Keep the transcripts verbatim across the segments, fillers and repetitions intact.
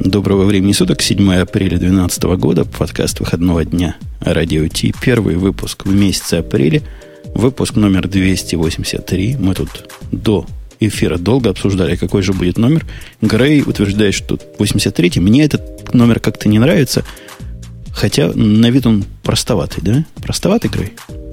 Доброго времени суток, седьмое апреля две тысячи двенадцатого года, подкаст выходного дня Радио Ти, первый выпуск в месяце апреля, выпуск номер двести восемьдесят три. Мы тут до эфира долго обсуждали, какой же будет номер. Грей утверждает, что восемьдесят третий. Мне этот номер как-то не нравится, хотя на вид он простоватый, да? Простоватый, Грей?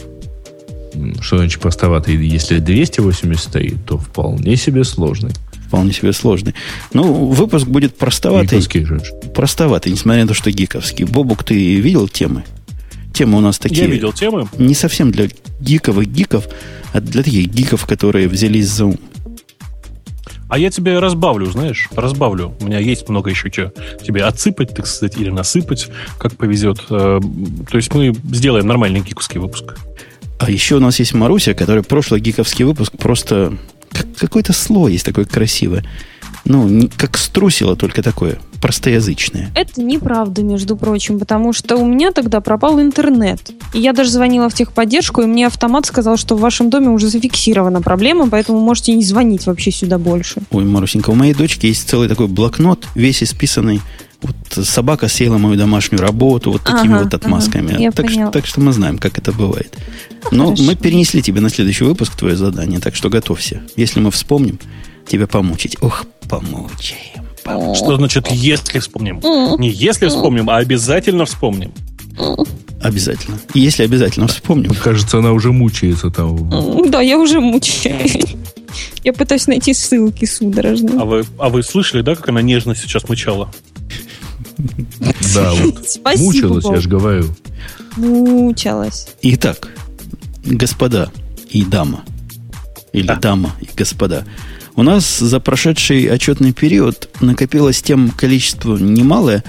Что значит простоватый? Если двести восемьдесят три, то вполне себе сложный. Вполне себе сложный. Ну, выпуск будет простоватый. Гиковский же. Простоватый, несмотря на то, что гиковский. Бобук, ты видел темы? Темы у нас такие... Я видел темы. Не совсем для гиковых гиков, а для таких гиков, которые взялись за ум. А я тебе разбавлю, знаешь, разбавлю. У меня есть много еще чего тебе отсыпать, так сказать, или насыпать, как повезет. То есть мы сделаем нормальный гиковский выпуск. А еще у нас есть Маруся, которая прошлый гиковский выпуск просто... Какое-то слово есть такое красивое. Ну, не, как струсило, только такое простоязычное. Это неправда, между прочим, потому что у меня тогда пропал интернет. И я даже звонила в техподдержку, и мне автомат сказал, что в вашем доме уже зафиксирована проблема, поэтому можете не звонить вообще сюда больше. Ой, Марусенька, у моей дочки есть целый такой блокнот, весь исписанный. Вот собака съела мою домашнюю работу вот такими ага, вот отмазками. Ага, так, что, так что мы знаем, как это бывает. Но Хорошо. Мы перенесли тебе на следующий выпуск твое задание, так что готовься. Если мы вспомним, тебя помучить. Ох, помучаем. помучаем. Что значит «если вспомним»? Не «если вспомним», а «обязательно вспомним». Обязательно. И если обязательно вспомним... Кажется, она уже мучается там. Да, я уже мучаюсь. Я пытаюсь найти ссылки судорожно. А вы, а вы слышали, да, как она нежно сейчас мычала? Да, вот. Спасибо, Мучилась, Бог. я же говорю. Мучалась. Итак, господа и дама, или Да. дама и господа, у нас за прошедший отчетный период накопилось тем количество немалое,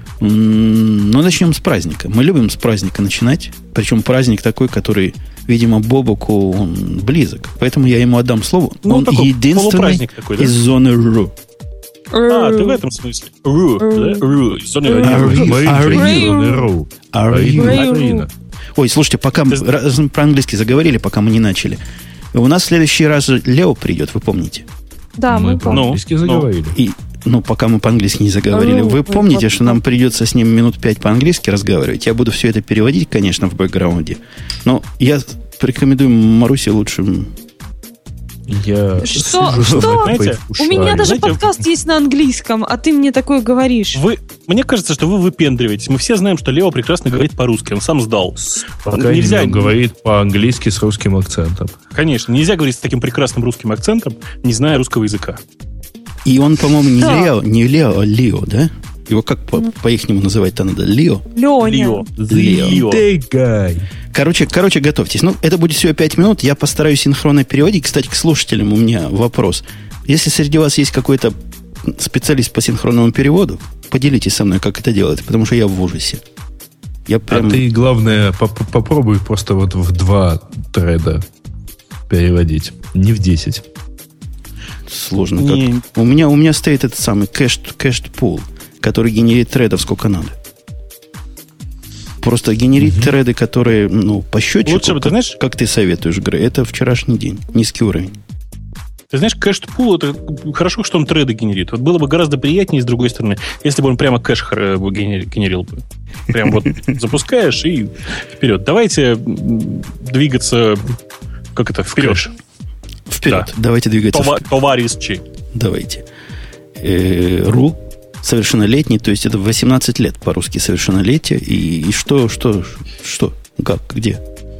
м, но начнем с праздника. Мы любим с праздника начинать, причем праздник такой, который, видимо, Бобуку он близок, поэтому я ему отдам слово. Ну, Он такой единственный полупраздник такой, да? из зоны РУ. А, ты в этом смысле. Ру, да? Ру. Зоны Are Ру. you- Марина, are you- Марина, Ру. Are you- Марина, Марина. Ой, слушайте, пока мы раз мы про-английски заговорили, пока мы не начали. У нас в следующий раз же Лео придет, вы помните? Да, мы, Мы помним. по-английски Ну, заговорили. И, ну, пока мы по-английски не заговорили. Ну, Вы вы помните, вот- что нам придется с ним минут пять по-английски разговаривать. Я буду все это переводить, конечно, в бэкграунде. Но я порекомендую Марусе лучше... Я Что? сижу Что? с этой Знаете, У меня ушами. даже Знаете, подкаст есть на английском, а ты мне такое говоришь. Вы, мне кажется, что вы выпендриваетесь. Мы все знаем, что Лео прекрасно говорит по-русски. Он сам сдал. Пока Нельзя- не говорит по-английски с русским акцентом. Конечно, нельзя говорить с таким прекрасным русским акцентом, не зная русского языка. И он, по-моему, не Да. Лео, не Лео, а Лио, да? Его как по- по-ихнему называть-то надо? Лио? Леня. Лео. Лео. Day guy. Короче, короче, готовьтесь. Ну, это будет всего пять минут. Я постараюсь синхронно переводить. Кстати, к слушателям у меня вопрос. Если среди вас есть какой-то специалист по синхронному переводу, поделитесь со мной, как это делать, потому что я в ужасе. Я прям... А ты, главное, поп- попробуй просто вот в два треда переводить. Не в десять. Сложно. Не. Как. У, меня, у меня стоит этот самый cached, cached pool, который генерит тредов сколько надо. Просто генерит Мгм. треды, которые, ну, по счетчику, Лучше бы, ты как, знаешь- как ты советуешь, Грей, это вчерашний день. Низкий уровень. Ты знаешь, кэш-пул, это хорошо, что он треды генерит. Вот было бы гораздо приятнее, с другой стороны, если бы он прямо кэш э, генери- генерил бы. Прям вот запускаешь и вперед. Давайте м, двигаться, как это, вперед. Вперед. Да. Давайте двигаться. Това- вперед. Товарищи. Давайте. Э, РУ совершеннолетний, то есть это восемнадцать лет по-русски совершеннолетие. И, и что, что, что, как, где?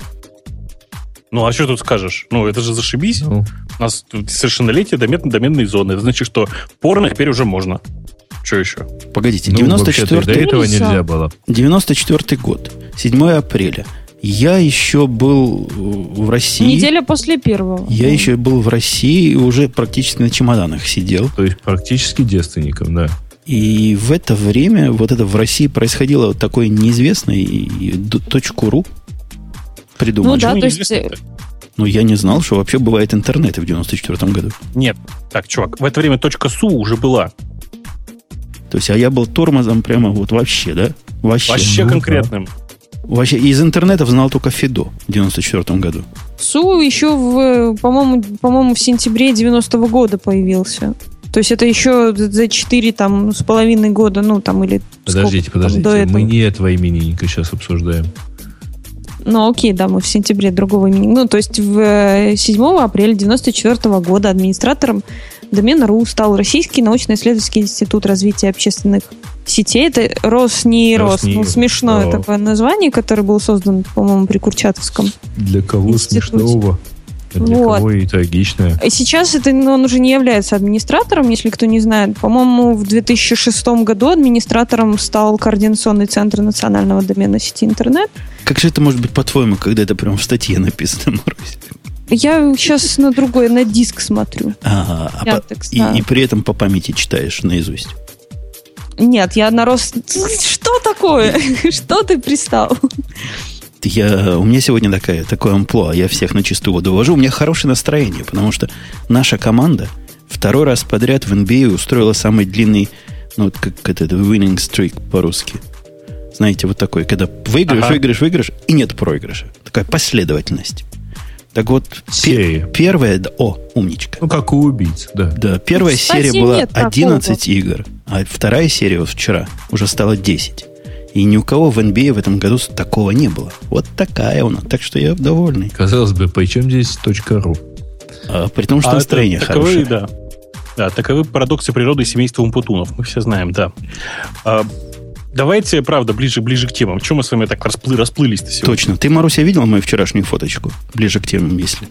Ну, а что тут скажешь? Ну, это же зашибись. Ну, У нас тут совершеннолетие домен, доменной зоны. Это значит, что порно теперь уже можно. Что еще? Погодите, ну, девяносто вообще-то и до четвёртый этого Ужаса. нельзя было. девяносто четвёртый год, седьмое апреля. Я еще был в России. Неделя после первого. Я еще был в России и уже практически на чемоданах сидел. То есть практически девственником, да. И в это время вот это в России происходило вот такое неизвестное, и д- точку ру придумали. Ну да, Почему то есть... неизвестно-то? Но я не знал, что вообще бывает интернет в девяносто четвёртом году. Нет. Так, чувак, в это время точка .су уже была. То есть, а я был тормозом прямо вот вообще, да? Вообще. Вообще Ну, конкретным. Вообще из интернетов знал только Фидо в девяносто четвёртом году. СУ еще, в, по-моему, по-моему, в сентябре девяностого года появился. То есть это еще за четыре там, с половиной года, ну там или Подождите, сколько, подождите, там, до этого. Мы не этого именинника сейчас обсуждаем. Ну окей, да, мы в сентябре другого имени. Ну то есть в седьмого апреля девяносто четвёртого года администратором домена .ру стал Российский научно-исследовательский институт развития общественных сетей. Это Роснейрос. Роснейрос, Ну, смешное да. такое название, которое было создано, по-моему, при Курчатовском. Для кого Институте. смешного? А для Вот. кого и трагичное? И сейчас это, ну, он уже не является администратором, если кто не знает. По-моему, в две тысячи шестом году администратором стал Координационный центр национального домена сети интернет. Как же это может быть, по-твоему, когда это прям в статье написано, Марусь? Я сейчас на другой, на диск смотрю. Ага, а по- Яндекс, и, да. и при этом по памяти читаешь наизусть. Нет, я на рост... Что такое? Что ты пристал? Я, у меня сегодня такая, такое амплуа, я всех на чистую воду вожу. У меня хорошее настроение, потому что наша команда второй раз подряд в эн би эй устроила самый длинный, ну, вот как это, winning streak по-русски. Знаете, вот такой, когда выигрыш, Ага. выигрыш, выигрыш, и нет проигрыша. Такая последовательность. Так вот, Серия. пе- первая, да, о, умничка. Ну, как у убийц, да. Да, первая Кстати, серия была нет такого. одиннадцать игр, а вторая серия вот вчера уже стала десять. И ни у кого в эн би эй в этом году такого не было. Вот такая у нас. Так что я довольный. Казалось бы, причем здесь .ру? А, при том, что А настроение это таковы, хорошее. да. Да, таковы парадоксы природы и семейства умпутунов. Мы все знаем, да. А, давайте, правда, ближе, ближе к темам. Чего мы с вами так расплы, расплылись-то сегодня? Точно. Ты, Маруся, видела мою вчерашнюю фоточку? Ближе к темам, если.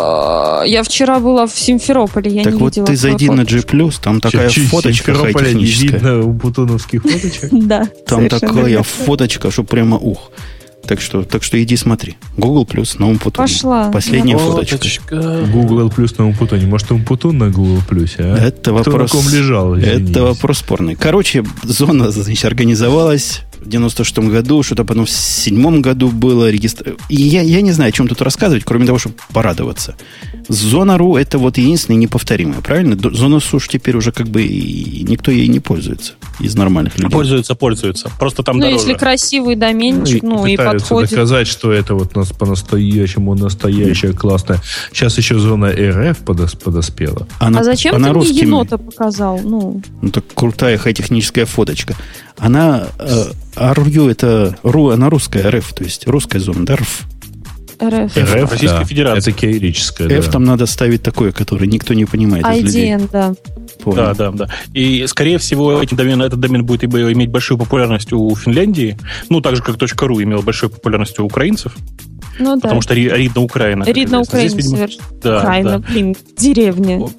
Я вчера была в Симферополе, я так не вот, видела. ты твою зайди на фоточку. G+, там такая Чуть-чуть фоточка Симферополя не хай-техническая. видно у бутуновских фоточек. Да, Там совершенно такая верно. фоточка, что прямо ух. Так что, так что иди смотри. Google плюс на Умпутуне. Пошла. Последняя фоточка. Фоточка. Google плюс на Умпутуне. Может, Умпутун на Google плюсе, а? Это Кто вопрос, на ком лежал, извинись. это вопрос спорный. Короче, зона, значит, организовалась в девяносто шестом году, что-то потом в седьмом году было регистр... И я, я не знаю, о чем тут рассказывать, кроме того, чтобы порадоваться. Зона.ру это вот единственное неповторимое, правильно? Д- Зона Суш теперь уже как бы и никто ей не пользуется из нормальных людей. Пользуются, пользуются. Просто там Ну, дороже. если красивый доменчик, ну, и пытаются подходит. доказать, что это вот нас по-настоящему настоящая классная. Сейчас еще зона РФ подос- подоспела. Она, А зачем она ты русскими- мне енота показал? Ну, Ну, так крутая хай-техническая фоточка. Она... Э, РУ это... РУ, она русская, РФ, то есть русская зона, да, РФ. РФ. РФ, Российская да, Федерация. это кириллическая, F да. там надо ставить такое, которое никто не понимает из людей. ай ди эн, да. Понял. Да, да, да. И, скорее всего, эти домен, этот домен будет ибо иметь большую популярность у Финляндии, ну, так же, как .ру имел большую популярность у украинцев, Ну, да. потому что Ри- Ридна Украина. как Ридна известно. Здесь, Украина видимо, совершенно. да, Украина, да. блин, деревня. О,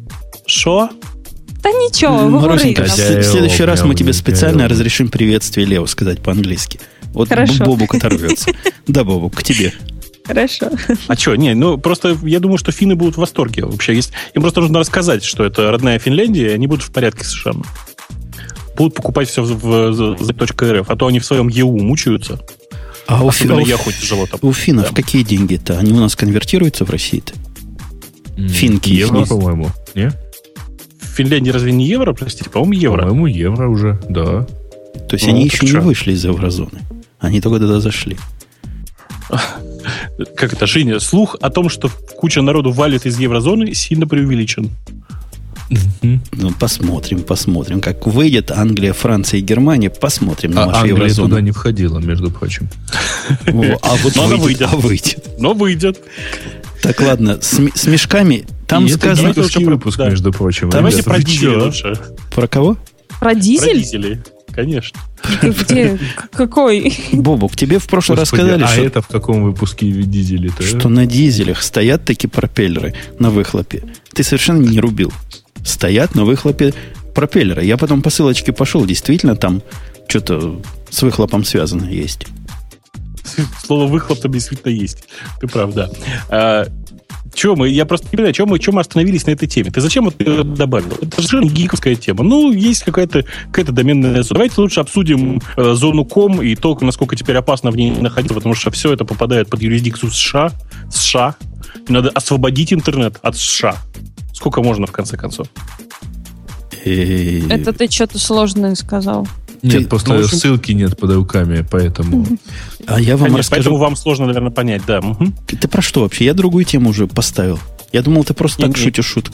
Шо? Да ничего, вы Марусенька, говорите. в Хозяева, в следующий раз мы прям тебе специально хозяева. разрешим приветствие Лео сказать по-английски. Вот Хорошо. Бобук оторвется. Да, Бобук, к тебе. Хорошо. А что, не, ну просто я думаю, что финны будут в восторге вообще. Есть, им просто нужно рассказать, что это родная Финляндия, и они будут в порядке совершенно. Будут покупать все в, в, в .рф, а то они в своем е у мучаются. А у, Особенно фи- яху тяжело там. у финнов Да. какие деньги-то? Они у нас конвертируются в России-то? М, Финки. Евро, Финки. по-моему. Не? В Финляндии разве не евро, простите? По-моему, евро. По-моему, евро уже, да. То есть Ну, они так еще не чё? вышли из еврозоны. Они только туда зашли. Как это, Женя? Слух о том, что куча народу валит из еврозоны, сильно преувеличен. Мгм. Ну, посмотрим, посмотрим. Как выйдет Англия, Франция и Германия, посмотрим на А вашу Англия еврозону. туда не входила, между прочим. Во, а вот Но она выйдет, выйдет. а выйдет. Но выйдет. Так, ладно, с, м- с мешками. Там И это сказано... давайте гиковский лучше про- выпуск, да. между прочим. Давайте ребята. про Вы дизель чё? лучше. Про кого? Про Про дизель? дизели. Конечно. Где? К- Какой? Бобук, тебе в прошлый раз Господи, сказали, а что, это в каком выпуске дизели-то? что на дизелях стоят такие пропеллеры на выхлопе. Ты совершенно не рубил. Стоят на выхлопе пропеллеры. Я потом по ссылочке пошел, действительно там что-то с выхлопом связано есть. Слово выхлоп там действительно есть. Ты прав, да. А, чё мы, я просто не понимаю, чем мы, чё мы остановились на этой теме? Ты зачем вот её добавил? Это же гиковская тема. Ну, есть какая-то, какая-то доменная зона. Давайте лучше обсудим э, зону ком и то, насколько теперь опасно в ней находиться, потому что все это попадает под юрисдикцию США. США. И надо освободить интернет от США. Сколько можно, в конце концов? И- Это ты что-то сложное сказал. Нет, Ты- просто ну, в общем- ссылки нет под руками, поэтому... А я вам Конечно, расскажу. поэтому вам сложно, наверное, понять, да. Мгм. Ты про что вообще? Я другую тему уже поставил. Я думал, ты просто Нет, так нет. шутишь шуткой.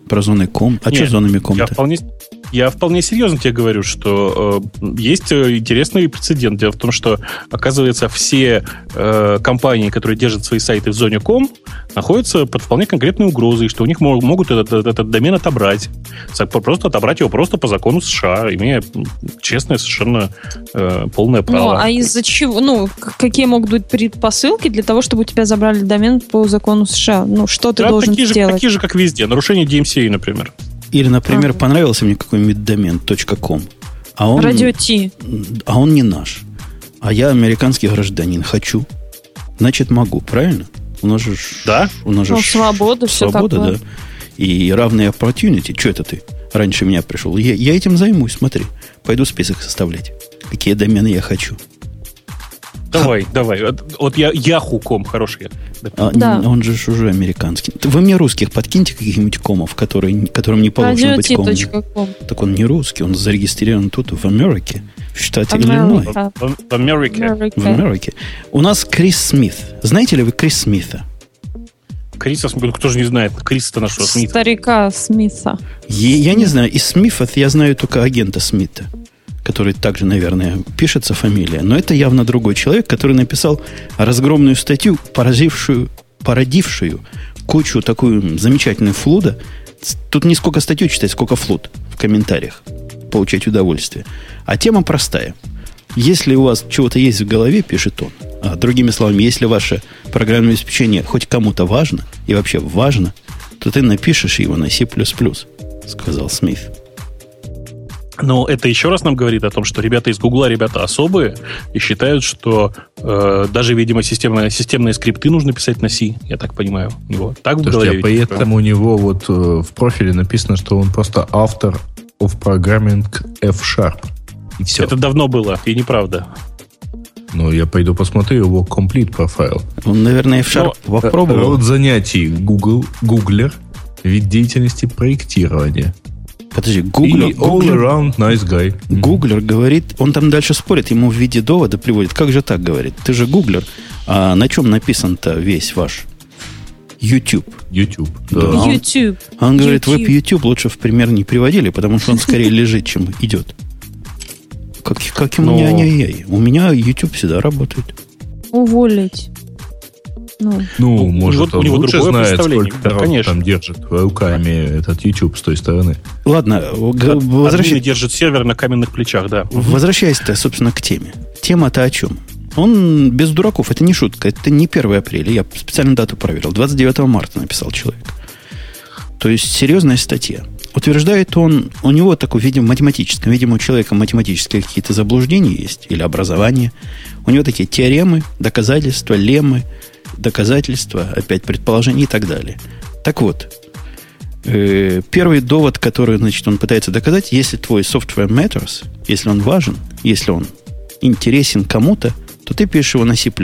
Про зоны ком. А Нет, что зонами ком-то? Я вполне, я вполне серьезно тебе говорю, что э, есть интересный прецедент. Дело в том, что, оказывается, все э, компании, которые держат свои сайты в зоне ком, находятся под вполне конкретной угрозой, что у них мог, могут этот, этот, этот домен отобрать. Просто отобрать его просто по закону США, имея честное, совершенно э, полное право. Ну, а из-за чего? Ну, какие могут быть предпосылки для того, чтобы у тебя забрали домен по закону США? Ну, что ты да, должен такие сделать? Же, такие же, как везде. Нарушение ди эм си эй, например. Или, например, ага. понравился мне какой-нибудь домен .com, а он, Радио Ти. а он не наш. А я американский гражданин, хочу. Значит, могу, правильно? У нас же... Да. У нас же Ну, свобода, все свобода, такое. да. И равные opportunity. Что это ты? Раньше меня пришел. Я, я этим займусь, смотри. Пойду список составлять. Какие домены я хочу. Давай, Ха. давай. Вот, вот я яху точка ком хороший. А, да. Он же уже американский. Вы мне русских подкиньте каких-нибудь комов, которые, которым не положено быть комом. Так он не русский, он зарегистрирован тут, в Америке, в штате Иллинойс. В, в, в Америке. В Америке. У нас Крис Смит. Знаете ли вы Крис Смита? Криса Смита, кто же не знает, Крис-то нашего Смита. Старика Смита. Я, я не знаю, из Смифов я знаю только агента Смита, который также, наверное, пишется фамилия. Но это явно другой человек, который написал разгромную статью, поразившую, породившую кучу такую замечательную флуда. Тут не сколько статью читать, сколько флуд в комментариях. Получать удовольствие. А тема простая. Если у вас чего-то есть в голове, пишет он. А, другими словами, если ваше программное обеспечение хоть кому-то важно, и вообще важно, то ты напишешь его на C++, сказал Смит. Но это еще раз нам говорит о том, что ребята из Гугла, ребята особые, и считают, что э, даже, видимо, системные, системные скрипты нужно писать на C, я так понимаю. У него так в голове. А поэтому у него вот э, в профиле написано, что он просто автор of programming F-Sharp. И все. Это давно было, и неправда. Ну, я пойду посмотрю его complete профайл. Он, наверное, F-Sharp Но, попробовал. Род занятий Google, Гуглер, вид деятельности проектирования. Подожди, Гуглер, И all Гуглер, around nice guy. Гуглер говорит, он там дальше спорит, ему в виде довода приводит. Как же так, говорит? Ты же Гуглер. А на чем написан-то весь ваш YouTube? YouTube. Да. Да. Он- YouTube. Он говорит, вы YouTube. б YouTube лучше в пример не приводили, потому что он скорее лежит, чем идет. Как, как ему Но- не-ай-яй-яй. У меня YouTube всегда работает. Уволить. Ну, Ну, У может, него- у он него лучше другое знает, представление. сколько Да, народ конечно. там держит руками этот YouTube с той стороны. Ладно, г- Админы возвращай- держит сервер на каменных плечах, да. возвращаясь-то, собственно, к теме. Тема-то о чем? Он без дураков, это не шутка, это не первое апреля. Я специально дату проверил. двадцать девятого марта написал человек. То есть серьезная статья. Утверждает он, у него такое, видимо, математическое, видимо, у человека математические какие-то заблуждения есть, или образование. У него такие теоремы, доказательства, леммы, доказательства, опять предположения и так далее. Так вот, э, первый довод, который, значит, он пытается доказать, если твой software matters, если он важен, если он интересен кому-то, то ты пишешь его на C++,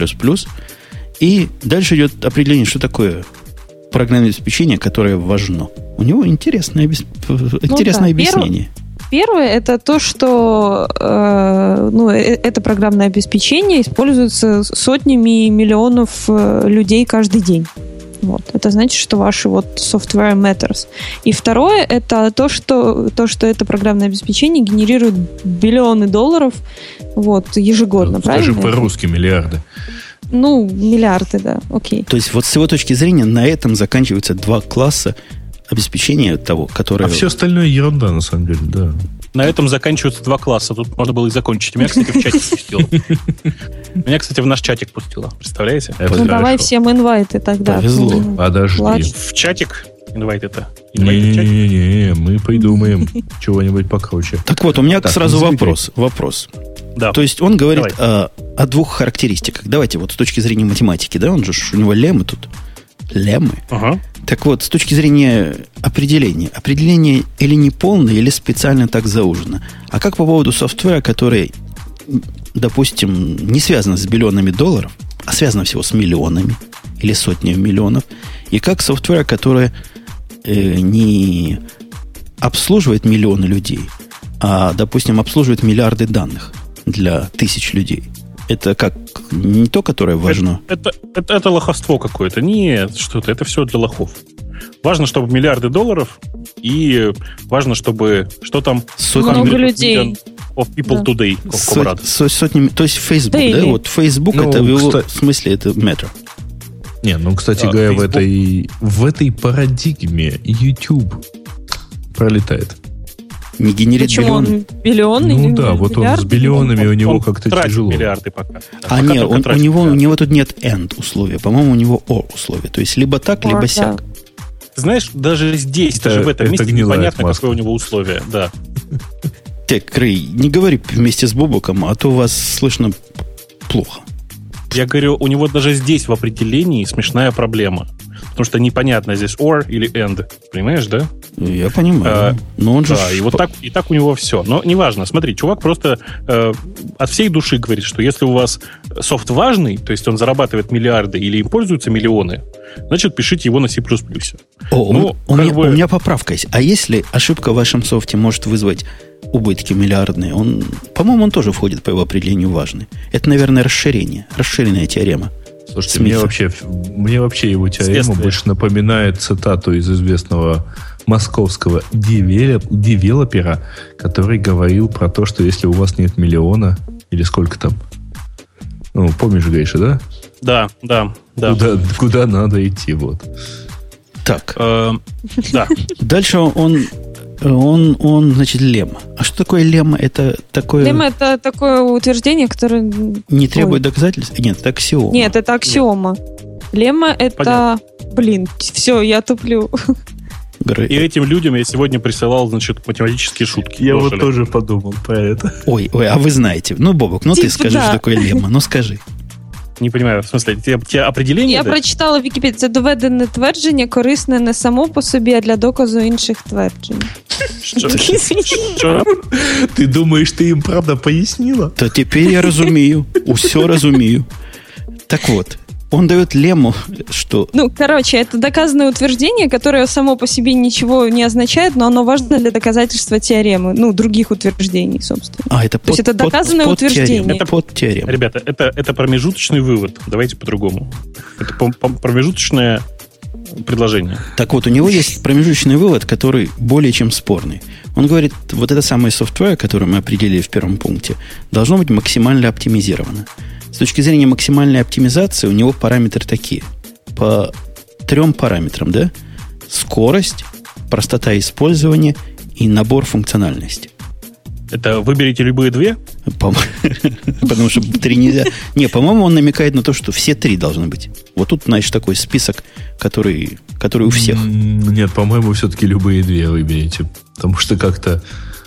и дальше идет определение, что такое программное обеспечение, которое важно. У него интересное, обес- интересное да, объяснение. Первое, это то, что э, ну, э- это программное обеспечение используется сотнями миллионов э, людей каждый день. Вот. Это значит, что ваши вот software matters. И второе, это то, что, то, что это программное обеспечение генерирует биллионы долларов вот, ежегодно, Скажи правильно? по-русски миллиарды. Ну, миллиарды, да, окей. То есть вот с его точки зрения на этом заканчиваются два класса обеспечения того, которое... А все остальное ерунда, на самом деле, да. На этом заканчиваются два класса. Тут можно было и закончить. Меня, кстати, в чатик пустило. Меня, кстати, в наш чатик пустило. Представляете? Это Ну, давай хорошо. всем инвайты тогда. Повезло. Ну, Подожди. ладно. В чатик. Инвайт это. Инвайт в чатик. Не-не-не, мы придумаем чего-нибудь покруче. Так вот, у меня Так, сразу не вопрос. Вопрос. Да. То есть он говорит Давай. о, о двух характеристиках. Давайте вот с точки зрения математики, да, он же, ж- у него леммы тут. Леммы. Ага. Так вот, с точки зрения определения. Определение или не полное, или специально так заужено. А как по поводу софтвера, который, допустим, не связан с биллионами долларов, а связано всего с миллионами или сотнями миллионов, и как софтвера, который э, не обслуживает миллионы людей, а, допустим, обслуживает миллиарды данных для тысяч людей. Это как не то, которое важно. Это, это, это лоховство какое-то. Нет, что-то. Это все для лохов. Важно, чтобы миллиарды долларов, и важно, чтобы... Что там? Много людей. Of people да. today. Сот, сот, сотни, то есть Facebook, Daily. да? Вот Facebook ну, это в его кстати, смысле это matter. Не, ну, кстати а, говоря, в Facebook... этой, в этой парадигме YouTube пролетает. Не генерит Почему миллионы. он биллионный? Ну да, вот он с биллионами у него как-то тратит тяжело. миллиарды пока. А пока нет, он, у, него, у него тут нет end условия. По-моему, у него or условия. То есть либо так, Or, либо да. сяк. Ты знаешь, даже здесь, Это- даже в этом это месте гнилая непонятно, отмазка. какое у него условие. Да. Так, Рэй, не говори вместе с Бобуком, а то вас слышно плохо. Я говорю, у него даже здесь в определении смешная проблема. Потому что непонятно, здесь or или end. Понимаешь, да? Я понимаю. А, Но он же... Да, ж- и вот так, и так у него все. Но неважно, смотри, чувак просто э, от всей души говорит, что если у вас софт важный, то есть он зарабатывает миллиарды или им пользуются миллионы, значит, пишите его на C++. О, Ну, у, как меня, бы- у меня поправка есть. А если ошибка в вашем софте может вызвать убытки миллиардные, он, по-моему, он тоже входит по его определению важный. Это, наверное, расширение. Расширенная теорема. Слушайте, Смиса. мне вообще, мне вообще его теорема Следствие. больше напоминает цитату из известного московского девелоп- девелопера, который говорил про то, что если у вас нет миллиона, или сколько там, ну, помнишь, Гриша, да? Да, да, да. Куда, куда надо идти, вот. Так, Э, да. дальше он, он, он, значит, лемма. А что такое лемма? Это такое... Лемма — это такое утверждение, которое... Не требует Ой. доказательств? Нет, это аксиома. Нет, это аксиома. Лемма — это... Понятно. Блин, все, я туплю. Грей. И этим людям я сегодня присылал, значит, математические шутки. Я вот Дожили. тоже подумал про это. Ой, ой, а вы знаете. Ну, Бобок, ну ты Типа скажи, да. что такое лемма. Ну, скажи. Не понимаю, в смысле, тебе, тебе определение Я дать? прочитала в Вікіпедії. Це доведене твердження, корисне не само по собі, а для доказу інших тверджень. Що? Що? Ты думаешь, ты им правда пояснила? То теперь я разумею. Все разумею. Так вот, он дает лемму, что... Ну, короче, это доказанное утверждение, которое само по себе ничего не означает, но оно важно для доказательства теоремы, ну, других утверждений, собственно. А, это под, есть это под- доказанное под утверждение. теорему. Это под теорему. Ребята, это, это промежуточный вывод. Давайте по-другому. Это по- по- промежуточное предложение. Так вот, у него есть промежуточный вывод, который более чем спорный. Он говорит, вот это самое software, которое мы определили в первом пункте, должно быть максимально оптимизировано. С точки зрения максимальной оптимизации у него параметры такие. По трем параметрам, да? Скорость, простота использования и набор функциональности. Это выберите любые две? По- Потому что три нельзя. Не, по-моему, он намекает на то, что все три должны быть. Вот тут, знаешь, такой список, который, который у всех. М, Нет, по-моему, все-таки любые две выберите. Потому что как-то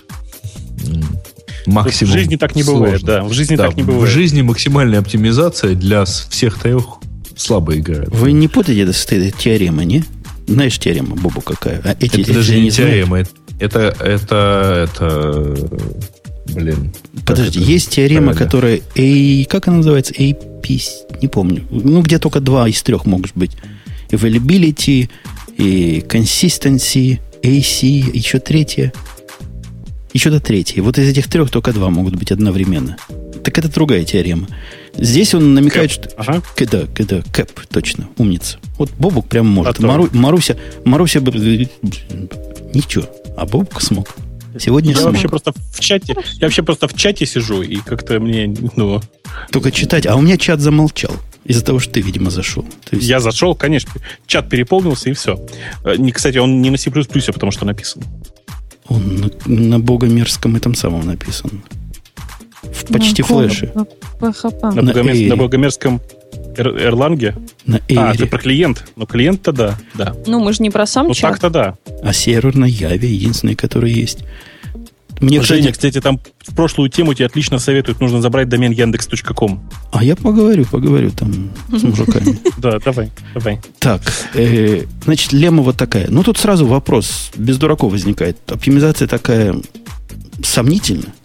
м, максимум В жизни так не бывает, сложно. да. В жизни Да, так не В бывает. жизни максимальная оптимизация для с- всех трех слабо играет. Вы не путаете это с этой теоремой, не? Знаешь теорема, Бобу, какая? А эти, Это эти даже я не знаю. теорема. Это, это, это, блин. как Подожди, это есть теорема, правильно? которая A, как она называется? эй пи, не помню. Ну, где только два из трех могут быть. Availability, и consistency, эй си, еще третья. Еще-то третья. Вот из этих трех только два могут быть одновременно. Так это другая теорема. Здесь он намекает, Кэп. что... Ага. К- Да, к- да, кэп, точно, умница. Вот Бобук прям может. А то. Мару- Маруся, Маруся бы... Ничего, а Бобук смог. Сегодня Я смог. вообще просто в чате, я вообще просто в чате сижу, и как-то мне, ну, Только читать. А у меня чат замолчал. Из-за того, что ты, видимо, зашел. То есть, я зашел, конечно, чат переполнился, и все. Не, кстати, он не на C++, потому что написан. он на, на богомерзком этом самом написан. В почти На флеше. ком? На пэ хэ пэ. На, На богомерз- Эйре. на богомерзком Эр- Эрланге. На А, ты Эйре. про клиент. Ну, клиент-то да, да. Ну, мы же не про сам Ну, чат. так-то да. А сервер на Яве единственный, который есть. Мне, Женя, кстати... кстати, там в прошлую тему тебе отлично советуют, нужно забрать домен яндекс точка ком. А я поговорю, поговорю там с мужиками. Да, давай, давай. Так, э, значит, лемма вот такая. Ну, тут сразу вопрос без дураков возникает. Оптимизация такая сомнительна.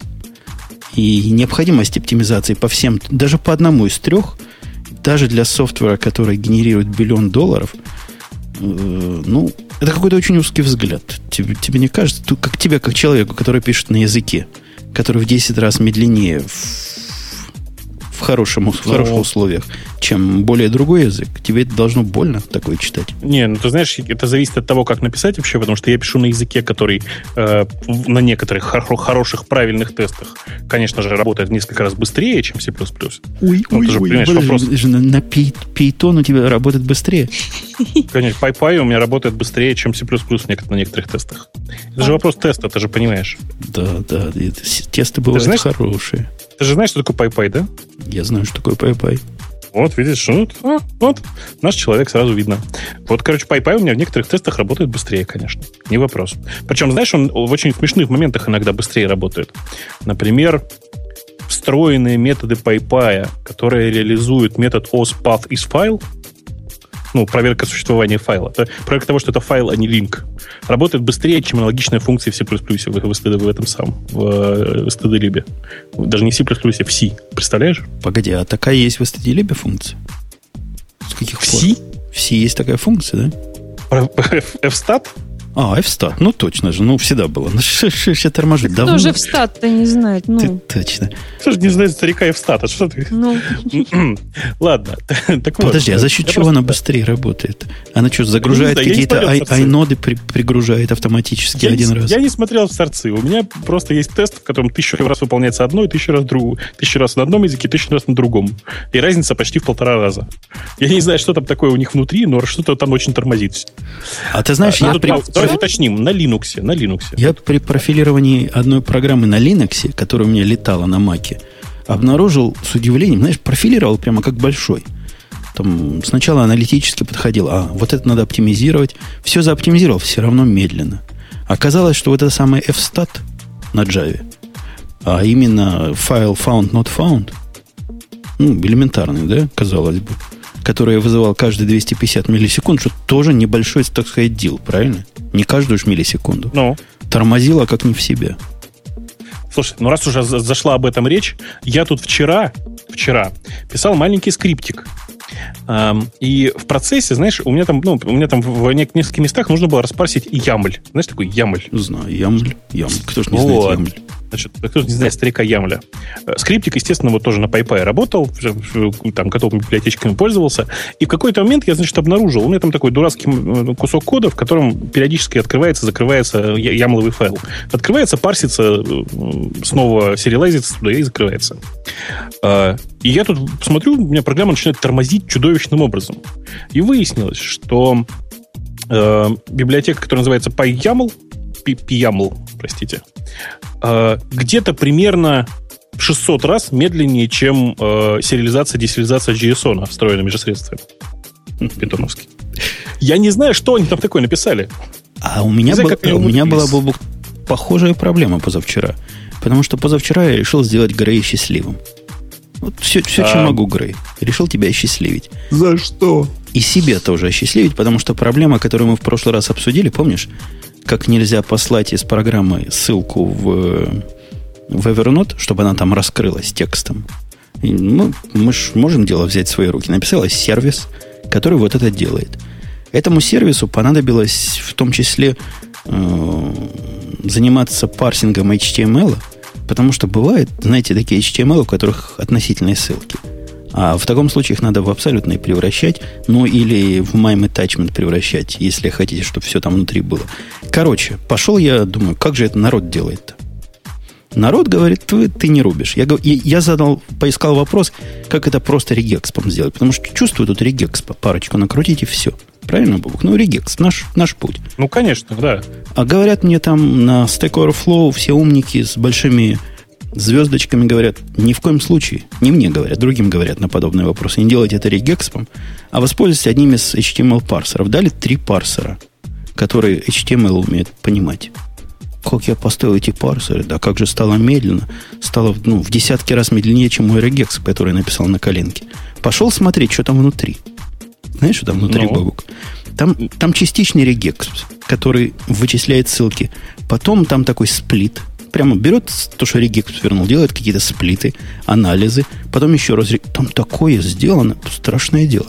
И необходимость оптимизации по всем, даже по одному из трех, даже для софтвера, который генерирует биллион долларов, э, ну, это какой-то очень узкий взгляд. Тебе, тебе не кажется? Тут как тебе, как человеку, который пишет на языке, который в десять раз медленнее в, в хорошем, в хороших условиях, чем более другой язык, тебе это должно больно такое читать. Не, ну ты знаешь, это зависит от того, как написать вообще, потому что я пишу на языке, который э, на некоторых хор- хороших, правильных тестах, конечно же, работает в несколько раз быстрее, чем C++. Ой, ну, ой, же, ой, вопрос... на, на Python у тебя работает быстрее. Конечно, PyPy у меня работает быстрее, чем C++ на некоторых тестах. Это же вопрос теста, ты же понимаешь. Да, да, тесты бывают знаешь, хорошие. Ты же знаешь, что такое PyPy, да? Я знаю, что такое PyPy. Вот, видишь, вот, а, вот, наш человек, сразу видно. Вот, короче, PyPy у меня в некоторых тестах работает быстрее, конечно. Не вопрос. Причем, знаешь, он в очень смешных моментах иногда быстрее работает. Например, встроенные методы PyPy, которые реализуют метод osPathIsFile, ну, проверка существования файла. Это проверка того, что это файл, а не линк. Работает быстрее, чем аналогичная функция в C++, в, в, в этом самом, в stdlib. Даже не в C++, а в C. Представляешь? Погоди, а такая есть в stdlib функция? С каких в C? пор? В C есть такая функция, да? fstat? А, fstat, ну точно же, ну всегда было. Ну что ж торможит? Кто же fstat-то не знает? Ну. Ты точно. Кто же не знает старика fstat? А что ты? Ну. Ладно, так вот. Подожди, а за счет чего она быстрее работает? Она что, загружает какие-то айноды, пригружает автоматически один раз? Я не смотрел в сорцы. У меня просто есть тест, в котором тысячу раз выполняется одно, и тысячу раз другое. Тысячу раз на одном языке, тысячу раз на другом. И разница почти в полтора раза. Я не знаю, что там такое у них внутри, но что-то там очень тормозит. А ты знаешь, я... Давайте уточним, на Linux, на Linux. Я при профилировании одной программы на Linux, которая у меня летала на Маке, обнаружил с удивлением, знаешь, профилировал прямо как большой. Там сначала аналитически подходил, а вот это надо оптимизировать. Все заоптимизировал, все равно медленно. Оказалось, что вот это самое fstat на Java, а именно файл found not found, ну, элементарный, да, казалось бы, который я вызывал каждые двести пятьдесят миллисекунд, что тоже небольшой, так сказать, дел, правильно? Не каждую ж миллисекунду. Ну. Тормозило как не в себя. Слушай, ну раз уже зашла об этом речь, я тут вчера, вчера писал маленький скриптик. Um, и в процессе, знаешь, у меня там, ну, у меня там в нескольких местах нужно было распарсить ямль. Знаешь, такой ямль? Знаю, ямль, ямль. Кто ж не вот. знает ямль? Значит, кто не знает старика ямля. Скриптик, естественно, вот тоже на PyPy работал, там готовыми библиотечками пользовался. И в какой-то момент я, значит, обнаружил, у меня там такой дурацкий кусок кода, в котором периодически открывается, закрывается ямловый файл. Открывается, парсится, снова сериализится туда и закрывается. И я тут смотрю, у меня программа начинает тормозить чудовищным образом. И выяснилось, что э, библиотека, которая называется PyYaml, PyYaml, простите, э, где-то примерно в шестьсот раз медленнее, чем э, сериализация, десериализация джей эс о, встроенная межсредствами питоновский. Я не знаю, что они там такое написали. А у меня, знаю, был, у меня была бы похожая проблема позавчера. Потому что позавчера я решил сделать Грея счастливым. Вот все, все а... чем могу, Грей. Решил тебя осчастливить. За что? И себе тоже осчастливить, потому что проблема, которую мы в прошлый раз обсудили, помнишь, как нельзя послать из программы ссылку в, в Evernote, чтобы она там раскрылась текстом. И мы мы ж можем дело взять в свои руки. Написалось сервис, который вот это делает. Этому сервису понадобилось в том числе э, заниматься парсингом эйч ти эм эл, потому что бывает, знаете, такие эйч ти эм эл, у которых относительные ссылки. А в таком случае их надо в абсолютные превращать, ну или в MIME attachment превращать, если хотите, чтобы все там внутри было. Короче, пошел я, думаю, как же это народ делает-то? Народ говорит, ты, ты не рубишь. Я, я задал, поискал вопрос, как это просто регекспом сделать. Потому что чувствую тут регекспа. Парочку накрутить и все. Правильно, Бобук? Ну, регексп, наш, наш путь. Ну, конечно, да. А говорят мне там на Stack Overflow все умники с большими звездочками говорят, ни в коем случае, не мне говорят, другим говорят на подобные вопросы, не делайте это регекспом, а воспользуйтесь одним из эйч ти эм эл-парсеров. Дали три парсера, которые эйч ти эм эл умеют понимать. Как я поставил эти парсеры, да как же стало медленно. Стало ну, в десятки раз медленнее, чем мой регексп, который я написал на коленке. Пошел смотреть, что там внутри. Знаешь, что там внутри, no. Бабук? Там, там частичный регексп, который вычисляет ссылки. Потом там такой сплит. Прямо берет то, что регексп вернул, делает какие-то сплиты, анализы. Потом еще раз... Там такое сделано, страшное дело.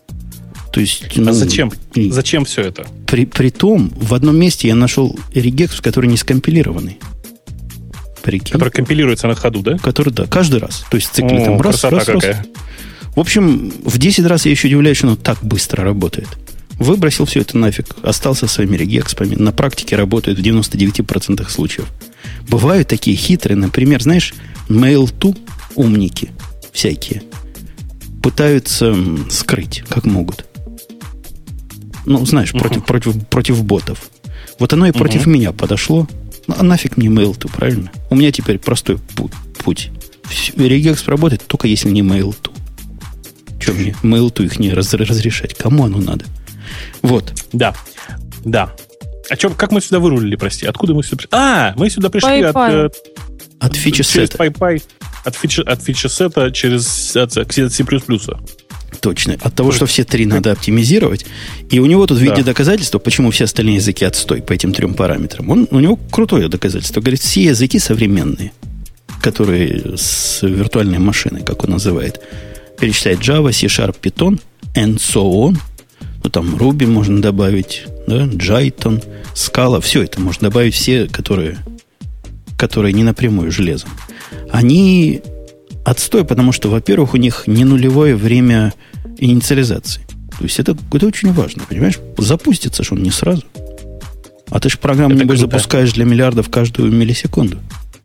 То есть, ну, а зачем? Зачем все это? При, при том, в одном месте я нашел регекс, который не скомпилированный. Прикинь. Который компилируется на ходу, да? Который, да, каждый раз. То есть в цикле О, там раз, красота раз, какая. раз. В общем, в десять раз я еще удивляюсь, что оно так быстро работает. Выбросил все это нафиг, остался своими регекспами. На практике работает в девяносто девять процентов случаев. Бывают такие хитрые, например, знаешь, Mail два умники всякие пытаются скрыть, как могут. Ну, знаешь, uh-huh. против, против, против ботов. Вот оно и uh-huh. против меня подошло. Ну, а нафиг мне Mail два, правильно? У меня теперь простой путь. Регекс работает только если не Mail два. Че мне Mail два их не раз, разрешать? Кому оно надо? Вот. Да, да. А чё, как мы сюда вырулили, прости? Откуда мы сюда пришли? А, мы сюда пришли Py от... Э, от фичи-сета. PyPy, от фичи, от фичи-сета через от, от C++. Точно. От того, что все три надо оптимизировать. И у него тут в виде да. доказательства, почему все остальные языки отстой по этим трем параметрам. Он, у него крутое доказательство. Говорит, все языки современные, которые с виртуальной машиной, как он называет, перечисляет Java, C-Sharp, Python, and so on. Ну, там Ruby можно добавить, да, Jython, Scala, все это можно добавить, все, которые, которые не напрямую железом. Они отстой, потому что, во-первых, у них не нулевое время инициализации. То есть это, это очень важно, понимаешь? Запустится же он не сразу. А ты же программу, это небось, круто. запускаешь для миллиардов каждую миллисекунду.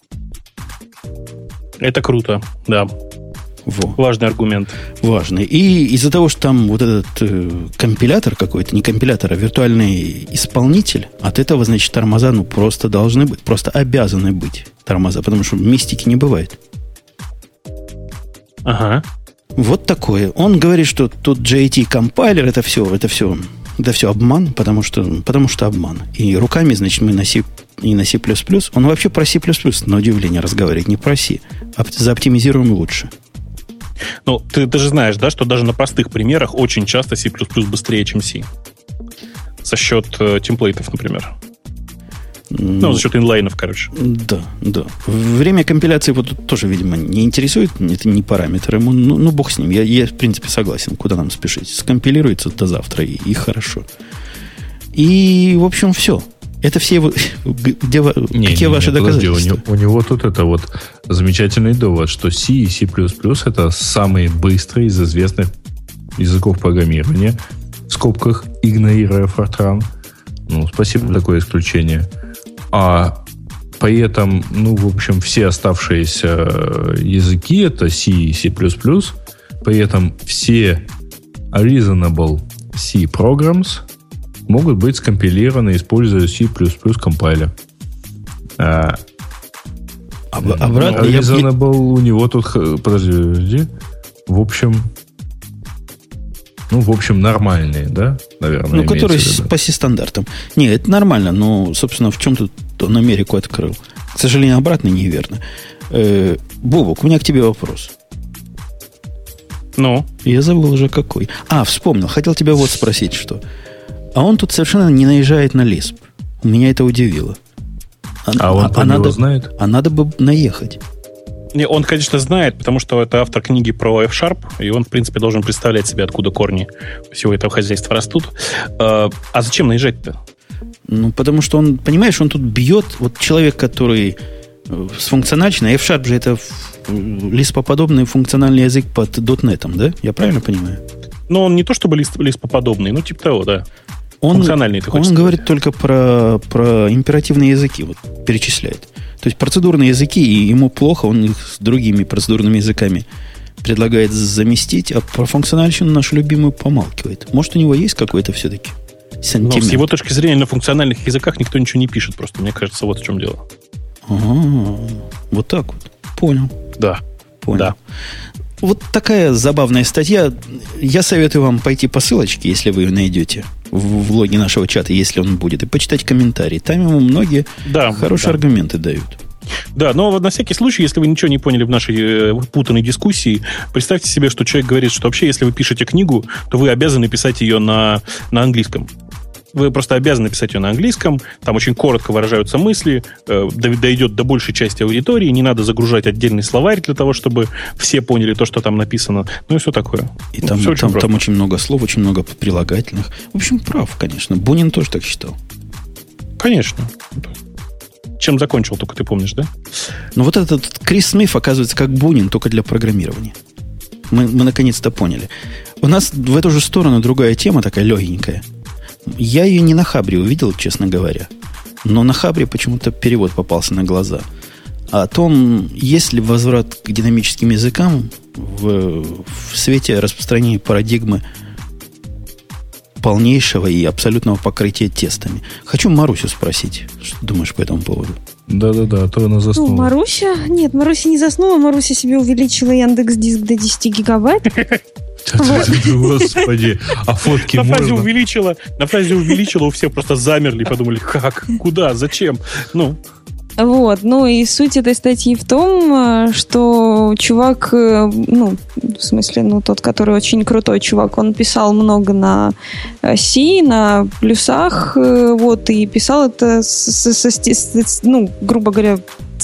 Это круто, да. Во. Важный аргумент. Важный. И из-за того, что там вот этот э, компилятор какой-то, не компилятор, а виртуальный исполнитель, от этого, значит, тормоза ну просто должны быть, просто обязаны быть тормоза, потому что мистики не бывает. Ага. Вот такое. Он говорит, что тут джей эй ти-компайлер, это все, это все, это все обман, потому что, потому что обман. И руками, значит, мы на C, и на C++, он вообще про C++, на удивление, разговаривает, не про C. Заоптимизируем лучше. Ну, ты, ты же знаешь, да, что даже на простых примерах очень часто C++ быстрее, чем C. За счет э, темплейтов, например. Ну, ну, за счет инлайнов, короче. Да, да. Время компиляции вот тут тоже, видимо, не интересует. Это не параметр ему. Ну, ну бог с ним. Я, я, в принципе, согласен. Куда нам спешить? Скомпилируется до завтра, и, и хорошо. И, в общем, все. Это все его... Где, не, какие не, ваши не, подожди, доказательства? у него, у него тут это вот замечательный довод, что C и C++ это самые быстрые из известных языков программирования. В скобках, игнорируя Fortran. Ну, спасибо за такое исключение. А при этом, ну, в общем, все оставшиеся языки это C и C++. При этом все reasonable C programs могут быть скомпилированы, используя C++ компайлер. А, Об, обратно, ну, я, reasonable у него тут... Подожди, подожди. В общем... Ну, в общем, нормальные, да? Наверное. Ну, которые по C-стандартам. Не, это нормально, но, собственно, в чем тут он Америку открыл? К сожалению, обратно неверно. Э, Бобок, у меня к тебе вопрос. Ну? Я забыл уже какой. А, вспомнил. Хотел тебя вот спросить, что... А он тут совершенно не наезжает на Lisp. Меня это удивило. А, а он а, про а него надо, знает? А надо бы наехать. Не, он, конечно, знает, потому что это автор книги про F-Sharp, и он, в принципе, должен представлять себе, откуда корни всего этого хозяйства растут. А зачем наезжать-то? Ну, потому что он, понимаешь, он тут бьет, вот человек, который с функциональной, F-Sharp же это Lisp-подобный функциональный язык под .NET, да? Я правильно понимаю? Ну, он не то чтобы Lisp-подобный, ну, типа того, да. Он, функциональный, ты хочешь Он сказать. говорит только про, про императивные языки, вот, перечисляет. То есть процедурные языки, и ему плохо, он их с другими процедурными языками предлагает заместить, а про функциональщину нашу любимую помалкивает. Может, у него есть какой-то все-таки сантимент? Но с его точки зрения на функциональных языках никто ничего не пишет просто. Мне кажется, вот в чем дело. Ага, вот так вот. Понял. Да. Понял. Да. Вот такая забавная статья. Я советую вам пойти по ссылочке, если вы ее найдете в влоге нашего чата, если он будет, и почитать комментарии. Там ему многие да, хорошие да. аргументы дают. Да, но на всякий случай, если вы ничего не поняли в нашей э, путанной дискуссии, представьте себе, что человек говорит, что вообще, если вы пишете книгу, то вы обязаны писать ее на, на английском. Вы просто обязаны писать ее на английском, там очень коротко выражаются мысли, э, дойдет до большей части аудитории, не надо загружать отдельный словарь для того, чтобы все поняли то, что там написано, ну и все такое. И там, все там, там очень много слов, очень много прилагательных. В общем, прав, конечно. Бунин тоже так считал. Конечно. чем закончил, только ты помнишь, да? Ну, вот этот Крис Смит, оказывается, как Бунин, только для программирования. Мы, мы наконец-то поняли. У нас в эту же сторону другая тема, такая легенькая. Я ее не на Хабре увидел, честно говоря. Но на Хабре почему-то перевод попался на глаза. О том, есть ли возврат к динамическим языкам в, в свете распространения парадигмы полнейшего и абсолютного покрытия тестами. Хочу Марусю спросить, что думаешь по этому поводу? Да-да-да, а то она заснула. Ну, Маруся? Нет, Маруся не заснула. Маруся себе увеличила Яндекс.Диск до десяти гигабайт. Господи, а фотки на фразе можно? увеличила, на фразе увеличила, у всех просто замерли, подумали, как, куда, зачем? Ну, Вот, ну и суть этой статьи в том, что чувак, ну, в смысле, ну, тот, который очень крутой чувак, он писал много на C, на плюсах, вот, и писал это с, с, с, с, ну, грубо говоря,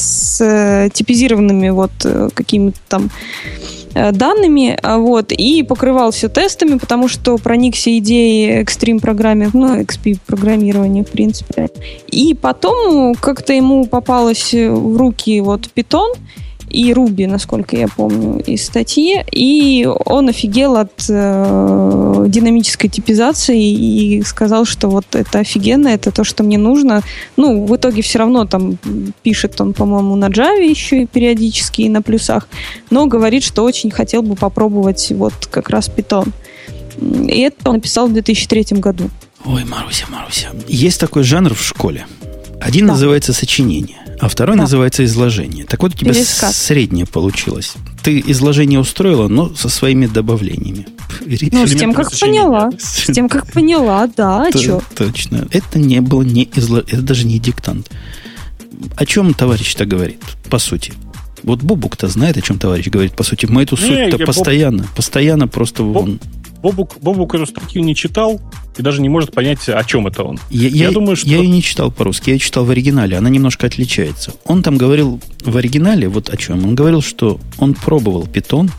с типизированными вот какими-то там данными, вот, и покрывал все тестами, потому что проникся идеей экстрим программинг, ну, икс пи программирования, в принципе. И потом как-то ему попалось в руки вот Python и Ruby, насколько я помню, из статьи, и он офигел от э, динамической типизации и сказал, что вот это офигенно, это то, что мне нужно. Ну, в итоге все равно там пишет он, по-моему, на Java еще и периодически, и на плюсах, но говорит, что очень хотел бы попробовать вот как раз Python. И это он написал в две тысячи третьем году. Ой, Маруся, Маруся. Есть такой жанр в школе. Один да. называется сочинение, а второй да. называется изложение. Так вот, у тебя среднее получилось. Ты изложение устроила, но со своими добавлениями. Ну, с тем, как поняла. С тем, как поняла, да, а что? Точно. Это не было не изложение, это даже не диктант. О чем товарищ-то говорит, по сути? Вот Бобук-то знает, о чем товарищ говорит, по сути. Мы эту суть-то постоянно, Боб... постоянно просто... Боб... Бобук, Бобук эту статью не читал и даже не может понять, о чем это он. Я, я, я, думаю, что... я ее не читал по-русски, я ее читал в оригинале. Она немножко отличается. Он там говорил в оригинале, вот о чем. Он говорил, что он пробовал Python,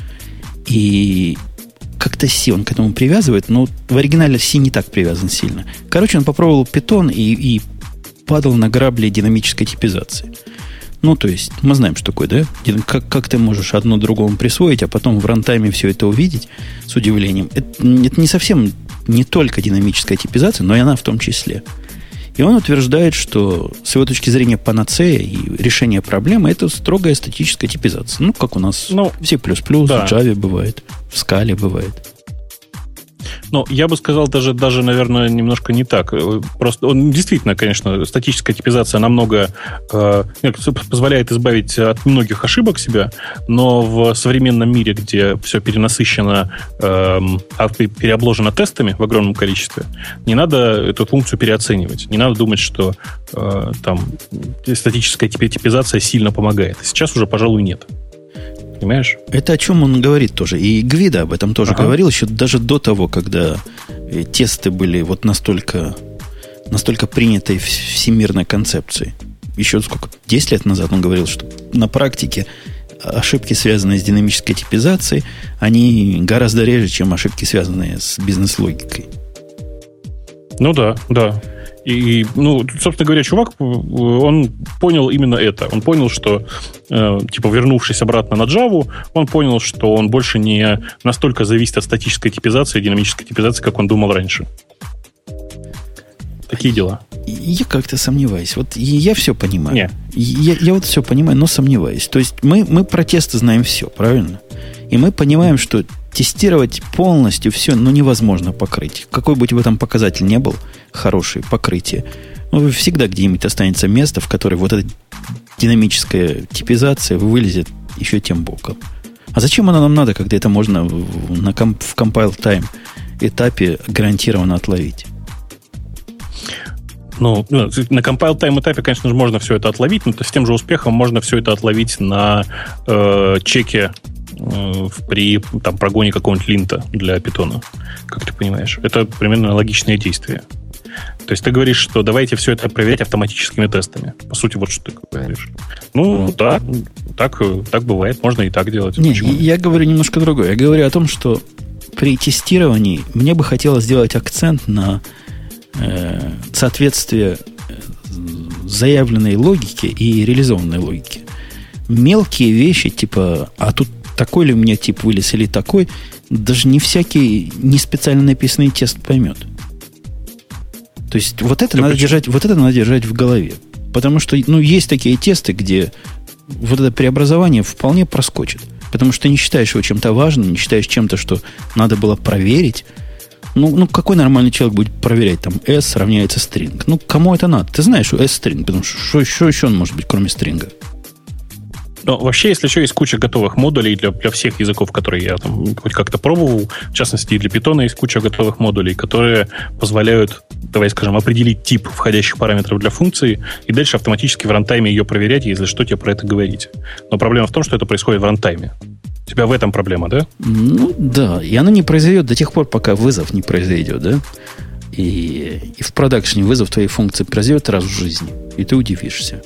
и как-то C он к этому привязывает, но в оригинале C не так привязан сильно. Короче, он попробовал Python и, и падал на грабли динамической типизации. Ну, то есть, мы знаем, что такое, да? Как, как ты можешь одно другому присвоить, а потом в рантайме все это увидеть с удивлением. Это, это не совсем, не только динамическая типизация, но и она в том числе. И он утверждает, что с его точки зрения панацея и решение проблемы – это строгая статическая типизация. Ну, как у нас ну, в C++, да. в Java бывает, в Scala бывает. Ну, я бы сказал, даже, даже, наверное, немножко не так. Просто он действительно, конечно, статическая типизация намного э, позволяет избавить от многих ошибок себя, но в современном мире, где все перенасыщено, э, переобложено тестами в огромном количестве, не надо эту функцию переоценивать. Не надо думать, что э, там статическая типизация сильно помогает. Сейчас уже, пожалуй, нет. Понимаешь? Это о чем он говорит тоже. И Гвида об этом тоже ага. говорил еще даже до того, когда тесты были вот настолько, настолько принятой всемирной концепцией. Еще сколько? десять лет назад он говорил, что на практике ошибки, связанные с динамической типизацией, они гораздо реже, чем ошибки, связанные с бизнес-логикой. Ну да, да. И, ну, собственно говоря, чувак, он понял именно это. Он понял, что, э, типа, вернувшись обратно на Java, он понял, что он больше не настолько зависит от статической типизации и динамической типизации, как он думал раньше. Такие дела. Я как-то сомневаюсь. Вот я все понимаю. Не. Я, я вот все понимаю, но сомневаюсь. То есть мы, мы про тесты знаем все, правильно? И мы понимаем, что тестировать полностью все, ну, невозможно покрыть. Какой бы у тебя там показатель не был, хорошее покрытие, ну, всегда где-нибудь останется место, в которое вот эта динамическая типизация вылезет еще тем боком. А зачем она нам надо, когда это можно в, на комп, в compile time этапе гарантированно отловить? Ну, на compile time этапе, конечно же, можно все это отловить, но с тем же успехом можно все это отловить на э, чеке при там, прогоне какого-нибудь линта для питона, как ты понимаешь. Это примерно логичное действие. То есть ты говоришь, что давайте все это проверять автоматическими тестами. По сути, вот что ты говоришь. Ну, ну да, так, так бывает. Можно и так делать. Не, я говорю немножко другое. Я говорю о том, что при тестировании мне бы хотелось сделать акцент на э, соответствие заявленной логике и реализованной логике. Мелкие вещи, типа, а тут такой ли у меня тип вылез или такой, даже не всякий не специально написанный тест поймет. То есть вот это, надо держать, вот это надо держать в голове. Потому что ну, есть такие тесты, где вот это преобразование вполне проскочит. Потому что ты не считаешь его чем-то важным, не считаешь чем-то, что надо было проверить. Ну, ну какой нормальный человек будет проверять, там, s равняется string? Ну, кому это надо? Ты знаешь, что s string, потому что что, что еще он может быть, кроме стринга? Но вообще, если еще есть куча готовых модулей для, для всех языков, которые я там хоть как-то пробовал, в частности, и для Python есть куча готовых модулей, которые позволяют, давай скажем, определить тип входящих параметров для функции и дальше автоматически в рантайме ее проверять, если что, тебе про это говорить. Но проблема в том, что это происходит в рантайме. У тебя в этом проблема, да? Ну, да. И она не произойдет до тех пор, пока вызов не произойдет, да? И, и в продакшене вызов твоей функции произойдет раз в жизни. И ты удивишься.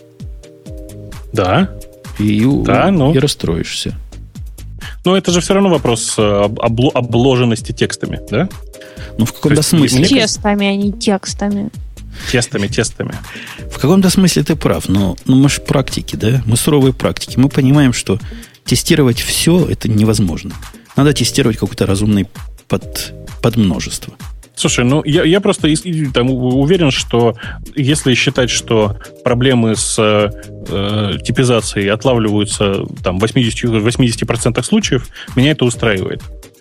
Да. И, да, ну. и расстроишься. Но это же все равно вопрос обло- обложенности текстами, да? Ну, в каком-то смысле. Тестами, а не текстами. Тестами, тестами. В каком-то смысле ты прав, но, но мы же практики, да? Мы суровые практики. Мы понимаем, что тестировать все это невозможно. Надо тестировать какой-то разумный под, под множество. Слушай, ну я, я просто там, уверен, что если считать, что проблемы с э, типизацией отлавливаются там, в восемьдесят процентов случаев, меня это устраивает.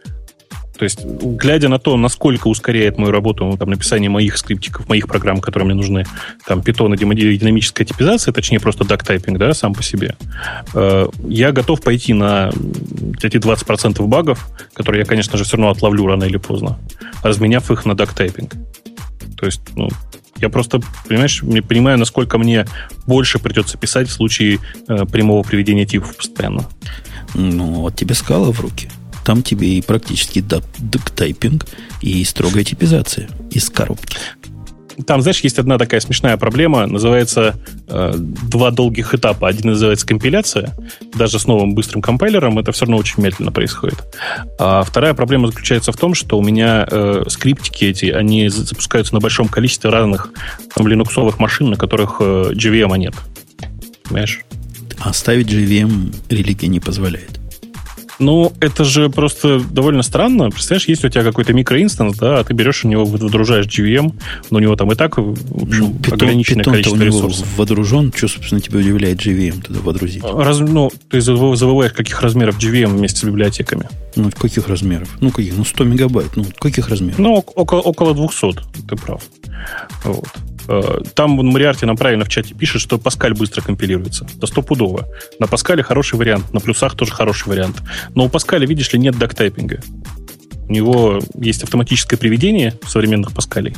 То есть, глядя на то, насколько ускоряет мою работу, ну, там, написание моих скриптиков, моих программ, которые мне нужны, там, Python и динамическая типизация, точнее, просто duck-typing, да, сам по себе, э, я готов пойти на эти двадцать процентов багов, которые я, конечно же, все равно отловлю рано или поздно, разменяв их на duck-typing. То есть, ну, я просто, понимаешь, не понимаю, насколько мне больше придется писать в случае э, прямого приведения типов постоянно. Ну, вот тебе скала в руки. Там тебе и практически дуктайпинг, и строгая типизация из коробки. Там, знаешь, есть одна такая смешная проблема, называется э, два долгих этапа. Один называется компиляция, даже с новым быстрым компайлером это все равно очень медленно происходит. А вторая проблема заключается в том, что у меня э, скриптики эти, они запускаются на большом количестве разных там, линуксовых машин, на которых э, джей ви эм нет. Понимаешь? А ставить джей ви эм религия не позволяет. Ну, это же просто довольно странно. Представляешь, есть у тебя какой-то микроинстанс, да, а ты берешь у него, выдружаешь джей ви эм, но у него там и так, в общем, ну, Python, ограниченное Python количество у него ресурсов. Водружен, что, собственно, тебя удивляет джей ви эм туда водрузить? Раз, ну, ты забываешь, каких размеров джей ви эм вместе с библиотеками. Ну, каких размеров? Ну, каких? Ну, сто мегабайт. Ну, каких размеров? Ну, около, около двухсот, ты прав. Вот. Там Мариарти нам правильно в чате пишет, что Паскаль быстро компилируется. Да стопудово. На Паскале хороший вариант, на плюсах тоже хороший вариант. Но у Паскаля, видишь ли, нет дактайпинга. У него есть автоматическое приведение современных Паскалей,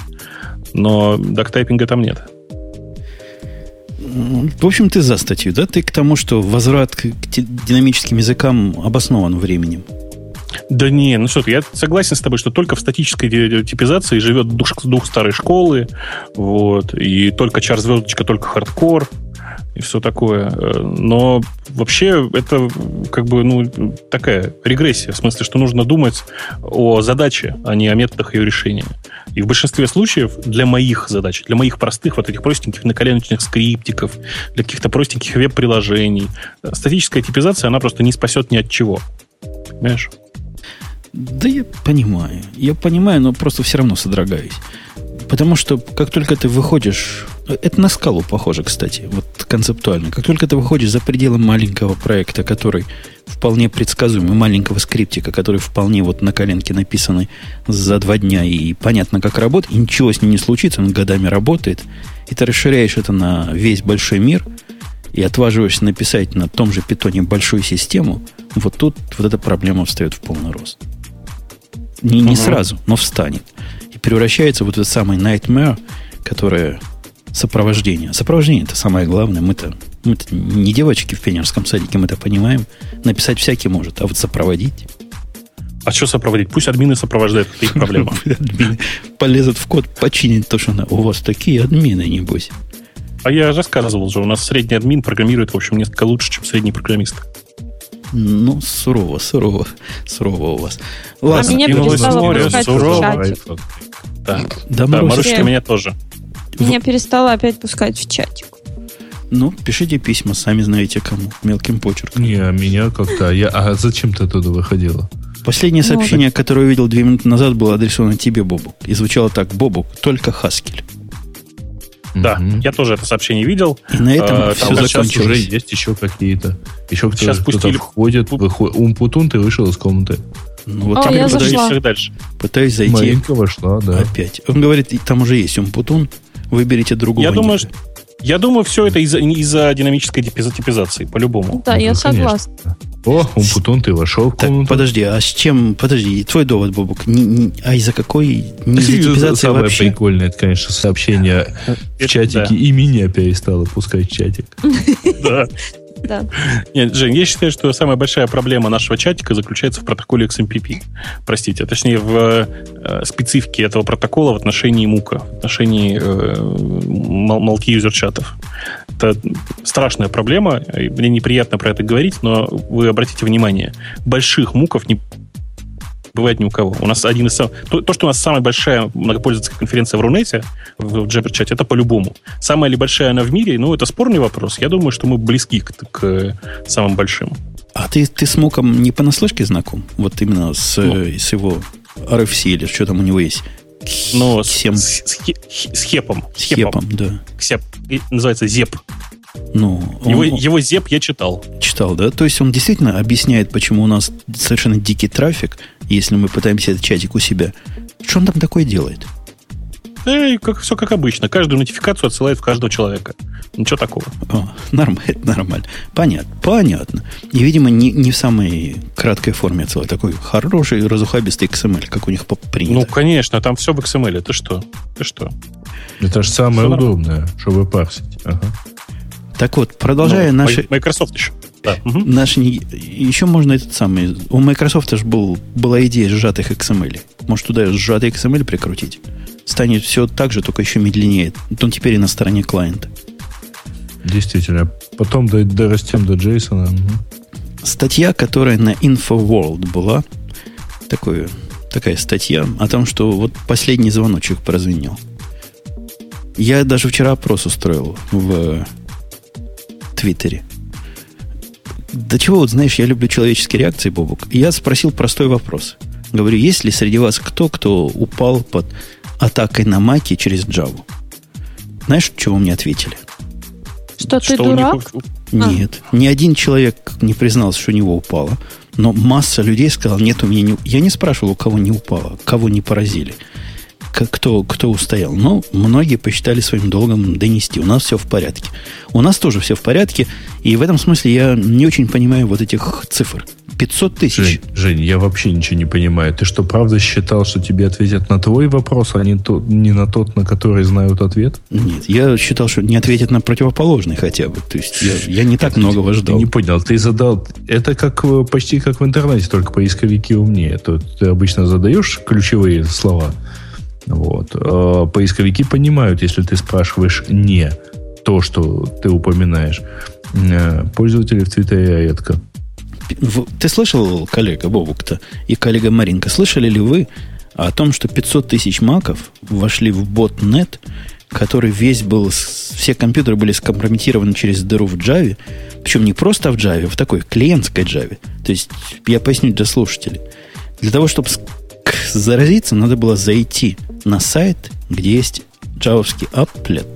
но дактайпинга там нет. В общем, ты за статью, да? Ты к тому, что возврат к динамическим языкам обоснован временем. Да не, ну что ты, я согласен с тобой, что только в статической типизации живет дух, дух старой школы, вот, и только чар звездочка, только хардкор, и все такое. Но вообще это как бы, ну, такая регрессия, в смысле, что нужно думать о задаче, а не о методах ее решения. И в большинстве случаев для моих задач, для моих простых, вот этих простеньких наколеночных скриптиков, для каких-то простеньких веб-приложений, статическая типизация, она просто не спасет ни от чего. Понимаешь? Да я понимаю. Я понимаю, но просто все равно содрогаюсь. Потому что как только ты выходишь... Это на скалу похоже, кстати, вот концептуально. Как только ты выходишь за пределы маленького проекта, который вполне предсказуемый, маленького скриптика, который вполне вот на коленке написанный за два дня, и понятно, как работает, и ничего с ним не случится, он годами работает, и ты расширяешь это на весь большой мир, и отваживаешься написать на том же питоне большую систему, вот тут вот эта проблема встает в полный рост. Не, не угу. сразу, но встанет. И превращается в вот этот самый nightmare, которое сопровождение. Сопровождение – это самое главное. Мы-то, мы-то не девочки в пионерском садике, мы это понимаем. Написать всякий может, а вот сопроводить... А что сопроводить? Пусть админы сопровождают, это их проблема. Админы полезут в код, починить то, что надо. У вас такие админы, небось. А я рассказывал же, у нас средний админ программирует, в общем, несколько лучше, чем средний программист. Ну, сурово, сурово, сурово у вас. Ладно. А меня перестало пускать в чатик. Да, да, да Марусечка, меня тоже. Меня перестала опять пускать в чатик. Ну, пишите письма, сами знаете кому, мелким почерком. Не, а меня как-то... Я, а зачем ты оттуда выходила? Последнее Ну, сообщение, которое я увидел две минуты назад, было адресовано тебе, Бобук. И звучало так: Бобук, только Хаскель. Да, Мгм. я тоже это сообщение видел. И на этом А, все там Сейчас закончилось. уже есть еще какие-то. Еще кто-то, Сейчас кто-то пустили- входит, выходит. Умпутун, ты вышел из комнаты. Ну, вот О, там я пытаюсь, зашла. Их дальше. пытаюсь зайти Маринка вошла, да. опять. Он говорит, и там уже есть Умпутун, выберите другого. Я думаю, ника. что- Я думаю, все это из-за, из-за динамической типиза- типизации, по-любому. Да, Ну, я да, конечно. согласна. О, Умпутун, ты вошел в Так, комнату. подожди, а с чем... Подожди, твой довод, Бобук. Не- не- а из-за какой... Не из-за типизации Самое вообще? прикольное, это, конечно, сообщение в Это чатике, да. и меня перестало пускать в чатик. Да. Да. Нет, Жень, я считаю, что самая большая проблема нашего чатика заключается в протоколе икс эм пи пи. Простите, а точнее в э, специфике этого протокола в отношении мука, в отношении э, мал- multi-user чатов. Это страшная проблема, и мне неприятно про это говорить, но вы обратите внимание, больших муков не бывает ни у кого. У нас один из самых... То, то, что у нас самая большая многопользовательская конференция в Рунете, в Jabber-чате, это по-любому. Самая ли большая она в мире? Ну, это спорный вопрос. Я думаю, что мы близки к, к самым большим. А ты, ты с Муком не понаслышке знаком? Вот именно с, Ну. э, с его ар эф си или что там у него есть? Но с, Хем- с, с хе- хе- с хепом. С с хепом, да. Ксеп. И называется зеп. Ну, он, Его, он его зеп я читал. читал, да? То есть он действительно объясняет, почему у нас совершенно дикий трафик, если мы пытаемся этот чатик у себя. Что он там такое делает? Да, и как, все как обычно. Каждую нотификацию отсылает в каждого человека. Ничего такого. О, нормально, нормально. Понятно, понятно. И, видимо, не, не в самой краткой форме отсылает. Такой хороший, разухабистый икс эм эль, как у них поп- принято. Ну, конечно, там все в икс эм эль. Ты что? Ты что? Это же самое Всё удобное, чтобы парсить. Ага. Так вот, продолжая Ну, наши... Май- Microsoft еще. Да. Мгм. Наши, не- еще можно этот самый... У Microsoft же был, была идея сжатых икс эм эль. Может, туда сжатый икс эм эль прикрутить? Станет все так же, только еще медленнее. Он теперь и на стороне клиента. Действительно. Потом до- дорастем до Джейсона. Мгм. Статья, которая на InfoWorld была, такое, такая статья о том, что вот последний звоночек прозвенел. Я даже вчера опрос устроил в Твиттере. До чего, вот знаешь, я люблю человеческие реакции, Бобук. И я спросил простой вопрос. Говорю, есть ли среди вас кто, кто упал под атакой на Маке через Java? Знаешь, чего мне ответили? Что, ты Что у них- дурак? Нет. Ни один человек не признался, что у него упало. Но масса людей сказала, нет, у меня не... Я не спрашивал, у кого не упало, кого не поразили. К- Кто, кто устоял. Но многие посчитали своим долгом донести. У нас все в порядке. У нас тоже все в порядке. И в этом смысле я не очень понимаю вот этих цифр. пятьсот тысяч. Жень, Жень, я вообще ничего не понимаю. Ты что, правда считал, что тебе ответят на твой вопрос, а не, то, не на тот, на который знают ответ? Нет, я считал, что не ответят на противоположный хотя бы. То есть я, я не так многого Ты ждал. не понял, ты задал... Это как э, почти как в интернете, только поисковики умнее. То ты обычно задаешь ключевые слова. Вот. А поисковики понимают, если ты спрашиваешь не то, что ты упоминаешь. Э, Пользователи в Твиттере редко. В- Ты слышал, коллега Бобук-то и коллега Маринка, слышали ли вы о том, что пятьсот тысяч маков вошли в ботнет, который весь был, с- все компьютеры были скомпрометированы через дыру в Java, причем не просто в Java, а в такой клиентской Java. То есть, я поясню для слушателей. Для того, чтобы с- к- заразиться, надо было зайти на сайт, где есть джавовский applet,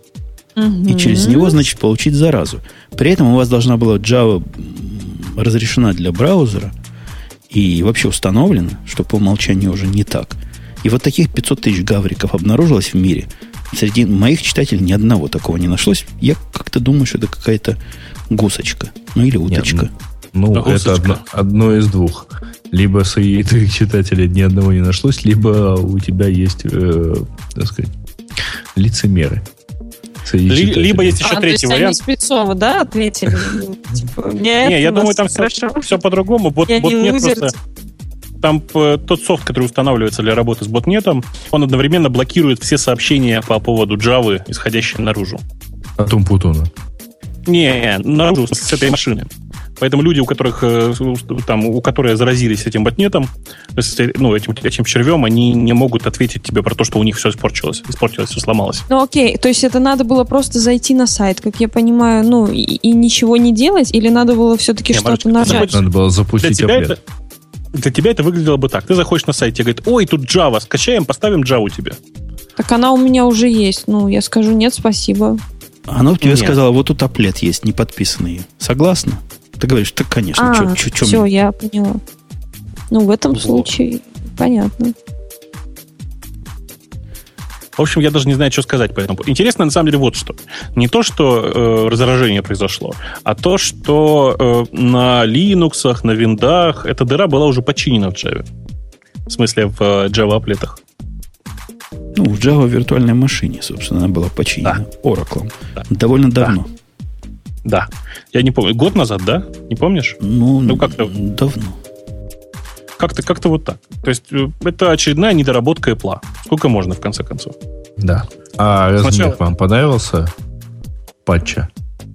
и через него, значит, получить заразу. При этом у вас должна была Java м, разрешена для браузера и вообще установлена, что по умолчанию уже не так. И вот таких пятьсот тысяч гавриков обнаружилось в мире. Среди моих читателей ни одного такого не нашлось. Я как-то думаю, что это какая-то гусочка. Ну, или уточка. Ну, Да, это гусочка. одно, одно из двух. Либо среди твоих читателей ни одного не нашлось, либо у тебя есть, э, так сказать, лицемеры. Среди Ли- читателей. либо есть еще А, то третий есть они вариант. специово, да, ответили? Типа, нет, Не, я у нас думаю, там все, хорошо. все по-другому. Бот, Я не ботнет лузер. просто... Там э, тот софт, который устанавливается для работы с ботнетом, он одновременно блокирует все сообщения по поводу Java, исходящие наружу. От Умпутуна. Не, наружу, с этой машины. Поэтому люди, у которых там, у которых заразились этим ботнетом, ну, этим, этим червем, они не могут ответить тебе про то, что у них все испортилось. Испортилось, все сломалось. Ну, окей. То есть это надо было просто зайти на сайт, как я понимаю, ну, и, и ничего не делать? Или надо было все-таки не, что-то нажать? Надо было запустить апплет. Для тебя это выглядело бы так. Ты заходишь на сайт, тебе говорят, ой, тут Java, скачаем, поставим Java тебе. Так она у меня уже есть. Ну, я скажу, нет, спасибо. Она тебе сказала, вот тут апплет есть, не подписанный. Согласна? Ты говоришь, так, конечно. А, чё, чё, чё все, мне? я поняла. Ну, в этом вот. случае понятно. В общем, я даже не знаю, что сказать по этому. Интересно, на самом деле, вот что. Не то, что э, раздражение произошло, а то, что э, на Linux, на виндах эта дыра была уже починена в Java. В смысле, в э, Java-аплетах. Ну, в Java виртуальной машине, собственно, она была починена да. Oracle. Да. Довольно давно. Да. да. Я не помню. Год назад, да? Не помнишь? Ну, ну как-то давно. Как-то, как-то вот так. То есть, это очередная недоработка Apple. Сколько можно, в конце концов? Да. А размер Сначала... вам понравился патча?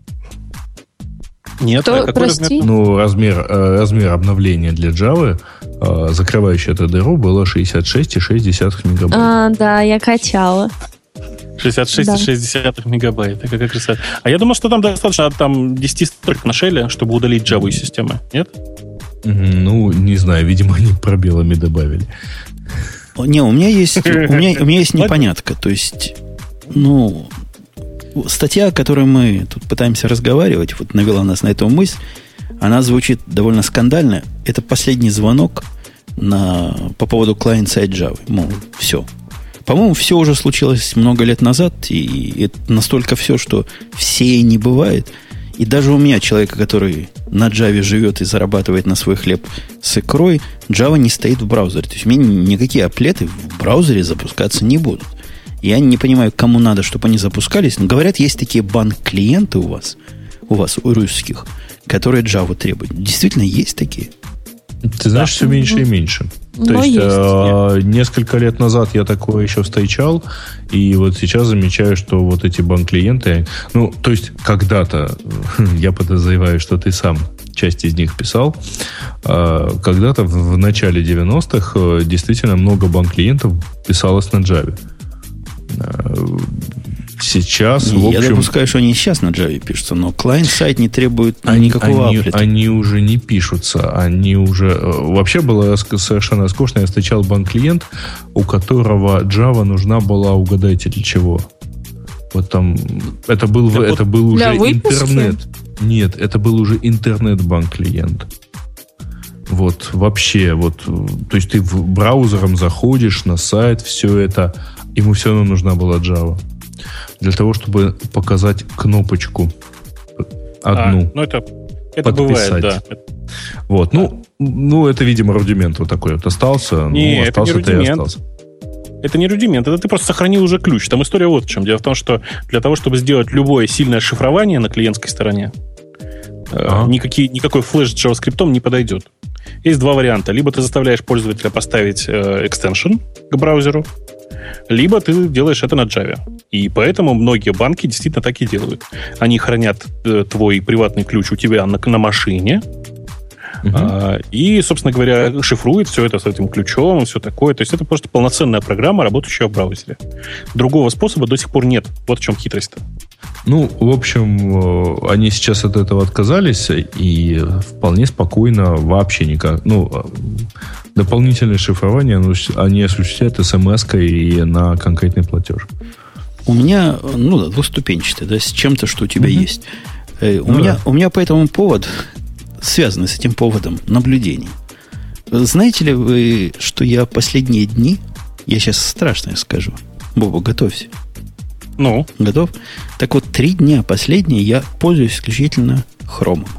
Нет. Что, а какой прости? размер? Ну, размер, размер обновления для Java, закрывающий эту дыру, было шестьдесят шесть и шесть десятых мегабайт. А, да, я качала. шестьдесят шесть и шесть десятых мегабайт. Какая красота. А я думал, что там достаточно там десять строк на шеле, чтобы удалить Java из системы. Нет? Ну, не знаю, видимо, они пробелами добавили. Не, у меня есть, у меня, у меня есть непонятка. То есть, ну, статья, о которой мы тут пытаемся разговаривать, вот навела нас на эту мысль, она звучит довольно скандально. Это последний звонок на, по поводу client-side Java. Мол, все. По-моему, все уже случилось много лет назад, и это настолько все, что все не бывает. И даже у меня, человека, который на Java живет и зарабатывает на свой хлеб с икрой, Java не стоит в браузере. То есть у меня никакие апплеты в браузере запускаться не будут. Я не понимаю, кому надо, чтобы они запускались. Но говорят, есть такие банк-клиенты у вас, у вас, у русских, которые Java требуют. Действительно, есть такие? Ты знаешь, да. все меньше и меньше. То Но есть, есть. Э, несколько лет назад я такое еще встречал, и вот сейчас замечаю, что вот эти банк-клиенты, ну, то есть, когда-то, я подозреваю, что ты сам часть из них писал, э, когда-то в, в начале девяностых э, действительно много банк-клиентов писалось на Java. Э, Сейчас, не, в общем... Я допускаю, что они сейчас на Java пишутся, но клиент-сайт не требует они, никакого они, апплета. Они уже не пишутся. Они уже... Вообще было совершенно скучно. Я встречал банк-клиент, у которого Java нужна была, угадайте, для чего. Вот там... Это был, для это был уже выпуски? интернет. Нет, это был уже интернет-банк-клиент. Вот, вообще, вот... То есть ты в браузером заходишь на сайт, все это... Ему все равно нужна была Java. Для того, чтобы показать кнопочку одну. А, ну, это, это бывает, да. Вот, да. ну, ну, это, видимо, рудимент вот такой вот остался. Не, ну, это остался, не рудимент. Это не рудимент, это ты просто сохранил уже ключ. Там история вот в чем. Дело в том, что для того, чтобы сделать любое сильное шифрование на клиентской стороне, а. никакие, никакой флеш с JavaScript не подойдет. Есть два варианта. Либо ты заставляешь пользователя поставить э, экстеншн к браузеру, либо ты делаешь это на Java. И поэтому многие банки действительно так и делают. Они хранят э, твой приватный ключ у тебя на, на машине, uh-huh. а, и, собственно говоря, шифрует все это с этим ключом и все такое. То есть это просто полноценная программа, работающая в браузере. Другого способа до сих пор нет. Вот в чем хитрость-то. Ну, в общем, они сейчас от этого отказались и вполне спокойно, вообще никак. Ну, дополнительное шифрование они осуществляют смс-кой и на конкретный платеж. У меня, ну да, двуступенчатый, да, с чем-то, что у тебя mm-hmm. есть. Э, у, ну, меня, да. у меня по этому поводу, связанный с этим поводом, наблюдение. Знаете ли вы, что я последние дни, я сейчас страшное скажу, Боба, готовься. Ну? Готов? Так вот, три дня последние я пользуюсь исключительно хромом.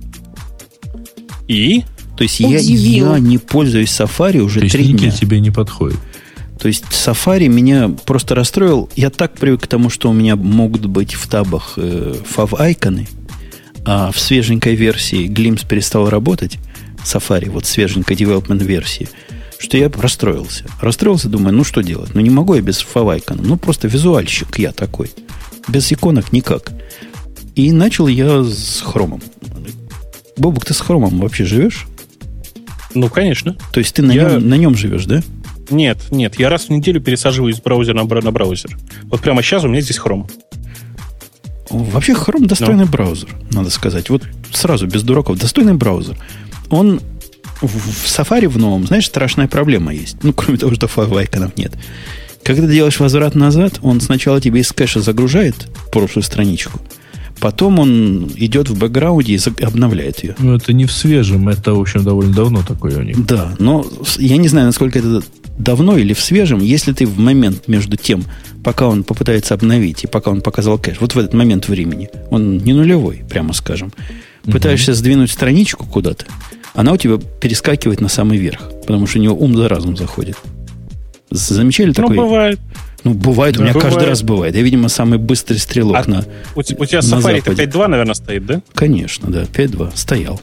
И? То есть я, я не пользуюсь Safari уже три дня. Тебе не подходит. То есть Safari меня просто расстроил. Я так привык к тому, что у меня могут быть в табах э, фав-айконы, а в свеженькой версии Glimpse перестал работать, Safari, вот свеженькой development версии, что я расстроился. Расстроился, думаю, ну что делать? Ну не могу я без фав-айкона. Ну просто визуальщик я такой. Без иконок никак. И начал я с хромом. Бобук, ты с хромом вообще живешь? Ну, конечно. То есть ты на, я... нем, на нем живешь, да? Нет, нет, я раз в неделю пересаживаюсь с браузера на, бра- на браузер. Вот прямо сейчас у меня здесь Chrome. Вообще Chrome достойный no. браузер, надо сказать. Вот сразу, без дураков, достойный браузер. Он в, в Safari в новом, знаешь, страшная проблема есть. Ну, кроме того, что файв-айконов нет. Когда ты делаешь возврат назад, он сначала тебе из кэша загружает прошлую страничку, потом он идет в бэкграунде и обновляет ее. Ну, это не в свежем, это, в общем, довольно давно такое у них. Да, но я не знаю, насколько это давно или в свежем. Если ты в момент между тем, пока он попытается обновить и пока он показал кэш, вот в этот момент времени, он не нулевой, прямо скажем, угу. пытаешься сдвинуть страничку куда-то, она у тебя перескакивает на самый верх, потому что у него ум за разум заходит. Замечали такое? Ну, бывает. Ну, бывает, да, у меня бывает. каждый раз бывает. Я, видимо, самый быстрый стрелок а на у, у тебя Safari пять два, наверное, стоит, да? Конечно, да, пять два стоял.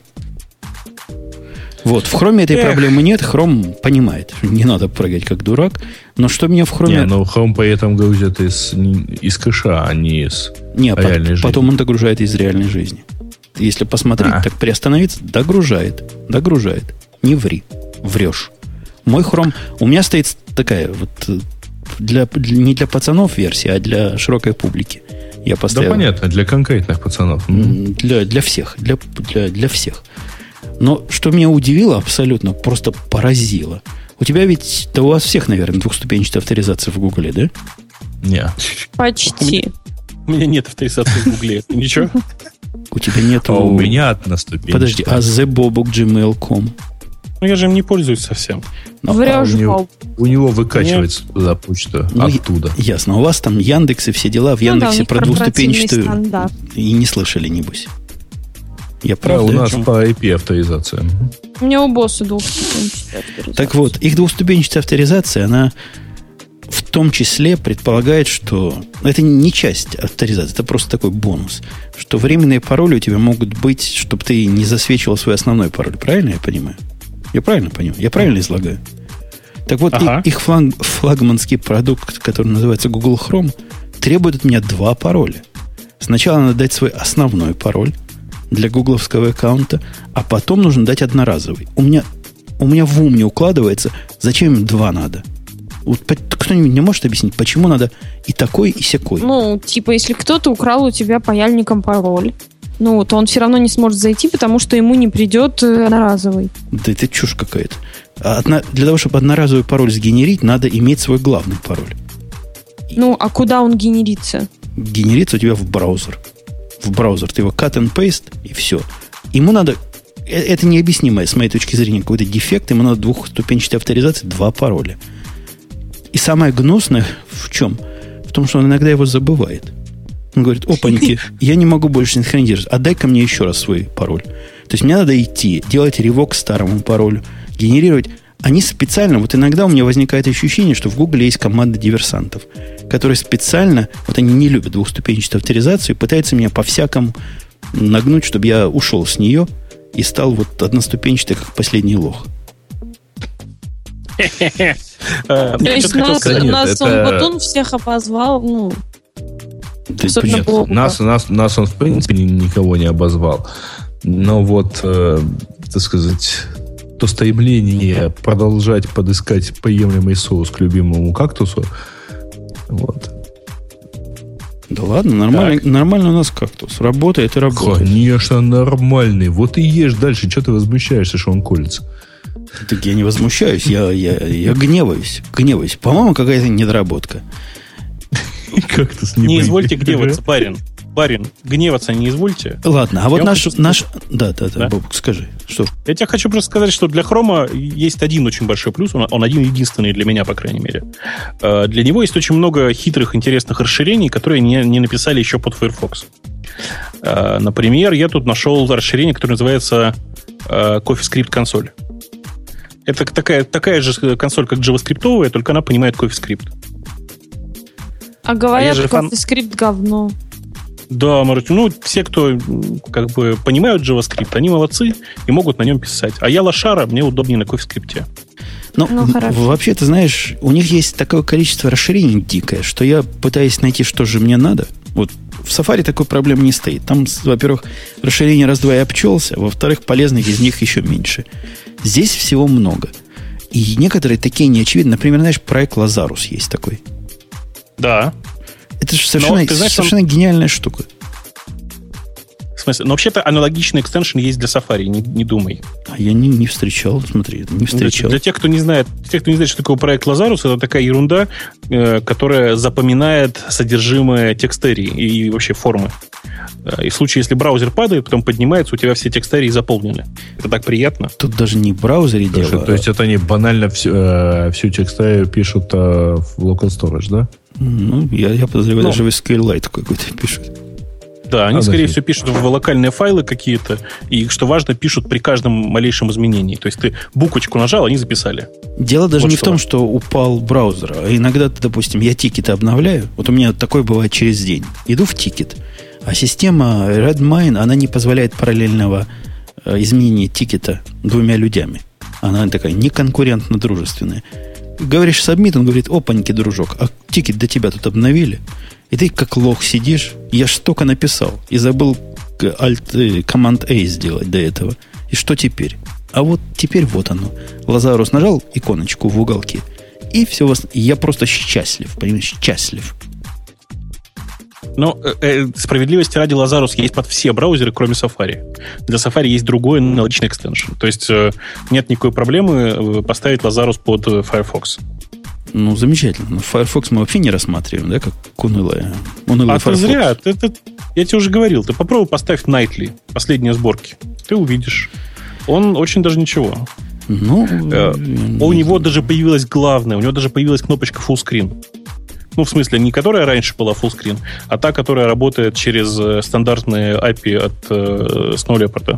Вот, в Chrome этой Эх. проблемы нет, Chrome понимает, не надо прыгать как дурак, но что меня в Chrome... Не, но Chrome при этом грузит из, из кэша, а не из не, реальной по- жизни. Потом он догружает из реальной жизни. Если посмотреть, а. так приостановиться, догружает, догружает. Не ври, врешь. Мой Chrome, у меня стоит такая вот для, для, не для пацанов версия, а для широкой публики. Я поставил, да, понятно, для конкретных пацанов. Для, для всех, для, для, для всех. Но что меня удивило абсолютно, просто поразило. У тебя ведь, да у вас всех, наверное, двухступенчатая авторизация в Гугле, да? Не. Почти. У меня нет авторизации в Гугле. Ничего? У тебя нет... А у меня одна ступенчатая. Подожди, а зебобук точка джимейл точка ком? Ну, я же им не пользуюсь совсем. Но, Врешь, а у, него, Пол. у него выкачивается туда почта ну, оттуда. Ясно. У вас там Яндекс и все дела. В Ну да, у Яндексе них про двухступенчатую стандарт. и не слышали, небось. Я Да, правда? у нас по ай пи авторизация. У меня у босса двухступенчатая авторизация. Так вот, их двухступенчатая авторизация, она в том числе предполагает, что это не часть авторизации, это просто такой бонус, что временные пароли у тебя могут быть, чтобы ты не засвечивал свой основной пароль. Правильно я понимаю? Я правильно понимаю? Я правильно излагаю? Так вот, ага. их, их флаг, флагманский продукт, который называется Google Chrome, требует от меня два пароля. Сначала надо дать свой основной пароль для гугловского аккаунта, а потом нужно дать одноразовый. У меня, у меня в ум не укладывается, зачем им два надо. Вот кто-нибудь не может объяснить, почему надо и такой, и сякой? Ну, типа, если кто-то украл у тебя паяльником пароль, ну, то он все равно не сможет зайти, потому что ему не придет одноразовый. Да это чушь какая-то. Одна, для того, чтобы одноразовый пароль сгенерить, надо иметь свой главный пароль. Ну, а куда он генерится? Генерится у тебя в браузер. В браузер. Ты его cut and paste, и все. Ему надо... Это необъяснимое, с моей точки зрения, какой-то дефект. Ему надо двухступенчатой авторизации, два пароля. И самое гнусное в чем? В том, что он иногда его забывает. Он говорит, опаньки, я не могу больше синхронизировать. Отдай-ка мне еще раз свой пароль. То есть мне надо идти, делать ревок старому паролю, генерировать. Они специально, вот иногда у меня возникает ощущение, что в Гугле есть команда диверсантов, которые специально, вот они не любят двухступенчатую авторизацию, пытаются меня по-всякому нагнуть, чтобы я ушел с нее и стал вот одноступенчатый, как последний лох. То есть нас он Батун всех обозвал, ну... Нет, нас, нас, нас он в принципе никого не обозвал. Но вот, э, так сказать, то стремление продолжать подыскать приемлемый соус к любимому кактусу. Вот. Да ладно, нормально, нормально у нас кактус. Работает и работает. Конечно, нормальный. Вот и ешь дальше. Что ты возмущаешься, что он колется? Так я не возмущаюсь, я, я, я гневаюсь. Гневаюсь. По-моему, какая-то недоработка. Кактус не Не извольте гневаться, барин. Барин, гневаться не извольте. Ладно, а вот Я наш... хочу... наш... Да, да, да, Да? Бобук, скажи. Что? Я тебе хочу просто сказать, что для Хрома есть один очень большой плюс, он, он один единственный для меня, по крайней мере. Э, для него есть очень много хитрых, интересных расширений, которые не, не написали еще под Firefox. Э, например, я тут нашел расширение, которое называется э, CoffeeScript консоль. Это такая, такая же консоль, как JavaScript, только она понимает CoffeeScript. А говорят, а CoffeeScript говно. Да, ну, все, кто как бы понимают JavaScript, они молодцы и могут на нем писать. А я лошара, мне удобнее на CoffeeScript. Ну, ну вообще, ты знаешь, у них есть такое количество расширений дикое, что я пытаюсь найти, что же мне надо, Вот в Safari такой проблемы не стоит. Там, во-первых, расширение раз-два и обчелся, во-вторых, полезных из них еще меньше. Здесь всего много. И некоторые такие неочевидные. Например, знаешь, проект Lazarus есть такой. Да. Это же совершенно, Но, знаешь, совершенно он... гениальная штука. В смысле? Но вообще-то аналогичный экстеншн есть для Safari, не, не думай. А я не, не встречал, смотри, не встречал. Для, для тех, кто не знает, для тех, кто не знает, что такое проект Lazarus, это такая ерунда, э, которая запоминает содержимое текстарии и, и вообще формы. И в случае, если браузер падает, потом поднимается, у тебя все текстарии заполнены. Это так приятно. Тут даже не в браузере дело. То, а... то есть это они банально всю, э, всю текстарию пишут э, в local storage, да? Ну, я, я подозреваю, Но... даже в SQLite какой-то пишут. Да, они, а, скорее да, всего, пишут в локальные файлы какие-то, и, что важно, пишут при каждом малейшем изменении. То есть ты буквочку нажал, они записали. Дело даже вот не что. в том, что упал браузер. А иногда, допустим, я тикеты обновляю. Вот у меня такое бывает через день. Иду в тикет, а система Redmine, она не позволяет параллельного э, изменения тикета двумя людьми. Она такая неконкурентно дружественная. Говоришь submit, он говорит: опаньки, дружок, а тикет до тебя тут обновили. И ты как лох сидишь. Я ж только написал и забыл Alt, Command A сделать до этого. И что теперь? А вот теперь вот оно. Lazarus нажал иконочку в уголке, и все. Я просто счастлив, понимаешь, счастлив. Но э, справедливости ради, Lazarus есть под все браузеры, кроме Safari. Для Safari есть другой аналогичный экстеншн. То есть э, нет никакой проблемы поставить Lazarus под Firefox. Ну, замечательно. Но Firefox мы вообще не рассматриваем, да, как унылая, унылый а Firefox. Ты зря. Ты, ты, я тебе уже говорил. Ты попробуй поставь Nightly, последние сборки. Ты увидишь. Он очень даже ничего. Ну, э, у него даже появилась главная, у него даже появилась кнопочка Full Screen. Ну, в смысле, не которая раньше была Full Screen, а та, которая работает через стандартные эй пи ай от э, Snow Leopard.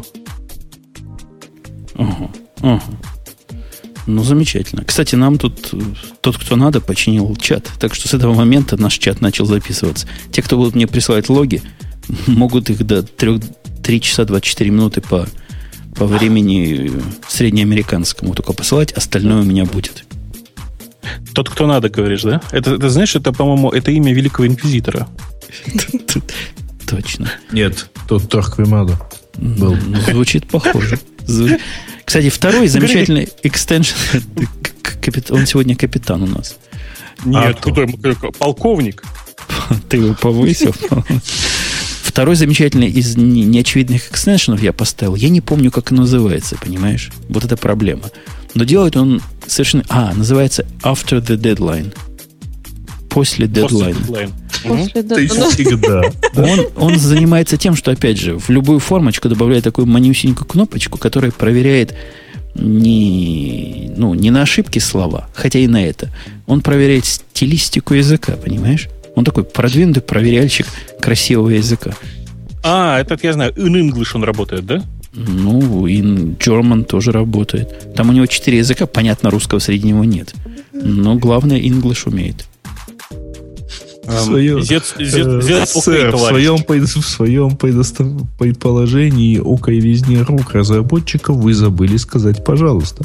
Ага, ага. Ну, замечательно. Кстати, нам тут тот, кто надо, починил чат. Так что с этого момента наш чат начал записываться. Те, кто будут мне присылать логи, могут их до три часа двадцать четыре минуты по, по времени среднеамериканскому только посылать. Остальное у меня будет. Тот, кто надо, говоришь, да? Это, это знаешь, это, по-моему, это имя великого инквизитора. Точно. Нет, тот Торквемадо был. Звучит похоже. Кстати, второй замечательный экстеншн. Он сегодня капитан у нас. Нет, полковник. Ты его повысил. Второй замечательный из неочевидных экстеншенов я поставил. Я не помню, как он называется, понимаешь? Вот это проблема. Но делает он совершенно... А, называется After the Deadline. После дедлайна. После Ты всегда. Он, он занимается тем, что, опять же, в любую формочку добавляет такую манюсенькую кнопочку, которая проверяет не, ну, не на ошибки слова, хотя и на это. Он проверяет стилистику языка, понимаешь? Он такой продвинутый проверяльщик красивого языка. А, этот я знаю. In English он работает, да? Ну, и German тоже работает. Там у него четыре языка, понятно, русского среди него нет. Но главное, English умеет. В своем, зец, зец, зец, сэр, в своем, в своем предположении око и везде рук разработчиков вы забыли сказать, пожалуйста.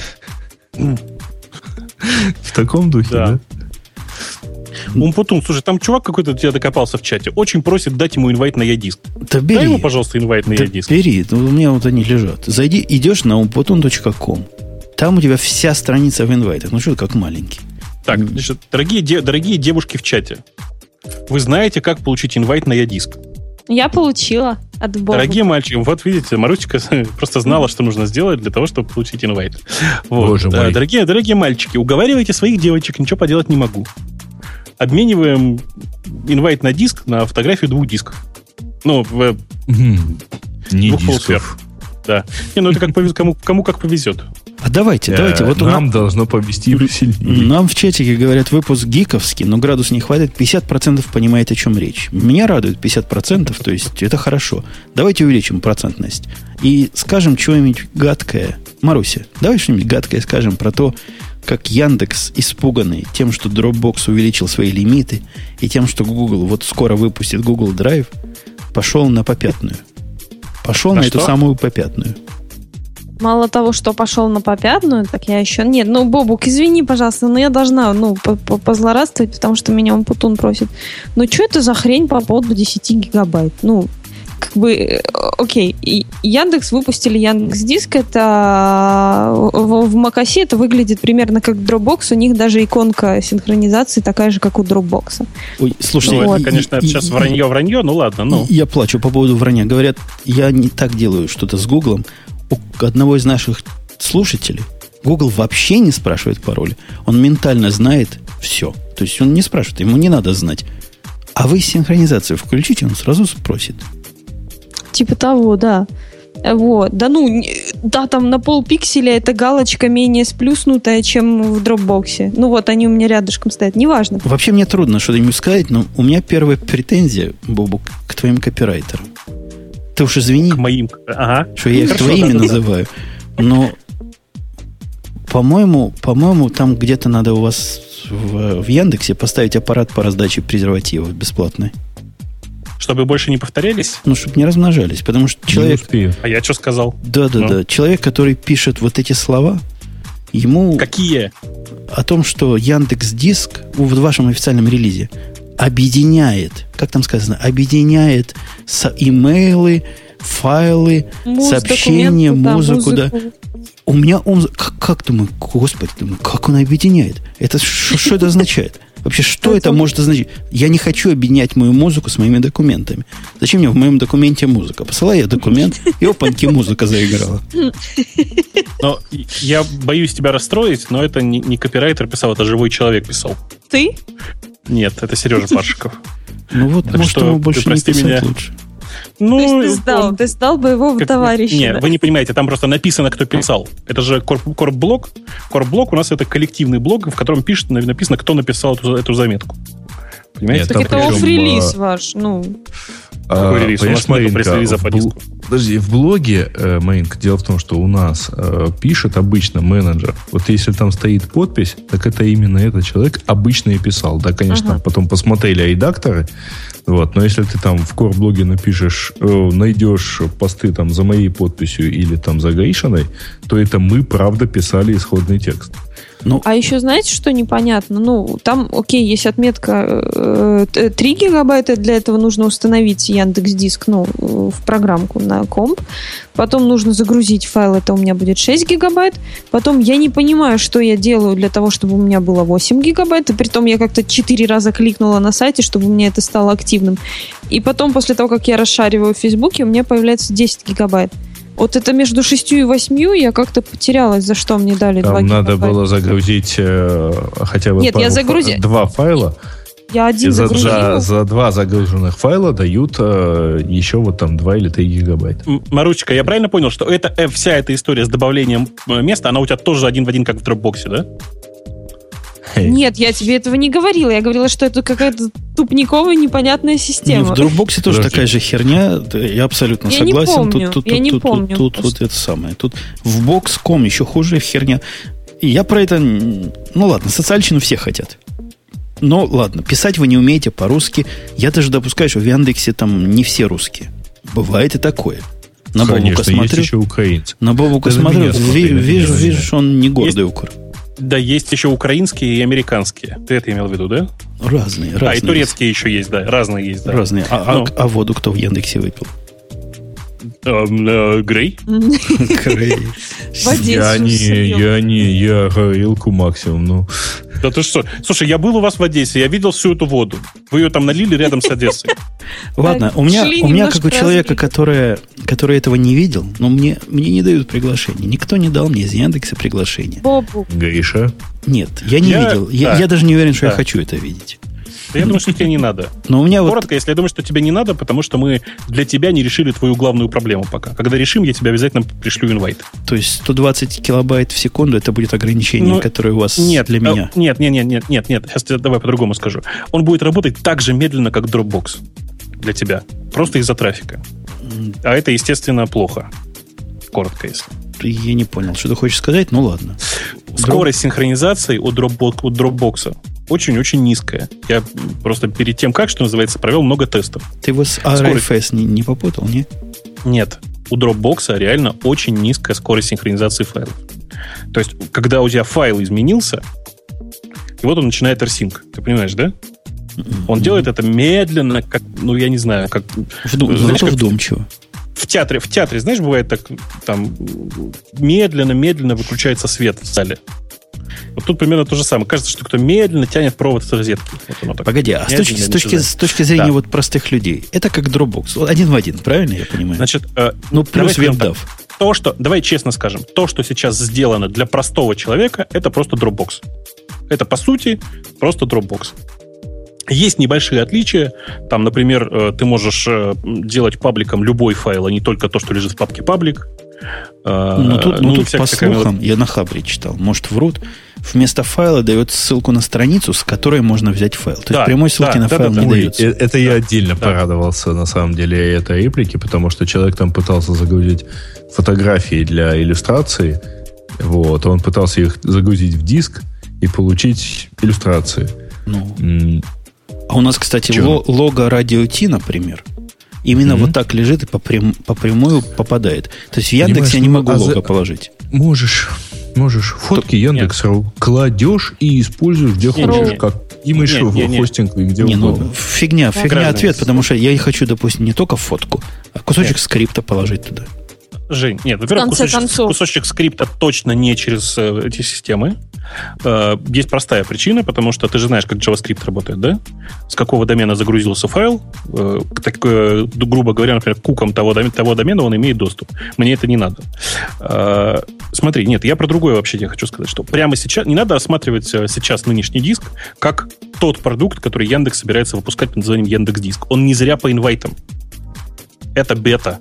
В таком духе, да? Умпутун, слушай, там чувак какой-то тебя докопался в чате. Очень просит дать ему инвайт на Ядиск. Да бери. Дай ему, пожалуйста, инвайт на да Ядиск. Бери, у меня вот они лежат. Зайди, идешь на умпутун точка ком. Там у тебя вся страница в инвайтах. Ну что, как маленький. Так, значит, дорогие, де, дорогие девушки в чате, вы знаете, как получить инвайт на Ядиск? Я получила от Бога. Дорогие мальчики, вот видите, Марусечка просто знала, что нужно сделать для того, чтобы получить инвайт. Вот. Боже мой. Дорогие, дорогие мальчики, уговаривайте своих девочек, ничего поделать не могу. Обмениваем инвайт на диск на фотографию двух дисков. Ну, в не двух дисков. полусфер. Да. Не, ну это как повез, кому, кому как повезет. А давайте, давайте. Вот нам нам должно повезти сильнее. Нам в чатике говорят, выпуск гиковский, но градус не хватит, пятьдесят процентов понимает, о чем речь. Меня радует пятьдесят процентов, то есть это хорошо. Давайте увеличим процентность. И скажем что-нибудь гадкое. Маруся, давай что-нибудь гадкое скажем про то, как Яндекс, испуганный тем, что Dropbox увеличил свои лимиты, и тем, что Google вот скоро выпустит Google Drive, пошел на попятную. Пошел на, на эту самую попятную. Мало того, что пошел на попятную, так я еще... Нет, ну, Бобук, извини, пожалуйста, но я должна, ну, позлорадствовать, потому что меня он Путун просит. Ну, что это за хрень по поводу десять гигабайт? Ну, как бы, окей, Яндекс выпустили Яндекс.Диск, это в, в macOS это выглядит примерно как Dropbox, у них даже иконка синхронизации такая же, как у Dropbox. Ой, слушайте, ну, вот. это, конечно, это сейчас вранье-вранье, ну ладно, ну. Я плачу по поводу вранья. Говорят, я не так делаю что-то с Гуглом. У одного из наших слушателей Google вообще не спрашивает пароли. Он ментально знает все. То есть он не спрашивает, ему не надо знать. А вы синхронизацию включите, он сразу спросит. Типа того, да. Вот. Да ну, да, там на полпикселя эта галочка менее сплюснутая, чем в Dropbox. Ну вот, они у меня рядышком стоят, неважно. Вообще мне трудно что-нибудь сказать, но у меня первая претензия, Бобук, к твоим копирайтерам. Ты уж извини, к моим, ага. что я их Хорошо, твоими да, называю. Да. Но, по-моему, по-моему, там где-то надо у вас в, в Яндексе поставить аппарат по раздаче презервативов бесплатный. Чтобы больше не повторялись? Ну, чтобы не размножались. Потому что человек... А я что сказал? Да-да-да. Ну. Человек, который пишет вот эти слова, ему... Какие? О том, что Яндекс.Диск в вашем официальном релизе объединяет, как там сказано, объединяет с имейлы, файлы, Муз, сообщения, музыку, да. У меня он... Как, как думаю, господи, думаю, как он объединяет? Это что это означает? Вообще, что это может означать? Я не хочу объединять мою музыку с моими документами. Зачем мне в моем документе музыка? Посылаю я документ, и опаньки, музыка заиграла. Но я боюсь тебя расстроить, но это не, не копирайтер писал, это живой человек писал. Ты? Нет, это Сережа Паршиков. Ну вот, так может, ему больше не писать меня. Лучше. Ну, то есть ты сдал, он... ты сдал боевого как... товарища. Нет, да? Вы не понимаете, там просто написано, кто писал. Это же корп-блок. Корп-блок у нас это коллективный блок, в котором пишет, написано, кто написал эту, эту заметку. Понимаете? Нет, так это офф-релиз ваш, ну... Какой релиз? У нас нет пресс-релиза по диску. Подожди, в блоге, э, Маринка, дело в том, что у нас э, пишет обычно менеджер. Вот если там стоит подпись, так это именно этот человек обычно и писал. Да, конечно, ага. Потом посмотрели редакторы. Вот, но если ты там в core-блоге напишешь, э, найдешь посты там за моей подписью или там за Гришиной, то это мы, правда, писали исходный текст. Ну, а еще знаете, что непонятно? Ну, там, окей, есть отметка э, три гигабайта, для этого нужно установить Яндекс.Диск, ну, в программку на комп. Потом нужно загрузить файл, это у меня будет шесть гигабайт. Потом я не понимаю, что я делаю для того, чтобы у меня было восемь гигабайт. И притом я как-то четыре раза кликнула на сайте, чтобы у меня это стало активным. И потом, после того, как я расшариваю в Фейсбуке, у меня появляется десять гигабайт. Вот это между шестью и восьмью я как-то потерялась, за что мне дали там два гигабайта. Надо было загрузить э, хотя бы Нет, пару, я загрузи... два файла. Я один и за, загрузила. За, за два загруженных файла дают э, еще вот там два или три гигабайта. Марусечка, я правильно понял, что это, э, вся эта история с добавлением места, она у тебя тоже один в один, как в Dropbox, да? Нет, я тебе этого не говорила. Я говорила, что это какая-то тупниковая непонятная система. Не, в Dropbox тоже такая же херня. Я абсолютно я согласен. Не помню. Тут, тут, я тут, не тут, помню. Тут, тут вот это самое. Тут в бокс точка ком еще хуже херня. И я про это... Ну ладно, социальщину все хотят. Но ладно, писать вы не умеете по-русски. Я даже допускаю, что в Яндексе там не все русские. Бывает и такое. На Бобука смотрю. Есть еще украинцы. На Бобука смотрю. Вижу, вижу, вижу, что он не гордый укр. Да, есть еще украинские и американские. Ты это имел в виду, да? Разные, разные. А, и турецкие есть. еще есть, да. Разные есть, да. Разные. А, ну. а, а воду кто в Яндексе выпил? Грей? Грей. Я не, я не, я горилку максимум, ну. Да ты что? Слушай, я был у вас в Одессе, я видел всю эту воду. Вы ее там налили рядом с Одессой. Ладно, у меня, у меня как у человека, который, который этого не видел, но мне, мне не дают приглашение. Никто не дал мне из Яндекса приглашение. Бобу. Гриша? Нет, я не я, видел. Я, да. я даже не уверен, что да. я хочу это видеть. Да я думаю, что тебе не надо. Но у меня Коротко, вот... если я думаю, что тебе не надо, потому что мы для тебя не решили твою главную проблему пока. Когда решим, я тебе обязательно пришлю инвайт. То есть сто двадцать килобайт в секунду это будет ограничение, ну, которое у вас нет, для меня? Нет, нет, нет, нет, нет, нет. Сейчас давай по-другому скажу. Он будет работать так же медленно, как Dropbox для тебя. Просто из-за трафика. А это, естественно, плохо. Коротко, если. Я не понял, что ты хочешь сказать, ну ладно. Скорость Dro... синхронизации у Dropbox, у Dropbox очень-очень низкая. Я просто перед тем, как, что называется, провел много тестов. Ты его с ар эф эс не, не попутал, не? Нет. у Dropbox реально очень низкая скорость синхронизации файлов. То есть, когда у тебя файл изменился, и вот он начинает rsync. Ты понимаешь, да? Он mm-hmm. делает это медленно, как, ну, я не знаю, как... Вдум, знаешь, как вдумчиво. В театре, в театре, знаешь, бывает так, там, медленно-медленно выключается свет в зале. Вот тут примерно то же самое. Кажется, что кто медленно тянет провод с розетки. Вот Погоди, а с точки, с, точки, с точки зрения да. вот простых людей, это как Dropbox. Один в один, правильно я понимаю? Значит, э, ну, плюс WebDAV. То, что, давай честно скажем, то, что сейчас сделано для простого человека, это просто Dropbox. Это, по сути, просто Dropbox. Есть небольшие отличия. Там, например, ты можешь делать пабликом любой файл, а не только то, что лежит в папке паблик. Ну, тут, ну, ну, тут по слухам, я на Хабре читал, может, врут, вместо файла дает ссылку на страницу, с которой можно взять файл. То да, есть прямой ссылки да, на да, файл да, не ой, дается. Это я отдельно да. порадовался, на самом деле, этой реплике, потому что человек там пытался загрузить фотографии для иллюстрации. Вот, он пытался их загрузить в диск и получить иллюстрации. Ну. М- а у нас, кстати, ло- лого Радио Ти, например, именно mm-hmm. вот так лежит и по, прям, по прямую попадает. То есть в Яндексе я не могу а лого за... положить. Можешь. Можешь. Фотки Яндекс.ру кладешь и используешь где не, хочешь. Не, как имидж в хостинг и где не, угодно. Ну, фигня, фигня Гражданец. Ответ, потому что я хочу, допустим, не только фотку, а кусочек нет. скрипта положить туда. Жень, нет, во-первых, кусочек, кусочек скрипта точно не через э, эти системы. Э, есть простая причина, потому что ты же знаешь, как JavaScript работает, да? С какого домена загрузился файл, э, так, э, грубо говоря, например, куком того, того домена он имеет доступ. Мне это не надо. Э, смотри, нет, я про другое вообще тебе хочу сказать, что прямо сейчас не надо рассматривать сейчас нынешний диск как тот продукт, который Яндекс собирается выпускать под названием Яндекс.Диск. Он не зря по инвайтам. Это бета.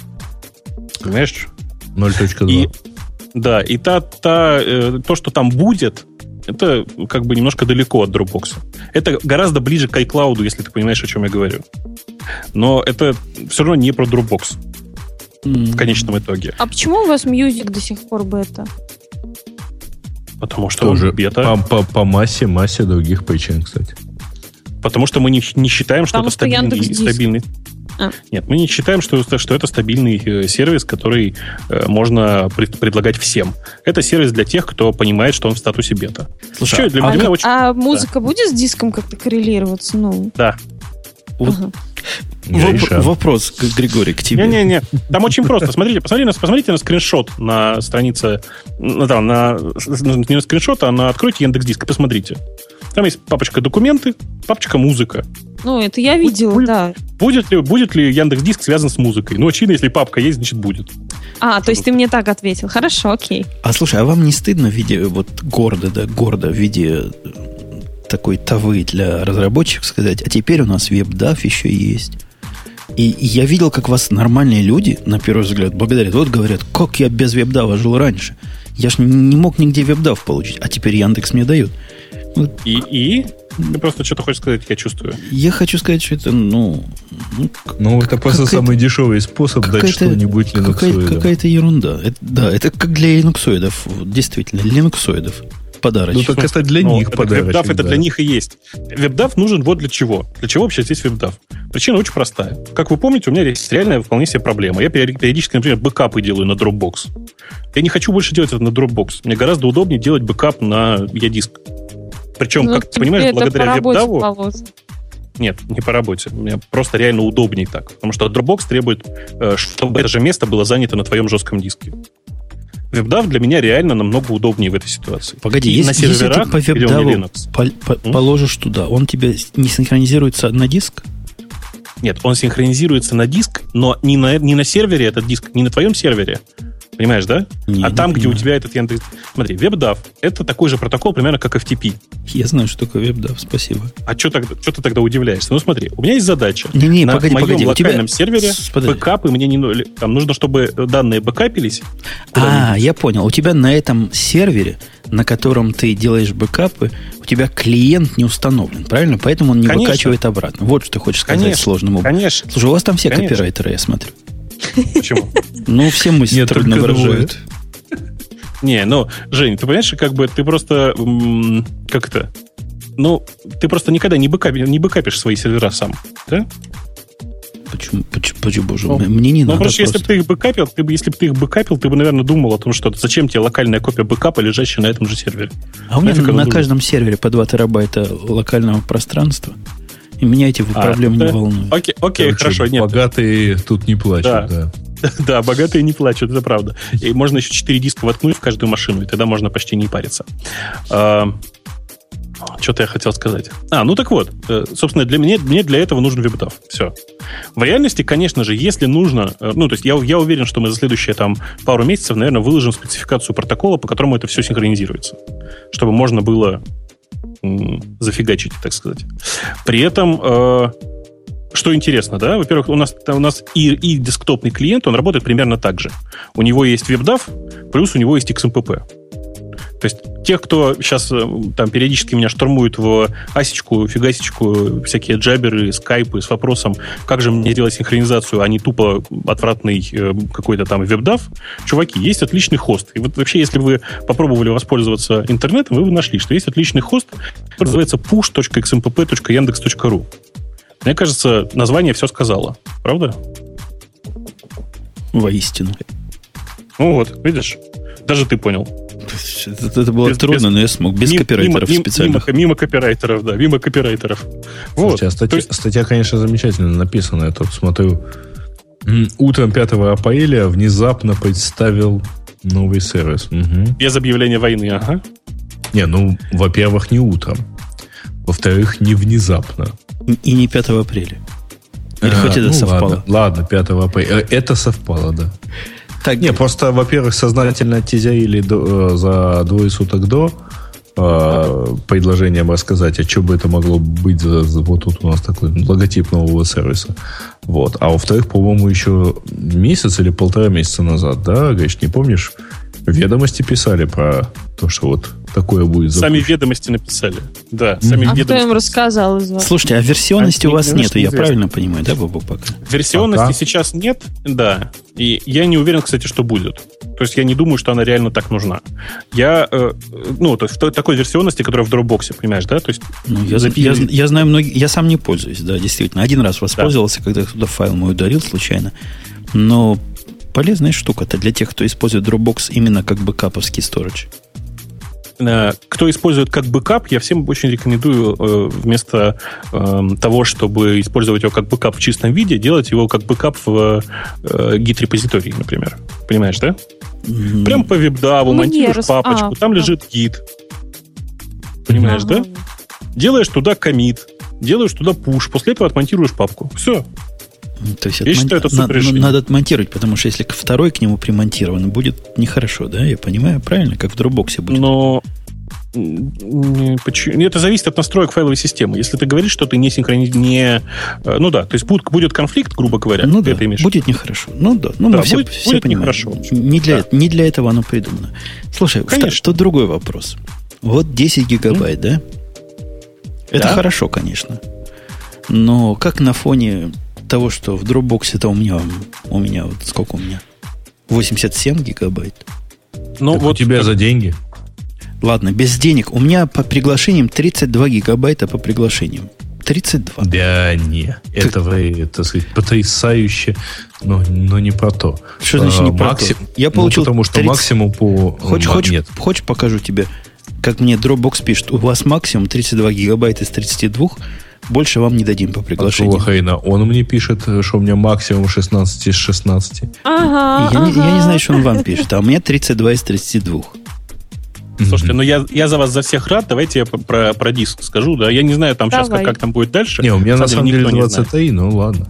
Понимаешь? ноль точка два. И, да, и та, та, э, то, что там будет, это как бы немножко далеко от Dropbox. Это гораздо ближе к iCloud, если ты понимаешь, о чем я говорю. Но это все равно не про Dropbox mm. в конечном итоге. А почему у вас Music до сих пор бета? Потому что тоже он бета. По, по, по массе, массе других причин, кстати. Потому что мы не, не считаем, что Потому это что стабильный... стабильный. А. Нет, мы не считаем, что, что это стабильный сервис, который э, можно пред, предлагать всем. Это сервис для тех, кто понимает, что он в статусе бета. Слушай, для а, меня а, очень... а музыка да. будет с диском как-то коррелироваться? Ну. Да. Вот. Ага. Воп- вопрос, Григорий, к тебе. Не-не-не, там очень просто. Смотрите, посмотрите, на, посмотрите на скриншот на странице, ну, там, на, не на скриншот, а на откройте Яндекс.Диск и посмотрите. Там есть папочка «Документы», папочка «Музыка». Ну, это я видела, будет, да. Будет ли, будет ли Яндекс.Диск связан с музыкой? Ну, очевидно, если папка есть, значит, будет. А, то есть ты мне так ответил. Хорошо, окей. А слушай, а вам не стыдно в виде, вот гордо, да, гордо в виде такой тавы для разработчиков сказать, а теперь у нас WebDAV еще есть. И, и я видел, как вас нормальные люди, на первый взгляд, благодарят. Вот говорят, как я без WebDAV жил раньше. Я ж не мог нигде WebDAV получить, а теперь Яндекс мне дает. Вот. И, и? Ты просто что-то хочешь сказать, я чувствую. Я хочу сказать, что это, ну... Ну, ну это просто самый дешевый способ дать что-нибудь линуксоидам. Какая-то, какая-то ерунда. Это, да, это как для линуксоидов. Действительно, линуксоидов. Подарочек. Ну, так это для ну, них это подарочек. WebDAV да. это для них и есть. WebDAV нужен вот для чего. Для чего вообще здесь WebDAV? Причина очень простая. Как вы помните, у меня есть реальная вполне себе проблема. Я периодически, например, бэкапы делаю на Dropbox. Я не хочу больше делать это на Dropbox. Мне гораздо удобнее делать бэкап на Ядиск. Причем, ну, как ты понимаешь, благодаря WebDAV... Нет, не по работе. Мне просто реально удобнее так. Потому что Dropbox требует, чтобы это же место было занято на твоем жестком диске. WebDAV для меня реально намного удобнее в этой ситуации. Погоди, если, на серверах, если ты по WebDAV по, по, положишь туда, он тебе не синхронизируется на диск? Нет, он синхронизируется на диск, но не на, не на сервере этот диск, не на твоем сервере. Понимаешь, да? Не, а не там, понимаю. Где у тебя этот Яндекс... Смотри, WebDAV — это такой же протокол, примерно как эф ти пи. Я знаю, что такое WebDAV, спасибо. А что тогда, что ты тогда удивляешься? Ну смотри, у меня есть задача. Не, не, на погоди, моем погоди, локальном тебя... сервере Подожди. бэкапы мне не... Там нужно, чтобы данные бэкапились. А, я понял. У тебя на этом сервере, на котором ты делаешь бэкапы, у тебя клиент не установлен, правильно? Поэтому он не Конечно. Выкачивает обратно. Вот что ты хочешь сказать Конечно. Сложным образом. Конечно. Слушай, у вас там все Конечно. копирайтеры, я смотрю. Почему? Ну, все мысли трудно выражают. Не, ну, Жень, ты понимаешь, как бы ты просто... М- как это? Ну, ты просто никогда не, бэкапи, не бэкапишь свои сервера сам, да? Почему? Почему, почему боже, ну, мне не ну, надо. Просто, если бы ты их бэкапил, ты бы, если бы ты их бэкапил, ты бы, наверное, думал о том, что зачем тебе локальная копия бэкапа, лежащая на этом же сервере. А у меня Знаете, на каждом будет? сервере по два терабайта локального пространства. И меня эти а, проблемы да? не волнуют. Окей, окей Короче, хорошо. Нет. Богатые тут не плачут, да. да. Да, богатые не плачут, это правда. И можно еще четыре диска воткнуть в каждую машину, и тогда можно почти не париться. А, что-то я хотел сказать. А, ну так вот, собственно, для меня, мне для этого нужен WebDAV. Все. В реальности, конечно же, если нужно... Ну, то есть я, я уверен, что мы за следующие там пару месяцев, наверное, выложим спецификацию протокола, по которому это все синхронизируется. Чтобы можно было м- зафигачить, так сказать. При этом... Э- Что интересно, да? Во-первых, у нас, у нас и, и десктопный клиент, он работает примерно так же. У него есть WebDAV, плюс у него есть икс эм пи пи. То есть тех, кто сейчас там периодически меня штурмует в асечку, фигасечку, всякие джаберы, скайпы с вопросом, как же мне делать синхронизацию, а не тупо отвратный э, какой-то там WebDAV. Чуваки, есть отличный хост. И вот вообще, если бы вы попробовали воспользоваться интернетом, вы бы нашли, что есть отличный хост, который называется push точка икс эм пи пи точка яндекс точка ру. Мне кажется, название все сказало. Правда? Воистину. Ну вот, видишь? Даже ты понял. Это, это было без, трудно, без, но я смог. Без мимо, копирайтеров мимо, специальных. Мимо, мимо копирайтеров, да. Мимо копирайтеров. Вот. Слушайте, а статья, есть... статья, конечно, замечательно написана. Я тут смотрю. Утром пятого апреля внезапно представил новый сервис. Угу. Без объявления войны, ага. Не, ну, во-первых, не утром. Во-вторых, не внезапно. И не пятого апреля. Или а, хоть это ну совпало? Ладно, ладно, пятого апреля. Это совпало, да. Так, не, просто, во-первых, сознательно оттезяили до, за двое суток до э, предложением рассказать, а что бы это могло быть за, за вот тут у нас такой логотип нового сервиса. Вот. А во-вторых, по-моему, еще месяц или полтора месяца назад, да, Гриш, не помнишь? Ведомости писали про то, что вот такое будет. Сами ведомости написали. Да, сами а ведомости. кто им рассказал из вас? Слушайте, а версионности а у вас нету, я правильно понимаю, да, Бобок, пока? Версионности пока сейчас нет, да. И я не уверен, кстати, что будет. То есть я не думаю, что она реально так нужна. Я, э, ну, то есть в такой версионности, которая в Dropbox, понимаешь, да? То есть ну, я, я, я знаю многие, я сам не пользуюсь, да, действительно. Один раз воспользовался, да. Когда туда файл мой ударил случайно. Но полезная штука-то для тех, кто использует Dropbox именно как бэкаповский сторидж. Кто использует как бэкап, я всем очень рекомендую э, вместо э, того, чтобы использовать его как бэкап в чистом виде, делать его как бэкап в э, гит-репозитории, например. Понимаешь, да? Mm. Прям по WebDAV ну, монтируешь раз... папочку, а, там а. лежит гит. Понимаешь, ага. да? Делаешь туда коммит, делаешь туда пуш, после этого отмонтируешь папку. Все. То есть я отмон... считаю, это супер решение. Надо отмонтировать, потому что если второй к нему примонтирован, будет нехорошо, да? Я понимаю, правильно? Как в Dropbox будет. Но это зависит от настроек файловой системы. Если ты говоришь, что ты не синхронизируешь... Не... Ну да, то есть будет конфликт, грубо говоря. Ну да, это имеешь... будет нехорошо. Ну да, ну да, мы все, будет, все будет понимаем. Нехорошо. Не для, да. не для этого оно придумано. Слушай, что другой вопрос. Вот десять гигабайт, mm. да? Это да. хорошо, конечно. Но как на фоне того, что в Dropbox-то у меня, у меня вот сколько у меня? восемьдесят семь гигабайт. Ну, так вот у тебя так... за деньги. Ладно, без денег. У меня по приглашениям тридцать два гигабайта по приглашениям. тридцать два. Да, не. Ты... Это, вы, так сказать, потрясающе, но, но не про то. Что значит а, не про максим... то? Я получил ну, потому что тридцать... максимум по... Хочешь, хочешь, нет. хочешь, покажу тебе, как мне Dropbox пишет. У вас максимум тридцать два гигабайта из тридцати двух. Больше вам не дадим по приглашению. Хрена? Он мне пишет, что у меня максимум шестнадцать из шестнадцати. Ага, я, ага. Не, я не знаю, что он вам пишет, а у меня тридцать два из тридцати двух. Слушайте, ну я, я за вас за всех рад. Давайте я про, про диск скажу. Да? Я не знаю там сейчас, как, как там будет дальше. Не, у меня на самом деле двадцать три, ну ладно.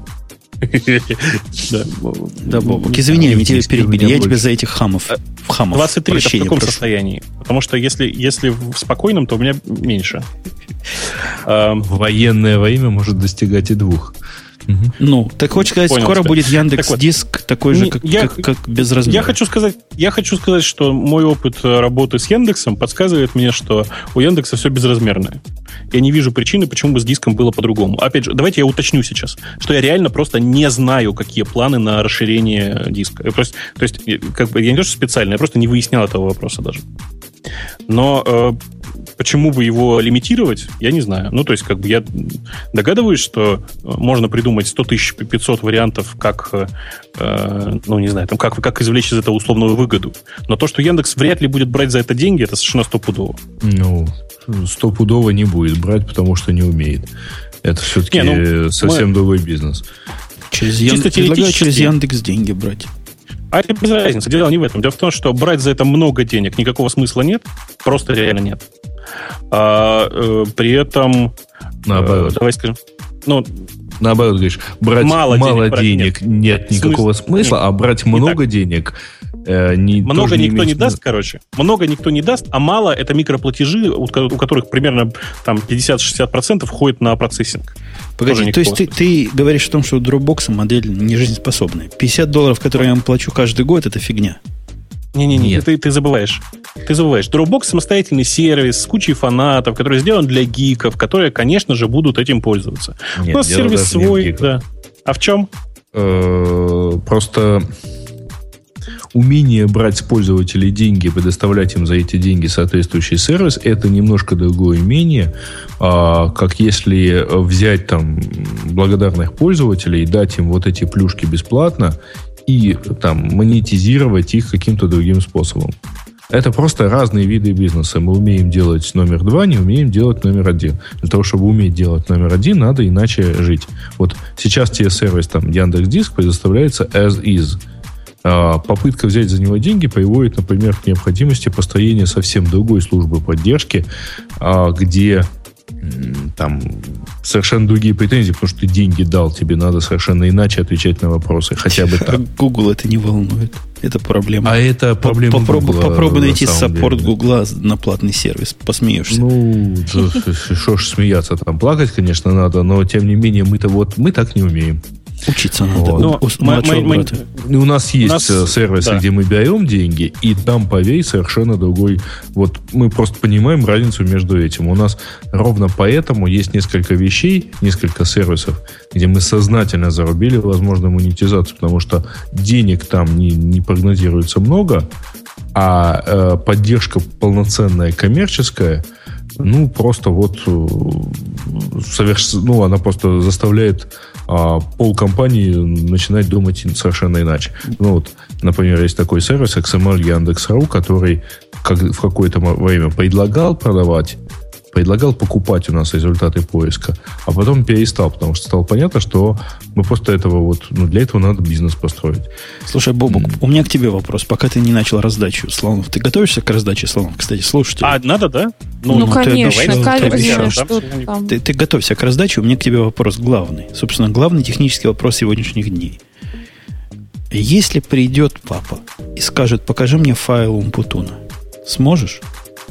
Да, Бобок, извини, я тебе перебили. Я тебе за этих хамов двадцать три это в каком состоянии? Потому что если, если в спокойном, то у меня меньше. Военное время может достигать и двух. Угу. Ну, так хочешь сказать, Понял, скоро что... будет Яндекс.Диск так вот, такой же, как, я, как, как без размера. Я хочу сказать, я хочу сказать, что мой опыт работы с Яндексом подсказывает мне, что у Яндекса все безразмерное. Я не вижу причины, почему бы с диском было по-другому. Опять же, давайте я уточню сейчас, что я реально просто не знаю, какие планы на расширение диска. Я просто, то есть, как бы, я не то, что специально, я просто не выяснял этого вопроса даже. Но э, почему бы его лимитировать, я не знаю. Ну, то есть, как бы я догадываюсь, что можно придумать сто тысяч пятьсот вариантов, как, э, ну, не знаю, там, как, как извлечь из этого условную выгоду. Но то, что Яндекс вряд ли будет брать за это деньги, это совершенно стопудово. Ну, стопудово не будет брать, потому что не умеет. Это все-таки не, ну, совсем мы... другой бизнес. Через Яндекс, предлагаю через Яндекс деньги брать. А это без разницы. Дело не в этом. Дело в том, что брать за это много денег никакого смысла нет. Просто реально нет. А, э, при этом... Наоборот. Э, давай скажем... Ну, наоборот, говоришь, брать мало, мало денег, денег нет, нет никакого Смысл? смысла, нет. А брать не много так. денег... Э, не, много не никто имеет... не даст, короче. Много никто не даст, а мало — это микроплатежи, у, у которых примерно там, пятьдесят-шестьдесят процентов ходит на процессинг. Погоди, то есть ты, ты говоришь о том, что у Dropbox модель не жизнеспособная. пятьдесят долларов, которые я вам плачу каждый год, это фигня. Не-не-не, ты, ты забываешь. Ты забываешь. Dropbox — самостоятельный сервис с кучей фанатов, который сделан для гиков, которые, конечно же, будут этим пользоваться. Нет, у нас сервис свой. Да. А в чем? Просто... Умение брать с пользователей деньги, предоставлять им за эти деньги соответствующий сервис, это немножко другое умение, а, как если взять там благодарных пользователей, дать им вот эти плюшки бесплатно и там монетизировать их каким-то другим способом. Это просто разные виды бизнеса. Мы умеем делать номер два, не умеем делать номер один. Для того, чтобы уметь делать номер один, надо иначе жить. Вот сейчас тебе сервис там Яндекс.Диск предоставляется as is. Попытка взять за него деньги приводит, например, к необходимости построения совсем другой службы поддержки, где там совершенно другие претензии, потому что ты деньги дал, тебе надо совершенно иначе отвечать на вопросы. Хотя бы так. Google это не волнует. Это проблема. А это проблема Попробуй, Google, попробуй найти саппорт Гугла на платный сервис. Посмеешься. Ну, что ж смеяться там. Плакать, конечно, надо, но тем не менее мы-то вот мы так не умеем. Учиться надо. Вот. У, мы, мы, мы, у нас есть у нас, сервисы, да. где мы берем деньги, и там, поверь, совершенно другой. Вот мы просто понимаем разницу между этим. У нас ровно поэтому есть несколько вещей, несколько сервисов, где мы сознательно зарубили возможную монетизацию, потому что денег там не, не прогнозируется много, а э, поддержка полноценная коммерческая, ну, просто вот соверш... ну, она просто заставляет а, полкомпании начинать думать совершенно иначе. Ну, вот, например, есть такой сервис икс эм эль Яндекс.ру, который как, в какое-то время предлагал продавать, предлагал покупать у нас результаты поиска, а потом перестал, потому что стало понятно, что мы просто этого вот, ну, для этого надо бизнес построить. Слушай, Бобук, mm. у меня к тебе вопрос, пока ты не начал раздачу слонов. Ты готовишься к раздаче слонов, кстати, слушайте? А, надо, да? Ну, ну, ну конечно, ты, каждый, что там. Ты, ты готовься к раздаче, у меня к тебе вопрос главный. Собственно, главный технический вопрос сегодняшних дней. Если придет папа и скажет, покажи мне файл Умпутуна, сможешь?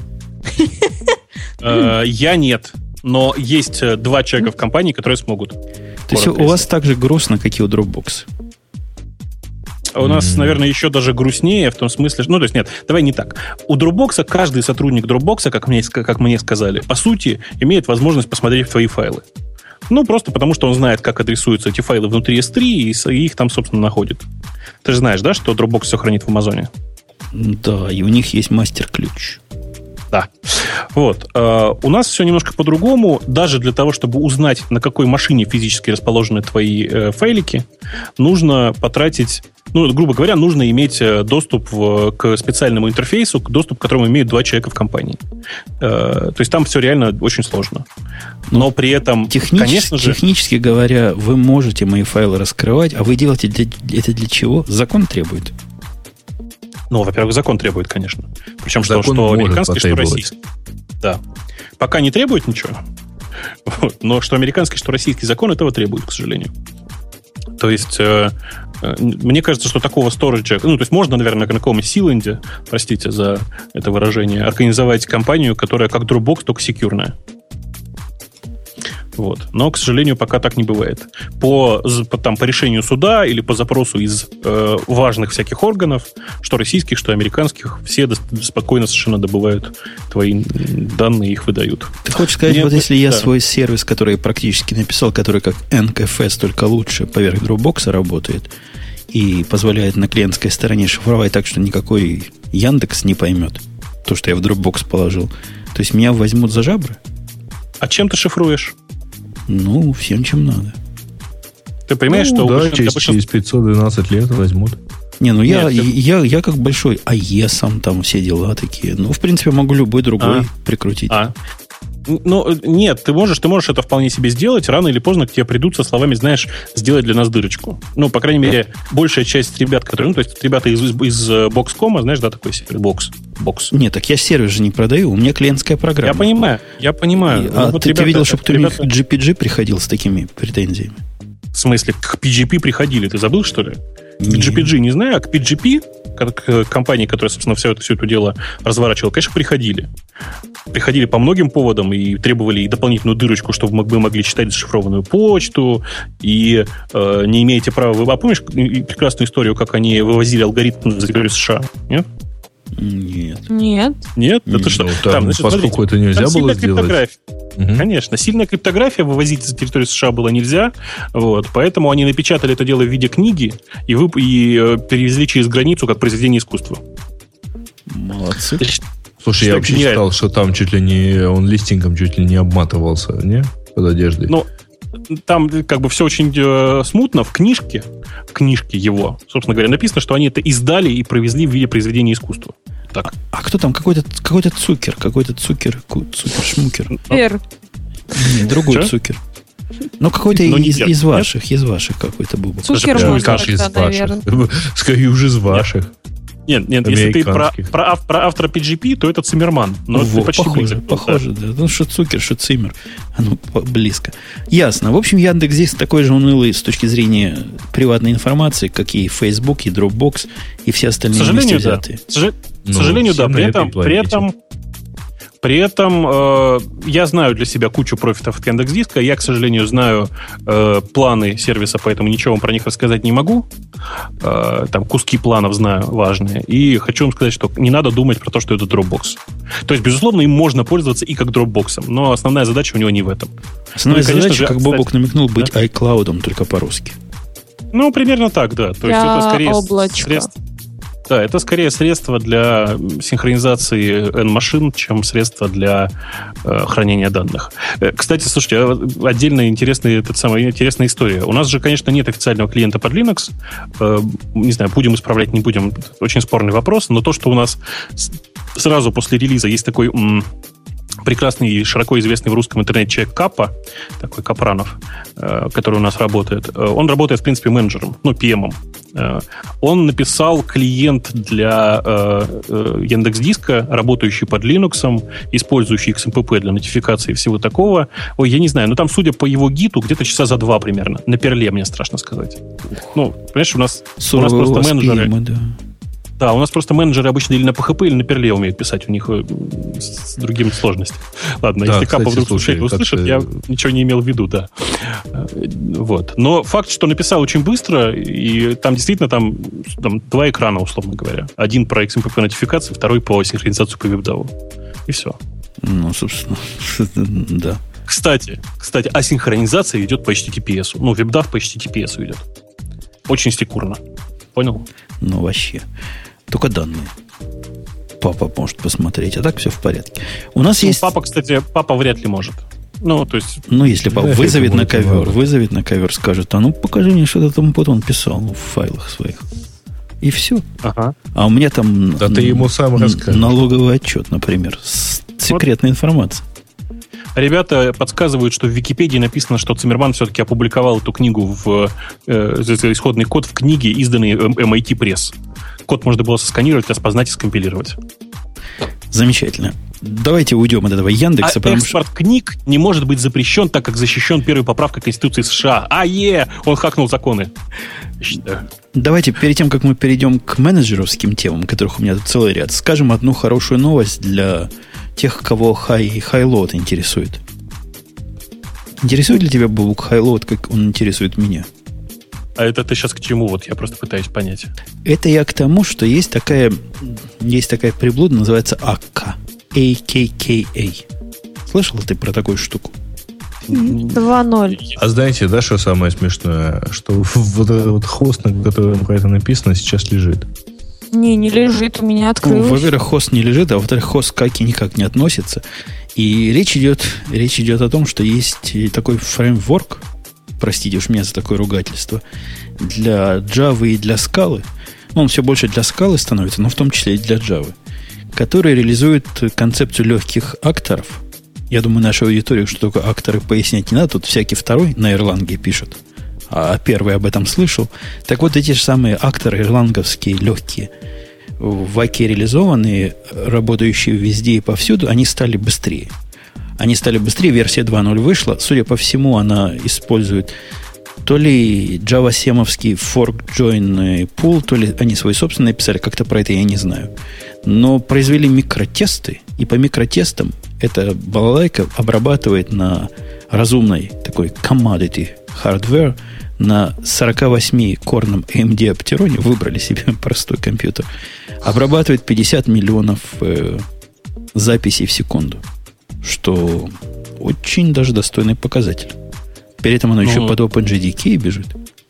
Я нет, но есть два человека в компании, которые смогут. То есть у вас так же грустно, как и у Dropbox? У нас, наверное, еще даже грустнее в том смысле, ну, то есть нет, давай не так. У Dropbox каждый сотрудник Dropbox, как мне, как мне сказали, по сути, имеет возможность посмотреть в твои файлы. Ну, просто потому, что он знает, как адресуются эти файлы внутри эс три, и их там, собственно, находит. Ты же знаешь, да, что Dropbox все хранит в Амазоне? Да, и у них есть мастер-ключ. Да. Вот. Uh, у нас все немножко по-другому. Даже для того, чтобы узнать, на какой машине физически расположены твои uh, файлики, нужно потратить, ну, грубо говоря, нужно иметь доступ в, к специальному интерфейсу, к доступ к которому имеют два человека в компании. Uh, то есть там все реально очень сложно. Но при этом, технически, конечно же... Технически говоря, вы можете мои файлы раскрывать, а вы делаете для, это для чего? Закон требует. Ну, во-первых, закон требует, конечно. Причем что, что американский, что российский. Да. Пока не требует ничего. Вот. Но что американский, что российский закон этого требует, к сожалению. То есть, э, э, мне кажется, что такого сториджа... Ну, то есть, можно, наверное, на каком-нибудь Силенде, простите за это выражение, организовать компанию, которая как Dropbox, только секьюрная. Вот. Но, к сожалению, пока так не бывает. По, по, там, по решению суда или по запросу из э, важных всяких органов, что российских, что американских, все до, спокойно совершенно добывают твои данные и их выдают. Ты хочешь сказать, Мне вот если да. я свой сервис, который я практически написал, который как эн кей эф эс, только лучше поверх Dropbox работает и позволяет на клиентской стороне шифровать так, что никакой Яндекс не поймет то, что я в Dropbox положил. То есть меня возьмут за жабры? А чем ты шифруешь? Ну, всем, чем надо. Ты понимаешь, ну, что... Да, большин... через, большинства... через пятьсот двенадцать лет возьмут. Не, ну я, Нет, ты... я, я, я как большой АЕСом, там все дела такие. Ну, в принципе, могу любой другой а. прикрутить. А. Ну, нет, ты можешь, ты можешь это вполне себе сделать. Рано или поздно к тебе придут со словами, знаешь, сделать для нас дырочку. Ну, по крайней мере, большая часть ребят, которые... Ну, то есть ребята из, из, из Бокскома, знаешь, да, такой сервис? Бокс. Бокс. Нет, так я сервис же не продаю, у меня клиентская программа. Я понимаю, я понимаю. И, ну, а вот ты, ребята, ты видел, что кто-нибудь ребята... к джи пи джи приходил с такими претензиями? В смысле, к пи джи пи приходили? Ты забыл, что ли? Не. К джи пи джи не знаю, а к пи джи пи, к компании, которая, собственно, все это, все это дело разворачивала, конечно, приходили. Приходили по многим поводам и требовали и дополнительную дырочку, чтобы мы могли читать зашифрованную почту, и э, не имеете права... Вы а помнишь прекрасную историю, как они вывозили алгоритм за территорию США? Нет? Нет. Нет. Нет? Не, Это что? ну, там, Там, значит, поскольку смотрите, это нельзя там было сильная сделать. криптография. Угу. Конечно, сильная криптография вывозить за территорию США было нельзя, вот, поэтому они напечатали это дело в виде книги и, вып- и э, перевезли через границу как произведение искусства. Молодцы. Слушай, я вообще нереально. читал, что там чуть ли не он листингом чуть ли не обматывался, не? Под одеждой. Ну, там как бы все очень э, смутно. В книжке, в книжке его, собственно говоря, написано, что они это издали и провезли в виде произведения искусства. Так. А кто там? Какой-то, какой-то цукер, какой-то цукер, цукер-шмукер. Вер. Нет, другой Что? цукер. Ну, какой-то Но не из, Вер, из нет? ваших, из ваших какой-то бубок. Цукер почему можно каши из тогда, ваших. наверное. Скорее уже из ваших. Нет, нет, если ты про, Американских. про, ав- про автора пи джи пи, то это Циммерман. Но Во, ты почти похоже, близок. похоже, да. Ну, что цукер, что циммер. Оно по- близко. Ясно. В общем, Яндекс здесь такой же унылый с точки зрения приватной информации, как и Facebook, и Dropbox, и все К остальные сожалению, вместе да. взятые. К сожа- Ну, к сожалению, все да. на При этой этом, при планете. этом, при этом э, я знаю для себя кучу профитов от Яндекс.Диска. Я, к сожалению, знаю э, планы сервиса, поэтому ничего вам про них рассказать не могу. Э, там куски планов знаю важные. И хочу вам сказать, что не надо думать про то, что это Dropbox. То есть, безусловно, им можно пользоваться и как Dropbox, но основная задача у него не в этом. Основная Ну и, конечно задача, же, как кстати, Бобок намекнул, быть iCloud, только по-русски. Ну, примерно так, да. То есть Для это скорее облачка. средство. Да, это скорее средство для синхронизации N-машин, чем средство для э, хранения данных. Э, кстати, слушайте, а отдельно интересная, этот самый, интересная история. У нас же, конечно, нет официального клиента под Linux. Э, не знаю, будем исправлять, не будем. Очень спорный вопрос. Но то, что у нас с- сразу после релиза есть такой... М- прекрасный и широко известный в русском интернете человек Капа, такой Капранов, э, который у нас работает. Э, он работает, в принципе, менеджером, ну, пи эм. Э, он написал клиент для э, э, Яндекс.Диска, работающий под Linux, использующий икс эм пи пи для нотификации и всего такого. Ой, я не знаю, но там, судя по его гиту, где-то часа за два примерно. На перле, мне страшно сказать. Ну, понимаешь, у нас, у нас просто менеджеры... пи эм, да. Да, у нас просто менеджеры обычно или на пи эйч пи, или на перле умеют писать. У них э, с другим сложностью. Ладно, Да, если кстати, Капа вдруг слушай, случайно услышит, как-то- я ничего не имел в виду, да. Э, Вот. Но факт, что написал очень быстро, и там действительно там, там два экрана, условно говоря. Один про икс эм пи пи-нотификацию, второй по синхронизацию по веб-дау. И все. Ну, собственно, да. Кстати, кстати, а синхронизация идет по эйч ти ти пи эс. Ну, веб-дав по эйч ти ти пи эс идет. Очень секурно. Понял? Ну, вообще. Только данные. Папа может посмотреть, а так все в порядке. У нас Ну, есть... папа, кстати, папа вряд ли может. Ну, то есть... Ну, если папа Да, вызовет это на будет ковер, много. вызовет на ковер, скажет, а ну покажи мне, что ты там потом писал в файлах своих. И все. Ага. А у меня там Да ты ему сам н- расскажешь. налоговый отчет, например, с секретной информацией. Ребята подсказывают, что в Википедии написано, что Циммерман все-таки опубликовал эту книгу в э, исходный код в книге, изданной эм ай ти Press. Код можно было сосканировать, распознать и скомпилировать. Замечательно. Давайте уйдем от этого Яндекса, А потому экспорт книг не может быть запрещен, так как защищен первой поправкой Конституции США. А, е! Он хакнул законы. Я считаю. что давайте перед тем, как мы перейдем к менеджеровским темам, которых у меня тут целый ряд, скажем одну хорошую новость для тех, кого хай, хайлоуд интересует. Интересует ли тебя, Бубук, хайлоуд, как он интересует меня? А это ты сейчас к чему? Вот я просто пытаюсь понять. Это я к тому, что есть такая, есть такая приблуда, называется эй кей кей. эй кей кей. Слышал ты про такую штуку? два ноль. А знаете, да, что самое смешное? Что вот этот вот хост, на котором про это написано, сейчас лежит. Не, не лежит, у меня открылось. Ну, во-первых, хост не лежит, а во-вторых, хост к Аки никак не относится. И речь идет, речь идет о том, что есть такой фреймворк, простите уж меня за такое ругательство, для Java и для Scala. Он все больше для Scala становится, но в том числе и для Java, который реализует концепцию легких акторов. Я думаю, нашей аудитории, что такое акторы, пояснять не надо. Тут всякий второй на Erlang пишет, а первый об этом слышал. Так вот, эти же самые акторы ирланговские, легкие, в Аке реализованные, работающие везде и повсюду, они стали быстрее. Они стали быстрее, версия два ноль вышла. Судя по всему, она использует то ли Java семь-овский fork join pool, то ли они свой собственный писали, как-то про это я не знаю. Но произвели микротесты, и по микротестам эта балалайка обрабатывает на разумной такой commodity hardware на сорок восемь-корном эй эм ди Opteron, выбрали себе простой компьютер, обрабатывает пятьдесят миллионов э, записей в секунду, что очень даже достойный показатель. При этом оно ну, еще под OpenJDK бежит.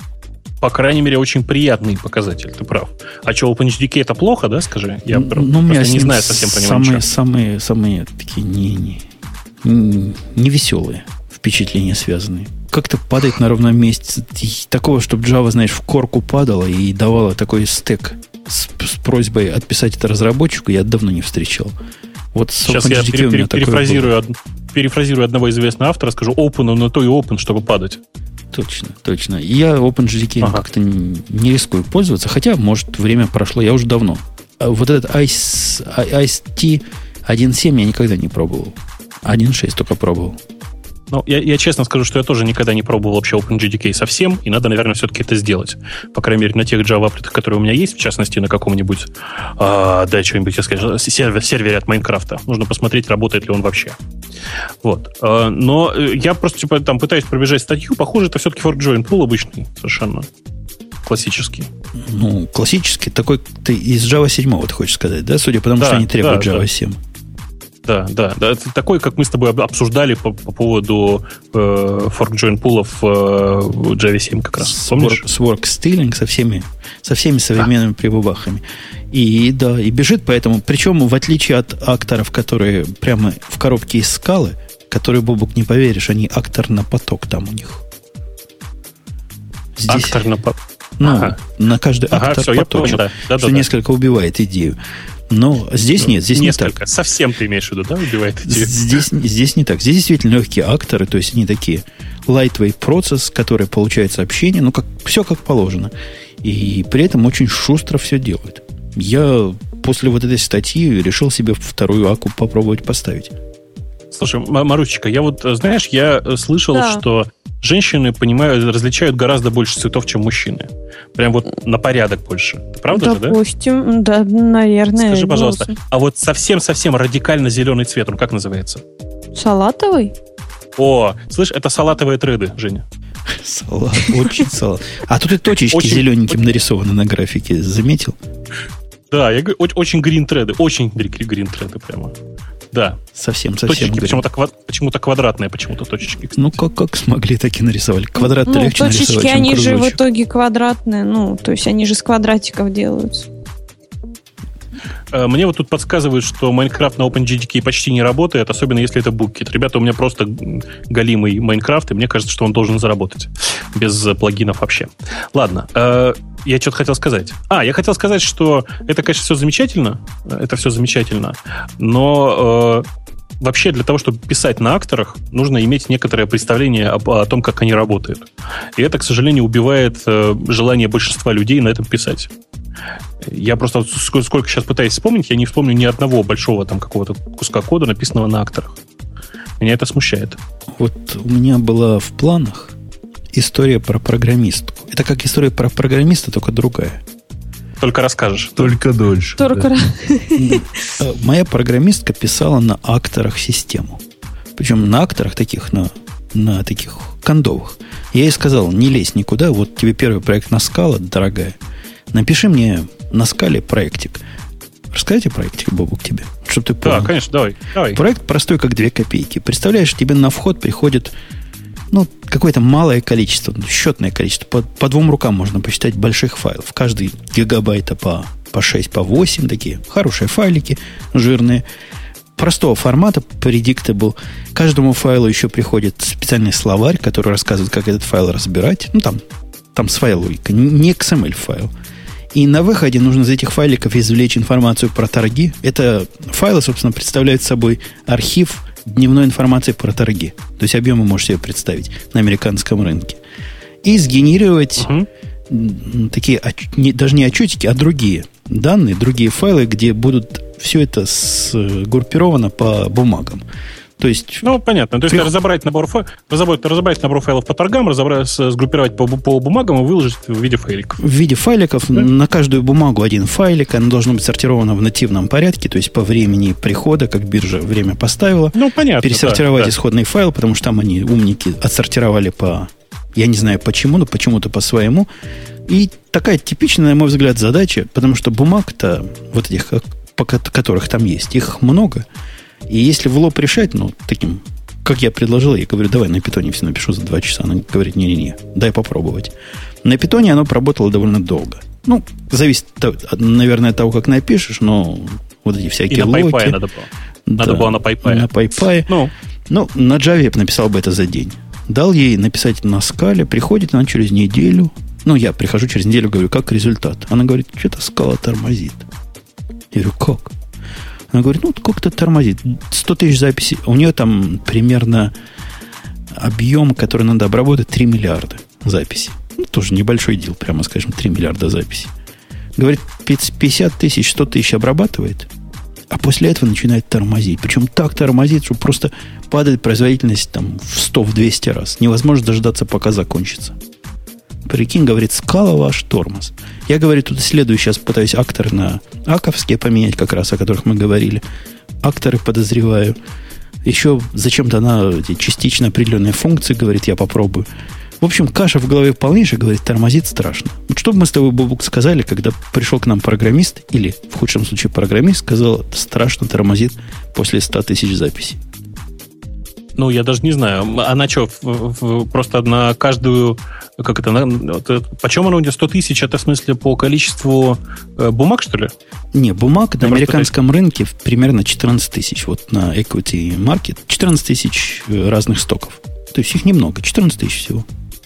По крайней мере, очень приятный показатель, ты прав. А что, OpenJDK это плохо, да, скажи? Я ну, просто не знаю совсем про него самые, ничего. Самые, самые такие не, не, не, не веселые впечатления связанные. Как-то падает на ровном месте. Такого, чтобы Java, знаешь, в корку падала и давала такой стек с, с просьбой отписать это разработчику, я давно не встречал. Вот сейчас я пере, пере, перефразирую, од, перефразирую одного известного автора, скажу open, но то и open, чтобы падать. Точно, точно. Я OpenJDK ага. как-то не, не рискую пользоваться, хотя, может, время прошло, я уже давно. А вот этот ай эс ти один точка семь я никогда не пробовал. один точка шесть только пробовал. Ну, я, я честно скажу, что я тоже никогда не пробовал вообще OpenJDK совсем, и надо, наверное, все-таки это сделать. По крайней мере, на тех Java, которые у меня есть, в частности, на каком-нибудь, а, да, что-нибудь, я скажу, сервер, сервере от Майнкрафта. Нужно посмотреть, работает ли он вообще. Вот. А, но я просто типа, там пытаюсь пробежать статью. Похоже, это все-таки fork join pool обычный, совершенно классический. Ну, классический, такой ты из Java семь, ты хочешь сказать, да? Судя по тому, да, что они требуют да, Java да. семь. Да, да, да. Это такой, как мы с тобой обсуждали по, по поводу э, fork join пулов э, в Java семь как раз. С, work, с work stealing со всеми, со всеми современными а. прибабахами. И да, и бежит поэтому. Причем, в отличие от акторов, которые прямо в коробке из скалы, которые, Бобук, не поверишь, они актор на поток там у них. Здесь, актор на поток? Ну, ага. на каждый ага, актор все, поток, понял, да. Да, что да, несколько да. убивает идею. Но здесь ну, нет, здесь несколько. не так. Совсем ты имеешь в виду, да, убивает идею? Здесь, здесь не так. Здесь действительно легкие акторы, то есть они такие lightweight процесс, который получает сообщение, ну, как, все как положено. И при этом очень шустро все делают. Я после вот этой статьи решил себе вторую аку попробовать поставить. Слушай, Марусечка, я вот, знаешь, я слышал, да. что женщины понимают, различают гораздо больше цветов, чем мужчины. Прям вот на порядок больше. Правда же, да? Допустим, да, наверное. Скажи, пожалуйста, голосом. А вот совсем-совсем радикально зеленый цвет, он как называется? Салатовый? О, слышь, это салатовые треды, Женя. Салат, очень салат. А тут и точечки очень, зелененьким очень... нарисованы на графике, заметил? Да, я говорю, очень green треды, очень green треды прямо. Да. Совсем, совсем. Точечки почему-то, квад... почему-то квадратные, почему-то точечки. Кстати. Ну, как, как смогли, так и нарисовали. Квадрат-то ну, легче нарисовать, точечки, они кружочек. же в итоге квадратные. Ну, то есть они же с квадратиков делаются. Мне вот тут подсказывают, что Майнкрафт на OpenJDK почти не работает, особенно если это буккит. Ребята, у меня просто галимый Майнкрафт, и мне кажется, что он должен заработать. Без плагинов вообще. Ладно, я что-то хотел сказать. А, я хотел сказать, что это, конечно, все замечательно. Это все замечательно. Но вообще для того, чтобы писать на акторах, нужно иметь некоторое представление об, о том, как они работают. И это, к сожалению, убивает желание большинства людей на этом писать. Я просто сколько сейчас пытаюсь вспомнить, я не вспомню ни одного большого там какого-то куска кода, написанного на акторах. Меня это смущает. Вот у меня была в планах история про программистку. Это как история про программиста, только другая. Только расскажешь. Только дольше. Только да. Моя программистка писала на акторах систему. Причем на акторах таких, на, на таких кондовых. Я ей сказал, не лезь никуда, вот тебе первый проект на Scala, дорогая. Напиши мне на скале проектик. Расскажите проектик, Бобук, тебе, чтобы ты понял. Да, конечно, давай, давай. Проект простой, как две копейки. Представляешь, тебе на вход приходит ну, какое-то малое количество, счетное количество. По, по двум рукам можно посчитать больших файлов. Каждый гигабайта по по шесть, по восемь, такие хорошие файлики, жирные. Простого формата, predictable. Каждому файлу еще приходит специальный словарь, который рассказывает, как этот файл разбирать. Ну, там, там своя логика, не икс эм эль файл. И на выходе нужно из этих файликов извлечь информацию про торги. Это файлы, собственно, представляют собой архив дневной информации про торги. То есть объемы можете себе представить на американском рынке. И сгенерировать угу. такие, не, даже не отчетики, а другие данные, другие файлы, где будут все это сгруппировано по бумагам. То есть, ну, понятно. То есть при... разобрать, набор фа... разобрать, разобрать набор файлов по торгам, разобрать, сгруппировать по, по бумагам и выложить в виде файликов. В виде файликов. Да? На каждую бумагу один файлик. Оно должно быть сортировано в нативном порядке, то есть по времени прихода, как биржа время поставила. Ну, понятно. Пересортировать да, исходный да. файл, потому что там они, умники, отсортировали по... Я не знаю почему, но почему-то по своему. И такая типичная, на мой взгляд, задача, потому что бумаг-то, вот этих, которых там есть, их много. И если в лоб решать, ну, таким, как я предложил, я говорю, давай на питоне все напишу за два часа. Она говорит, не-не-не, дай попробовать. На питоне оно проработало довольно долго. Ну, зависит, наверное, от того, как напишешь, но вот эти всякие локи. И на PyPy надо было. Да, надо было на PyPy. На PyPy. Ну. ну, на Java я бы написал бы это за день. Дал ей написать на скале, приходит она через неделю. Ну, я прихожу через неделю, говорю, как результат? Она говорит, что-то скала тормозит. Я говорю, как? Она говорит, ну, как-то тормозит. сто тысяч записей. У нее там примерно объем, который надо обработать, три миллиарда записей. Ну, тоже небольшой дел, прямо скажем, три миллиарда записей. Говорит, пятьдесят тысяч, сто тысяч обрабатывает, а после этого начинает тормозить. Причем так тормозит, что просто падает производительность там в сто-двести раз. Невозможно дождаться, пока закончится. Прикинь, говорит, скала ваш тормоз. Я, говорю, тут исследую, сейчас пытаюсь акторы на аковские поменять, как раз о которых мы говорили. Акторы подозреваю. Еще зачем-то она эти частично определенные функции, говорит, я попробую. В общем, каша в голове полнейшая, говорит, тормозит страшно. Вот что бы мы с тобой, Бобук, сказали, когда пришел к нам программист, или, в худшем случае, программист, сказал, страшно тормозит после ста тысяч записей. Ну, я даже не знаю. Она что, просто на каждую... Как это? На, почем она у нее сто тысяч? Это в смысле по количеству э, бумаг, что ли? Не, бумаг я на американском пытаюсь... рынке примерно четырнадцать тысяч. Вот на Equity Market четырнадцать тысяч разных стоков. То есть их немного. четырнадцать тысяч всего.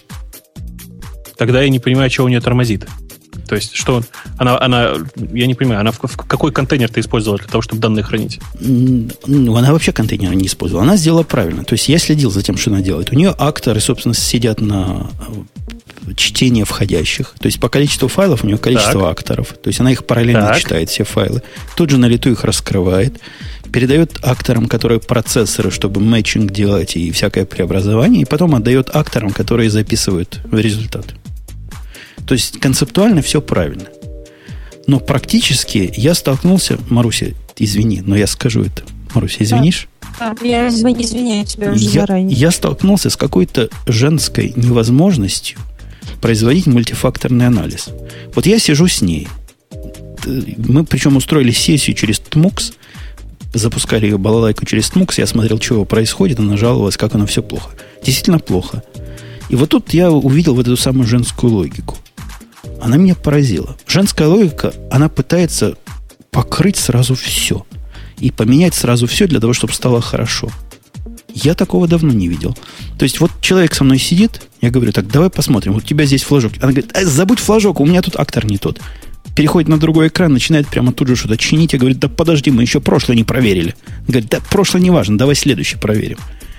Тогда я не понимаю, что у нее тормозит. То есть, что она, она, я не понимаю, она в, в какой контейнер ты использовала для того, чтобы данные хранить? Ну, она вообще контейнер не использовала. Она сделала правильно. То есть, я следил за тем, что она делает. У нее акторы, собственно, сидят на чтение входящих. То есть, по количеству файлов у нее количество так. акторов. То есть, она их параллельно так. читает, все файлы. Тут же на лету их раскрывает. Передает акторам, которые процессоры, чтобы мэтчинг делать и всякое преобразование. И потом отдает акторам, которые записывают результат. То есть, концептуально все правильно. Но практически я столкнулся... Маруся, извини, но я скажу это. Маруся, извинишь? Да, я извиняю тебя уже я, заранее. Я столкнулся с какой-то женской невозможностью производить мультифакторный анализ. Вот я сижу с ней. Мы, причем, устроили сессию через тмукс. Запускали ее балалайку через тмукс. Я смотрел, что происходит. Она жаловалась, как оно все плохо. Действительно плохо. И вот тут я увидел вот эту самую женскую логику. Она меня поразила. Женская логика, она пытается покрыть сразу все. И поменять сразу все для того, чтобы стало хорошо. Я такого давно не видел. То есть, вот человек со мной сидит, я говорю, так, давай посмотрим, вот у тебя здесь флажок. Она говорит, э, забудь флажок, у меня тут актор не тот. Переходит на другой экран, начинает прямо тут же что-то чинить. Я говорю, да подожди, мы еще прошлое не проверили. Говорит, да прошлое не важно, давай следующий проверим.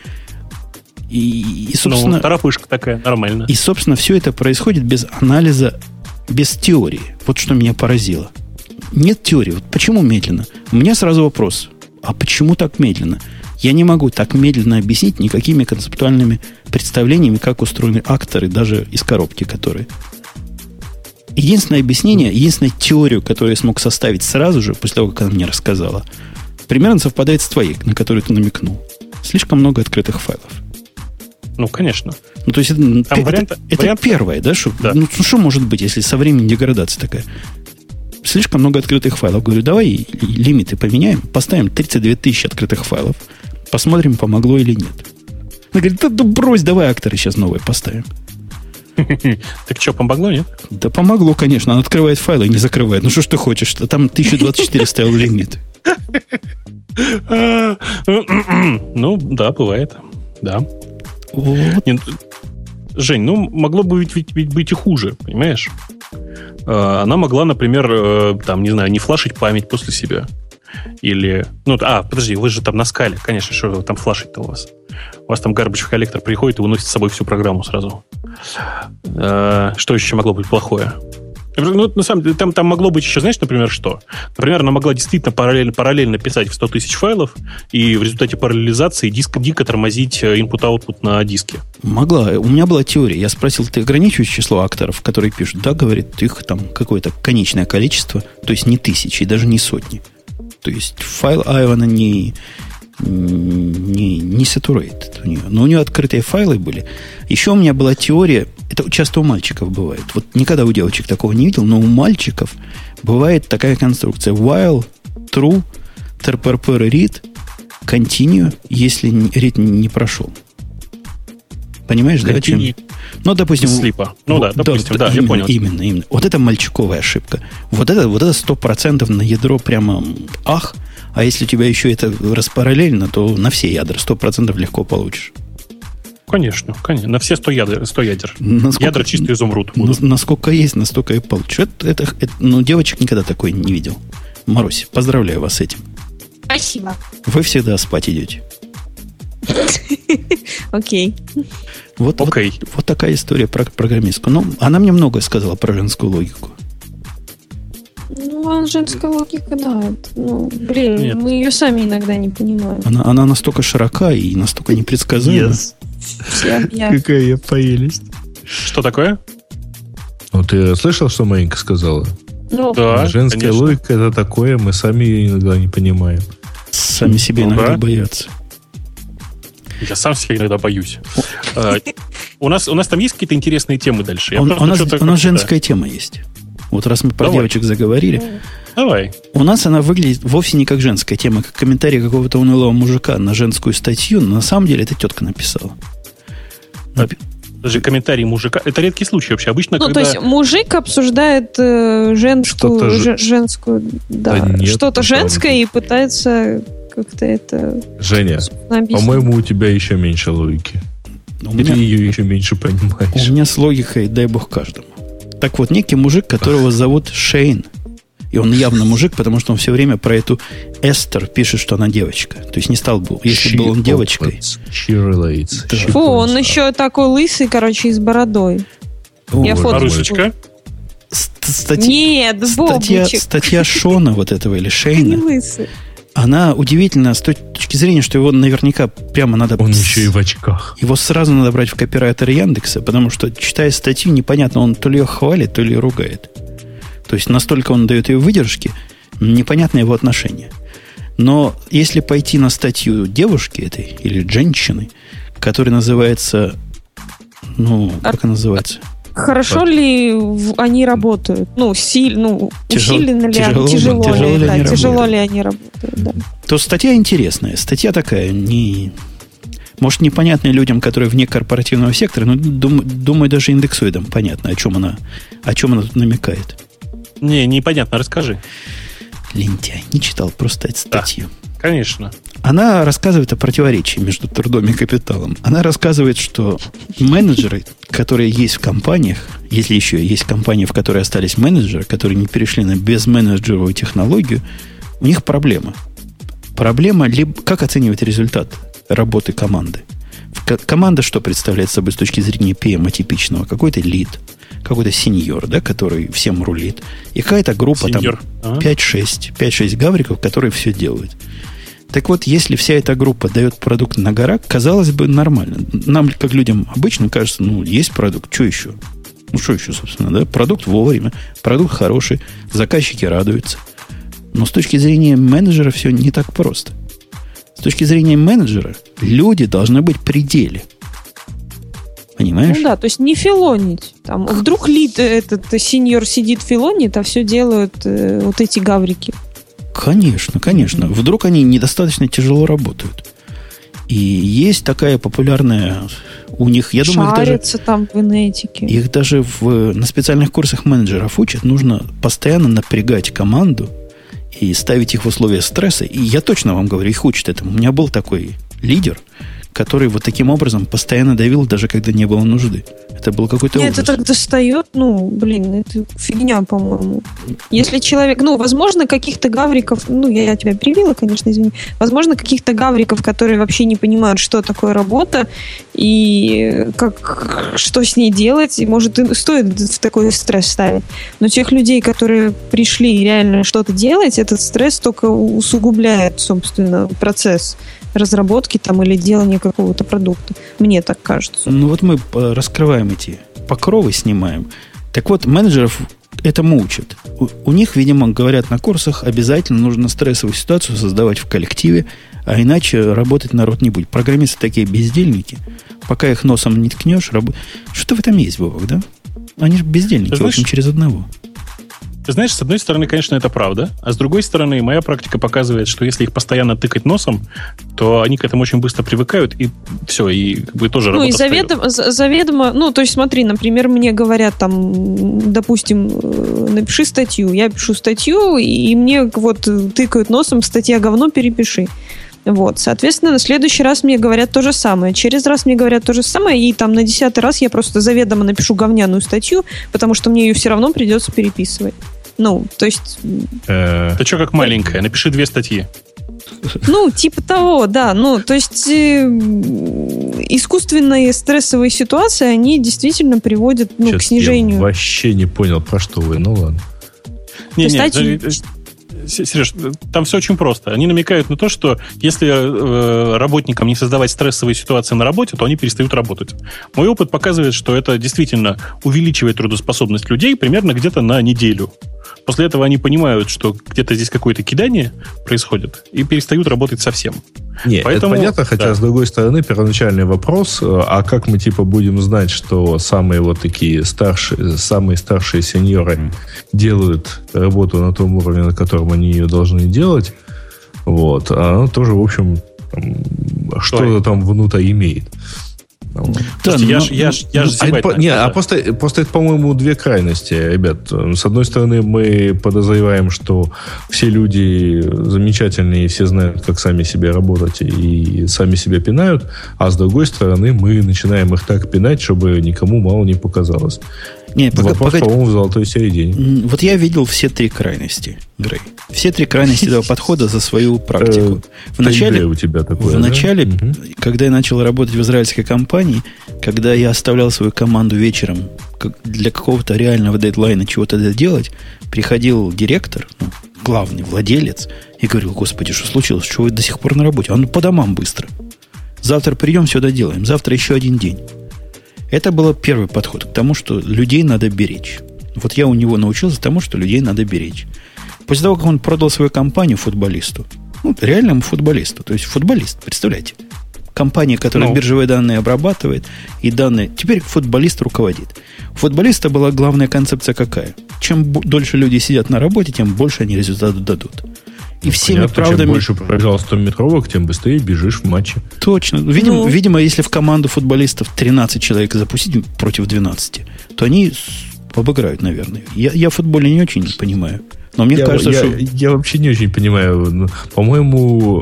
И, и собственно... Ну, торопышка такая, нормально. И, собственно, все это происходит без анализа, без теории. Вот что меня поразило. Нет теории. Вот почему медленно? У меня сразу вопрос. А почему так медленно? Я не могу так медленно объяснить никакими концептуальными представлениями, как устроены акторы, даже из коробки, которые... Единственное объяснение, единственная теорию, которую я смог составить сразу же, после того, как она мне рассказала, примерно совпадает с твоей, на которую ты намекнул. Слишком много открытых файлов. Ну, конечно. Ну, то есть, это, это, вариант, это вариант... первое, да? Что, да. Ну, что может быть, если со временем деградация такая? Слишком много открытых файлов. Говорю, давай лимиты поменяем, поставим тридцать две тысячи открытых файлов, посмотрим, помогло или нет. Она говорит, да, да брось, давай акторы сейчас новые поставим. Так что, помогло, нет? Да помогло, конечно. Он открывает файлы и не закрывает. Ну что ж ты хочешь? Там тысяча двадцать четыре стоял лимит. Ну, да, бывает. Да. Вот. Нет, Жень, ну, могло бы ведь, ведь, ведь быть и хуже, понимаешь? Она могла, например, там, не знаю, не флашить память после себя. Или... Ну, а, подожди, вы же там на скале, конечно, что там флашить-то у вас? У вас там garbage коллектор приходит и уносит с собой всю программу сразу. Что еще могло быть плохое? Ну, на самом деле, там, там могло быть еще, знаешь, например, что? Например, она могла действительно параллельно, параллельно писать в сто тысяч файлов, и в результате параллелизации диск, дико тормозить input-output на диске. Могла. У меня была теория. Я спросил, ты ограничиваешь число акторов, которые пишут? Да, говорит, их там какое-то конечное количество, то есть не тысячи, и даже не сотни. То есть файл Айвана не, не, не saturated у нее. Но у нее открытые файлы были. Еще у меня была теория, это часто у мальчиков бывает. Вот никогда у девочек такого не видел, но у мальчиков бывает такая конструкция. While, true, trpr read, continue, если read не прошел. Понимаешь, да, о чем? Ну, допустим... Слипа. Ну, да, допустим, да, именно, я понял. Именно, именно. Вот это мальчиковая ошибка. Вот это вот это сто процентов на ядро прямо ах. А если у тебя еще это распараллельно, то на все ядра сто процентов легко получишь. Конечно, конечно. На все сто ядер. сто ядер. Насколько, ядра чисто изумруд. На, насколько есть, настолько и получишь. Это, это, это, ну, девочек никогда такой не видел. Марусь, поздравляю вас с этим. Спасибо. Вы всегда спать идете. Окей. Вот, okay. вот, вот такая история про программистку. Ну, она мне многое сказала про женскую логику. Ну, женская логика, да. Это, ну, блин, Нет. мы ее сами иногда не понимаем. Она, она настолько широка и настолько непредсказуема. Yes. Я, я... Какая я прелесть. Что такое? Ну, ты слышал, что Маринка сказала? Ну, Да, Женская конечно. логика это такое, мы сами ее иногда не понимаем. Сами себе Ну, иногда да. боятся. Я сам себя иногда боюсь. А, у, нас, у нас там есть какие-то интересные темы дальше? Я У, просто у нас, что-то у нас как-то- женская тема есть. Вот раз мы про Давай. девочек заговорили, Давай. у нас она выглядит вовсе не как женская тема, как комментарий какого-то унылого мужика на женскую статью, но на самом деле это тетка написала. Напи- Даже комментарий мужика. Это редкий случай вообще. Обычно, Ну, когда... то есть мужик обсуждает э, женскую, Что-то же- же- женскую, да, Да нет, что-то на самом женское деле. и пытается как-то это Женя, объяснить. по-моему, у тебя еще меньше логики. У И ты меня, ее еще меньше у понимаешь. меня с логикой, дай бог каждому. Так вот, некий мужик, которого зовут Шейн, и он явно мужик, потому что он все время про эту Эстер пишет, что она девочка. То есть не стал бы, если She был он девочкой. opens, She relates. Да. She Фу, он points еще out. такой лысый, короче, и с бородой. О, Я фотку- Марусечка. ст- статья, Нет, статья, Бобучик, статья Шона вот этого или не Шейна, лысый. она удивительна с той точки зрения, что его наверняка прямо надо... Он еще и в очках. Его сразу надо брать в копирайтер Яндекса, потому что, читая статью, непонятно, он то ли ее хвалит, то ли ругает. То есть настолько он дает ее выдержки, непонятно его отношение. Но если пойти на статью девушки этой, или женщины, которая называется... Ну, как она называется? Хорошо ли в- они работают? Ну, силь, ну Тяжело- усиленно ли тяжело они, бы- тяжело, тяжело ли, ли да, они тяжело работают? ли они работают, да. То статья интересная. Статья такая, не... Может, непонятная людям, которые вне корпоративного сектора, но дум- думаю, даже индексоидам понятно, о чем она, о чем она тут намекает. Не, непонятно, расскажи. Лентяй, не читал просто эту Да. статью. Конечно. Она рассказывает о противоречии между трудом и капиталом. Она рассказывает, что менеджеры, которые есть в компаниях, если еще есть компании, в которой остались менеджеры, которые не перешли на безменеджеровую технологию, у них проблема. Проблема, либо как оценивать результат работы команды. К- Команда что представляет собой с точки зрения пи эм атипичного? Какой-то лид, какой-то сеньор, да, который всем рулит. И какая-то группа Сеньор. там Ага. пять-шесть, пять-шесть гавриков, которые все делают. Так вот, если вся эта группа дает продукт на гора, казалось бы, нормально. Нам, как людям обычно, кажется, ну, есть продукт, что еще? Ну, что еще, собственно, да? Продукт вовремя, продукт хороший, заказчики радуются. Но с точки зрения менеджера все не так просто. С точки зрения менеджера люди должны быть в пределе. Понимаешь? Ну да, то есть не филонить. Там, вдруг лид, э, этот э, сеньор сидит филонит, а все делают э, вот эти гаврики. Конечно, конечно. Вдруг они недостаточно тяжело работают. И есть такая популярная у них, я думаю, их Шарится даже, там в инетике. Их даже в, на специальных курсах менеджеров учат, нужно постоянно напрягать команду и ставить их в условия стресса. И я точно вам говорю, их учат этому. У меня был такой лидер, который вот таким образом постоянно давил, даже когда не было нужды. Это был какой-то Нет, ужас. это так достает, ну, блин, это фигня, по-моему. Если человек, ну, возможно, каких-то гавриков, ну, я, я тебя перебила, конечно, извини, возможно, каких-то гавриков, которые вообще не понимают, что такое работа и как, что с ней делать, и, может, и стоит в такой стресс ставить. Но тех людей, которые пришли реально что-то делать, этот стресс только усугубляет, собственно, процесс разработки там или делания какого-то продукта. Мне так кажется. Ну вот мы раскрываем эти покровы, снимаем. Так вот, менеджеров этому учат. У, у них, видимо, говорят на курсах, обязательно нужно стрессовую ситуацию создавать в коллективе, а иначе работать народ не будет. Программисты такие бездельники. Пока их носом не ткнешь, раб... что в этом есть, Бобок, да? Они же бездельники, в общем, через одного. Ты знаешь, с одной стороны, конечно, это правда, а с другой стороны, моя практика показывает, что если их постоянно тыкать носом, то они к этому очень быстро привыкают, и все, и как бы тоже ну, работа и заведомо, заведомо, ну, то есть смотри, например, мне говорят там, допустим, напиши статью, я пишу статью, и мне вот тыкают носом, статья говно, перепиши. Вот, соответственно, на следующий раз мне говорят то же самое. Через раз мне говорят то же самое, и там на десятый раз я просто заведомо напишу говняную статью, потому что мне ее все равно придется переписывать. Ну, то есть... Это что, как маленькая? Напиши две статьи. Ну, типа того, да. Ну, то есть э, искусственные стрессовые ситуации, они действительно приводят ну, к снижению. Я вообще не понял, про что вы. Ну, ладно. Не, не, Сереж, там все очень просто. Они намекают на то, что если э, работникам не создавать стрессовые ситуации на работе, то они перестают работать. Мой опыт показывает, что это действительно увеличивает трудоспособность людей примерно где-то на неделю. После этого они понимают, что где-то здесь какое-то кидание происходит, и перестают работать совсем. Нет, Поэтому, это понятно, хотя, да. С другой стороны, первоначальный вопрос, а как мы, типа, будем знать, что самые вот такие старшие, самые старшие сеньоры делают работу на том уровне, на котором они ее должны делать, вот, а она тоже, в общем, там, что-то там внутри имеет. Да, я ж, я ж, я ж а, это, не, а просто, просто это, по-моему, две крайности, ребят. С одной стороны, мы подозреваем, что все люди замечательные, все знают, как сами себе работать и сами себя пинают, а с другой стороны, мы начинаем их так пинать, чтобы никому мало не показалось. Не, Вопрос, погоди, по-моему, в золотой середине. Вот я видел все три крайности, Грей. Все три крайности этого подхода за свою практику. В начале, у тебя такое, в начале когда я начал работать в израильской компании, когда я оставлял свою команду вечером для какого-то реального дедлайна чего-то делать, приходил директор, ну, главный владелец, и говорил: господи, что случилось? Что вы до сих пор на работе? А ну по домам быстро. Завтра придем, все доделаем. Завтра еще один день. Это был первый подход к тому, что людей надо беречь. Вот я у него научился тому, что людей надо беречь. После того, как он продал свою компанию футболисту, ну, реальному футболисту, то есть футболист, представляете, компания, которая ну. биржевые данные обрабатывает, и данные... Теперь футболист руководит. У футболиста была главная концепция какая? Чем дольше люди сидят на работе, тем больше они результатов дадут. И ну, всеми понятно, правдами... Чем больше пробежал сто метровок, тем быстрее бежишь в матче. Точно. Видимо, ну... видимо, если в команду футболистов тринадцать человек запустить против двенадцати, то они обыграют, наверное. Я, я в футболе не очень понимаю. Но мне я, кажется, я, что... Я вообще не очень понимаю. По-моему,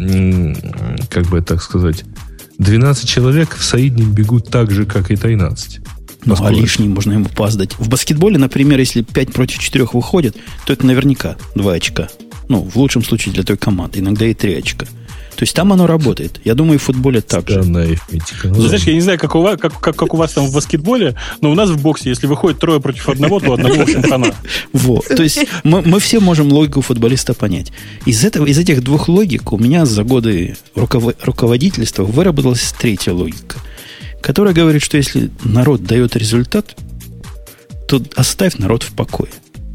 как бы так сказать, двенадцать человек в среднем бегут так же, как и тринадцать. Ну, а лишний можно ему опоздать. В баскетболе, например, если пять против четырех выходит, то это наверняка два очка. Ну, в лучшем случае для той команды. Иногда и три очка. То есть там оно работает. Я думаю, и в футболе так же. Ну, знаешь, я не знаю, как у, вас, как, как, как у вас там в баскетболе, но у нас в боксе, если выходит трое против одного, то одного, в общем, хана. Вот. То есть мы, мы все можем логику футболиста понять. Из, этого, из этих двух логик у меня за годы руковод, руководительства выработалась третья логика, которая говорит, что если народ дает результат, то оставь народ в покое.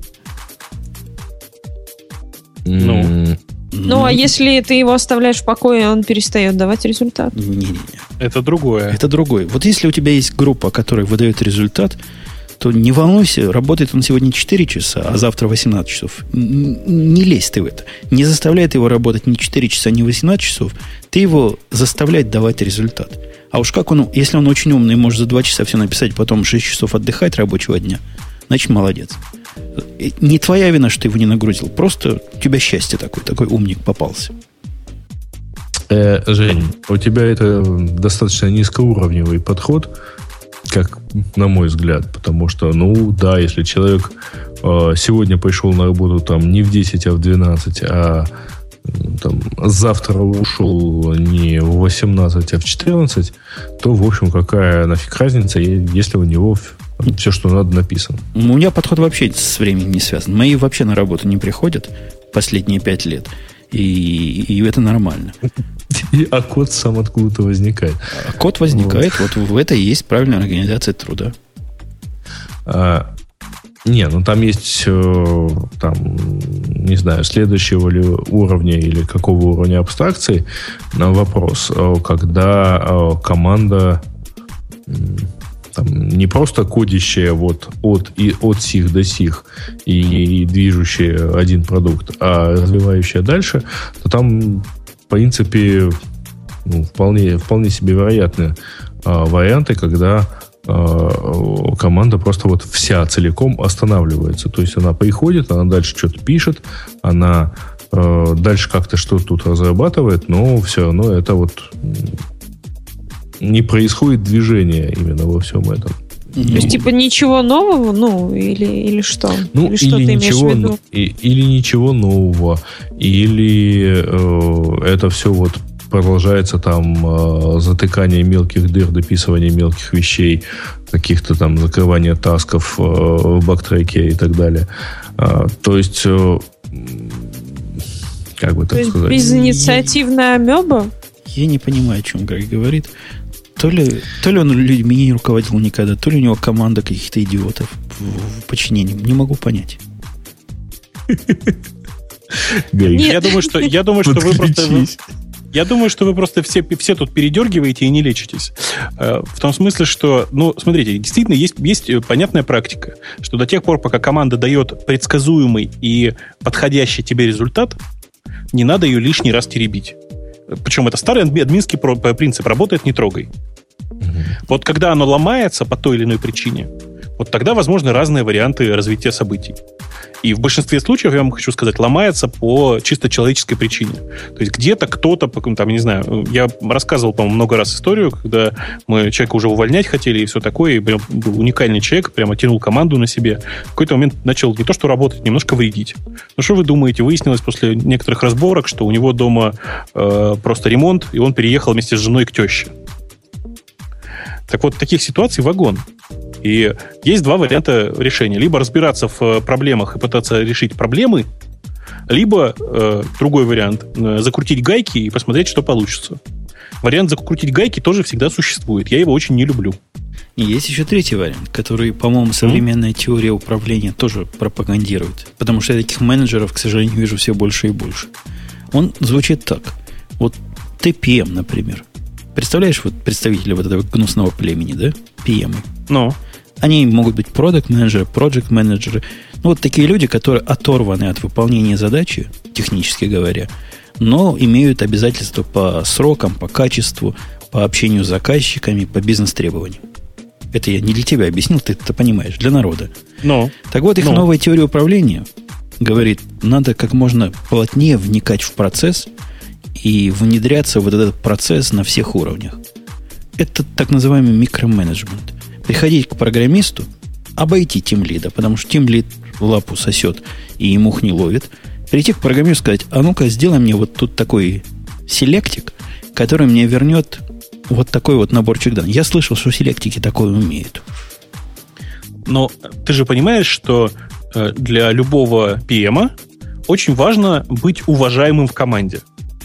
Ну... Ну, а если ты его оставляешь в покое, он перестает давать результат? Не-не-не. Это другое. Это другое. Вот если у тебя есть группа, которая выдает результат, то не волнуйся, работает он сегодня четыре часа, а завтра восемнадцать часов. Не лезь ты в это. Не заставляй его работать ни четыре часа, ни восемнадцать часов. Ты его заставляй давать результат. А уж как он, если он очень умный, может за два часа все написать, потом шесть часов отдыхать рабочего дня, значит, молодец. Не твоя вина, что ты его не нагрузил. Просто у тебя счастье такое, такой умник попался. Э, Жень, у тебя это достаточно низкоуровневый подход, как на мой взгляд, потому что, ну да, если человек э, сегодня пришел на работу там не в десять, а в двенадцать, а там, завтра ушел не в восемнадцать, а в четырнадцать, то, в общем, какая нафиг разница, если у него все, что надо, написано. У меня подход вообще с временем не связан. Мои вообще на работу не приходят последние пять лет. И, и это нормально. А код сам откуда-то возникает. А код возникает, вот, вот в это и есть правильная организация труда. А, не, ну там есть там, не знаю, следующего ли уровня или какого уровня абстракции на вопрос, когда команда там, не просто кодящая вот от, и, от сих до сих и, и движущая один продукт, а развивающая дальше, то там, в принципе, ну, вполне, вполне себе вероятны а, варианты, когда а, команда просто вот вся целиком останавливается. То есть она приходит, она дальше что-то пишет, она а, дальше как-то что-то тут разрабатывает, но все равно это вот не происходит движения именно во всем этом. То есть, типа, ничего нового, ну, или, или что? Ну, или что или ты ничего, имеешь в виду? И, или ничего нового, или э, это все вот продолжается там э, затыкание мелких дыр, дописывание мелких вещей, каких-то там закрывания тасков э, в бактреке и так далее. Э, то есть, э, как бы так то сказать? Есть безинициативная амеба? Я не понимаю, о чем Грег говорит. То ли, то ли он людьми не руководил никогда, то ли у него команда каких-то идиотов в, в подчинении. Не могу понять. Я думаю, что, я думаю, что вы просто... Я думаю, что вы просто все, все тут передергиваете и не лечитесь. В том смысле, что, ну, смотрите, действительно есть, есть понятная практика, что до тех пор, пока команда дает предсказуемый и подходящий тебе результат, не надо ее лишний раз теребить. Причем это старый админский принцип «работает, не трогай». Mm-hmm. Вот когда оно ломается по той или иной причине, вот тогда возможны разные варианты развития событий. И в большинстве случаев, я вам хочу сказать, ломается по чисто человеческой причине. То есть где-то кто-то, там, не знаю, я рассказывал, по-моему, много раз историю, когда мы человека уже увольнять хотели и все такое, и был уникальный человек, прямо тянул команду на себе. В какой-то момент начал не то что работать, немножко вредить. Ну что вы думаете, выяснилось после некоторых разборок, что у него дома э, просто ремонт, и он переехал вместе с женой к теще. Так вот, таких ситуаций вагон. И есть два варианта решения. Либо разбираться в проблемах и пытаться решить проблемы, либо э, другой вариант э, закрутить гайки и посмотреть, что получится. Вариант закрутить гайки тоже всегда существует. Я его очень не люблю. И есть еще третий вариант, который, по-моему, современная mm-hmm. теория управления тоже пропагандирует. Потому что я таких менеджеров, к сожалению, вижу все больше и больше. Он звучит так. Вот ты пи эм, например. Представляешь, вот представители вот этого гнусного племени, да? пи эм. Ну. Они могут быть продакт-менеджеры, проджект-менеджеры. Ну, вот такие люди, которые оторваны от выполнения задачи, технически говоря, но имеют обязательства по срокам, по качеству, по общению с заказчиками, по бизнес-требованиям. Это я не для тебя объяснил, ты это понимаешь, для народа. Ну. Так вот, их ну. новая теория управления говорит, надо как можно плотнее вникать в процесс и внедряться в вот этот процесс на всех уровнях. Это так называемый микроменеджмент. Приходить к программисту, обойти тимлида, потому что тимлид лапу сосет и мух не ловит. Прийти к программисту и сказать, а ну-ка, сделай мне вот тут такой селектик, который мне вернет вот такой вот наборчик данных. Я слышал, что селектики такое умеют. Но ты же понимаешь, что для любого пи эм очень важно быть уважаемым в команде.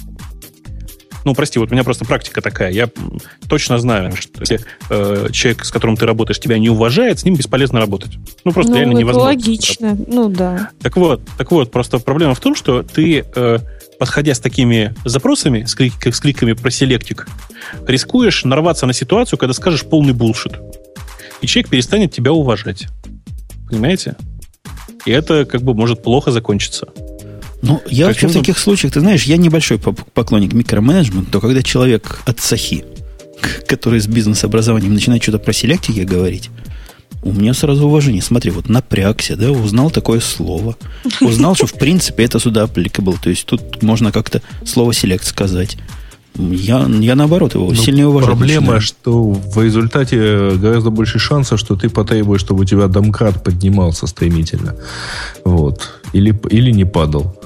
Ну, прости, вот у меня просто практика такая. Я точно знаю, что если э, человек, с которым ты работаешь, тебя не уважает, с ним бесполезно работать. Ну, просто ну, реально это невозможно. логично. Ну, да. Так вот, так вот, просто проблема в том, что ты, э, подходя с такими запросами, с, клик, с кликами про селектик, рискуешь нарваться на ситуацию, когда скажешь полный булшит. И человек перестанет тебя уважать. Понимаете? И это как бы может плохо закончиться. Ну, я вообще нужно... в таких случаях, ты знаешь, я небольшой поклонник микроменеджмента, но когда человек от сахи, который с бизнес-образованием начинает что-то про селектики говорить, у меня сразу уважение. Смотри, вот напрягся, да, узнал такое слово. Узнал, что в принципе это сюда applicable. То есть тут можно как-то слово селект сказать. Я, я наоборот его ну, сильнее уважаю. Проблема, начинаю. Что в результате гораздо больше шансов, что ты потребуешь, чтобы у тебя домкрат поднимался стремительно. Вот. Или, или не падал.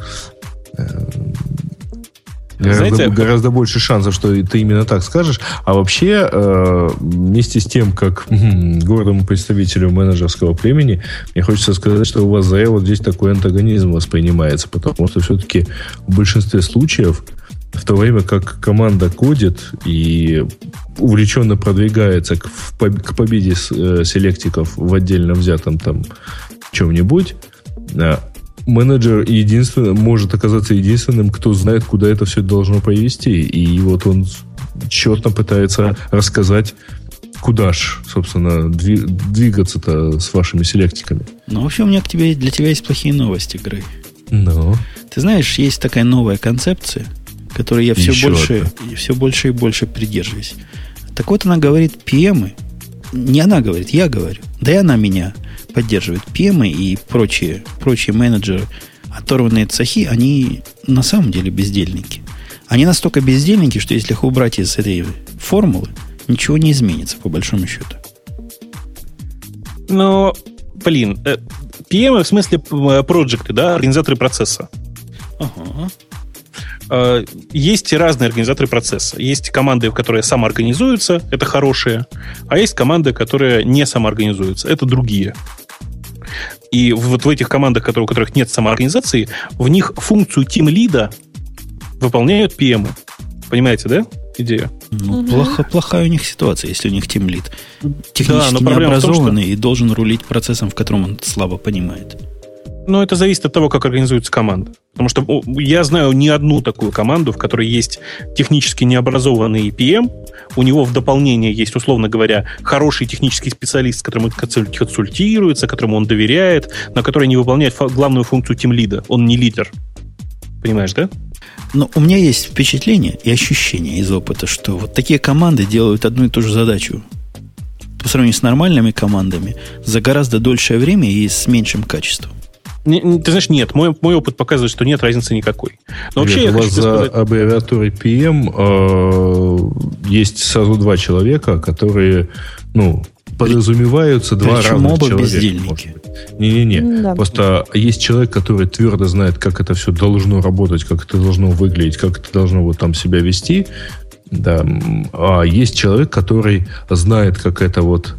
Гораздо, Знаете, гораздо больше шансов, что ты именно так скажешь. А вообще, э, вместе с тем, как м-м, гордому представителю менеджерского племени, мне хочется сказать, что у вас зря вот здесь такой антагонизм воспринимается, потому что все-таки в большинстве случаев, в то время как команда кодит и увлеченно продвигается к, к победе с, э, селектиков в отдельно взятом там чем-нибудь, э, менеджер единственный, может оказаться единственным, кто знает, куда это все должно привести. И вот он четно пытается рассказать, куда ж, собственно, двигаться-то с вашими селектиками. Ну, вообще, у меня к тебе, для тебя есть плохие новости, Грей. Ну? Ты знаешь, есть такая новая концепция, которой я все больше, все больше и больше придерживаюсь. Так вот, она говорит, пи эм, не она говорит, я говорю, да и она меня поддерживает. пи эм и прочие, прочие менеджеры, оторванные от сахи, они на самом деле бездельники. Они настолько бездельники, что если их убрать из этой формулы, ничего не изменится, по большому счету. Но, блин, пи эм в смысле проекты, да, организаторы процесса. Ага. Есть разные организаторы процесса. Есть команды, которые самоорганизуются, это хорошие, а есть команды, которые не самоорганизуются, это другие. И вот в этих командах, у которых нет самоорганизации, в них функцию тимлида выполняют пи эм. Понимаете, да, идея? Ну, угу. плохо, плохая у них ситуация, если у них тимлид технически да, необразованный что... и должен рулить процессом, в котором он слабо понимает. Но это зависит от того, как организуется команда. Потому что я знаю не одну такую команду, в которой есть технически необразованный пи эм, у него в дополнение есть, условно говоря, хороший технический специалист, с которым он консультируется, которому он доверяет, но который не выполняет главную функцию тимлида. Он не лидер. Понимаешь, да? Но у меня есть впечатление и ощущение из опыта, что вот такие команды делают одну и ту же задачу по сравнению с нормальными командами за гораздо дольшее время и с меньшим качеством. Ты знаешь, нет, мой, мой опыт показывает, что нет разницы никакой. Но вообще, Ребят, я у вас за сказать... аббревиатурой пи эм э, есть сразу два человека, которые, ну, подразумеваются При... два разных оба человека. Бездельники. Не-не-не. Да. Просто есть человек, который твердо знает, как это все должно работать, как это должно выглядеть, как это должно вот там себя вести. Да. А есть человек, который знает, как это вот,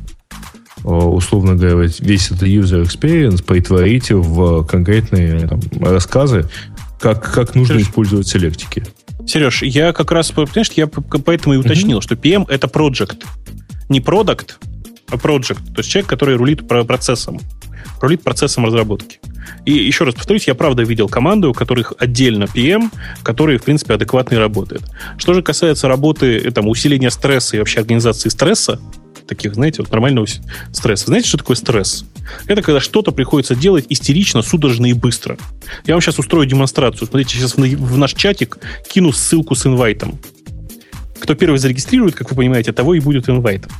условно говоря, весь этот user experience притворить в конкретные там, рассказы, как, как нужно Сереж, использовать селектики. Сереж, я как раз, понимаешь, я поэтому и уточнил, mm-hmm. что пи эм — это project. Не product, а project. То есть человек, который рулит процессом. Рулит процессом разработки. И еще раз повторюсь, я правда видел команды, у которых отдельно пи эм, которые, в принципе, адекватно работают. Что же касается работы, там, усиления стресса и вообще организации стресса, таких, знаете, вот нормального стресса. Знаете, что такое стресс? Это когда что-то приходится делать истерично, судорожно и быстро. Я вам сейчас устрою демонстрацию. Смотрите, сейчас в наш чатик кину ссылку с инвайтом. Кто первый зарегистрирует, как вы понимаете, того и будет инвайтом.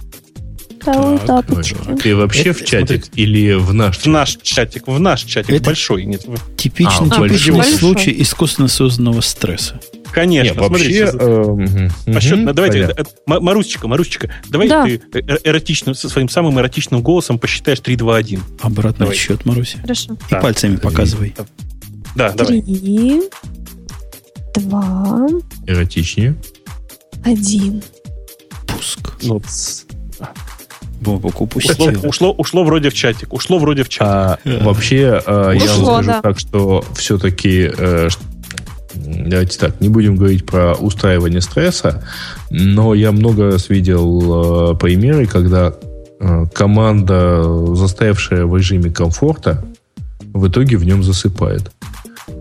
Так, ты вообще это, в чатик смотрите, или в наш чатик? В наш чатик, в наш чатик, это большой. Нет. Типичный, а, типичный большой. случай искусственно созданного стресса. Конечно, Нет, смотрите. Вообще, э, э, по счету, давайте, Марусечка, Марусечка, давай да. ты эротичным, со своим самым эротичным голосом посчитаешь три, два, один. Обратный давай. Отсчет, Маруся. Хорошо. И да. пальцами три. Показывай. Да, давай. Три, два, эротичнее. Один. Пуск. Ну, Бобок упустил. Ушло, ушло, ушло вроде в чатик. Ушло вроде в чатик. А, yeah. Вообще, а, ушло, я вам скажу да. так, что все-таки... Э, давайте так, не будем говорить про устраивание стресса, но я много раз видел э, примеры, когда э, команда, застоявшая в режиме комфорта, в итоге в нем засыпает.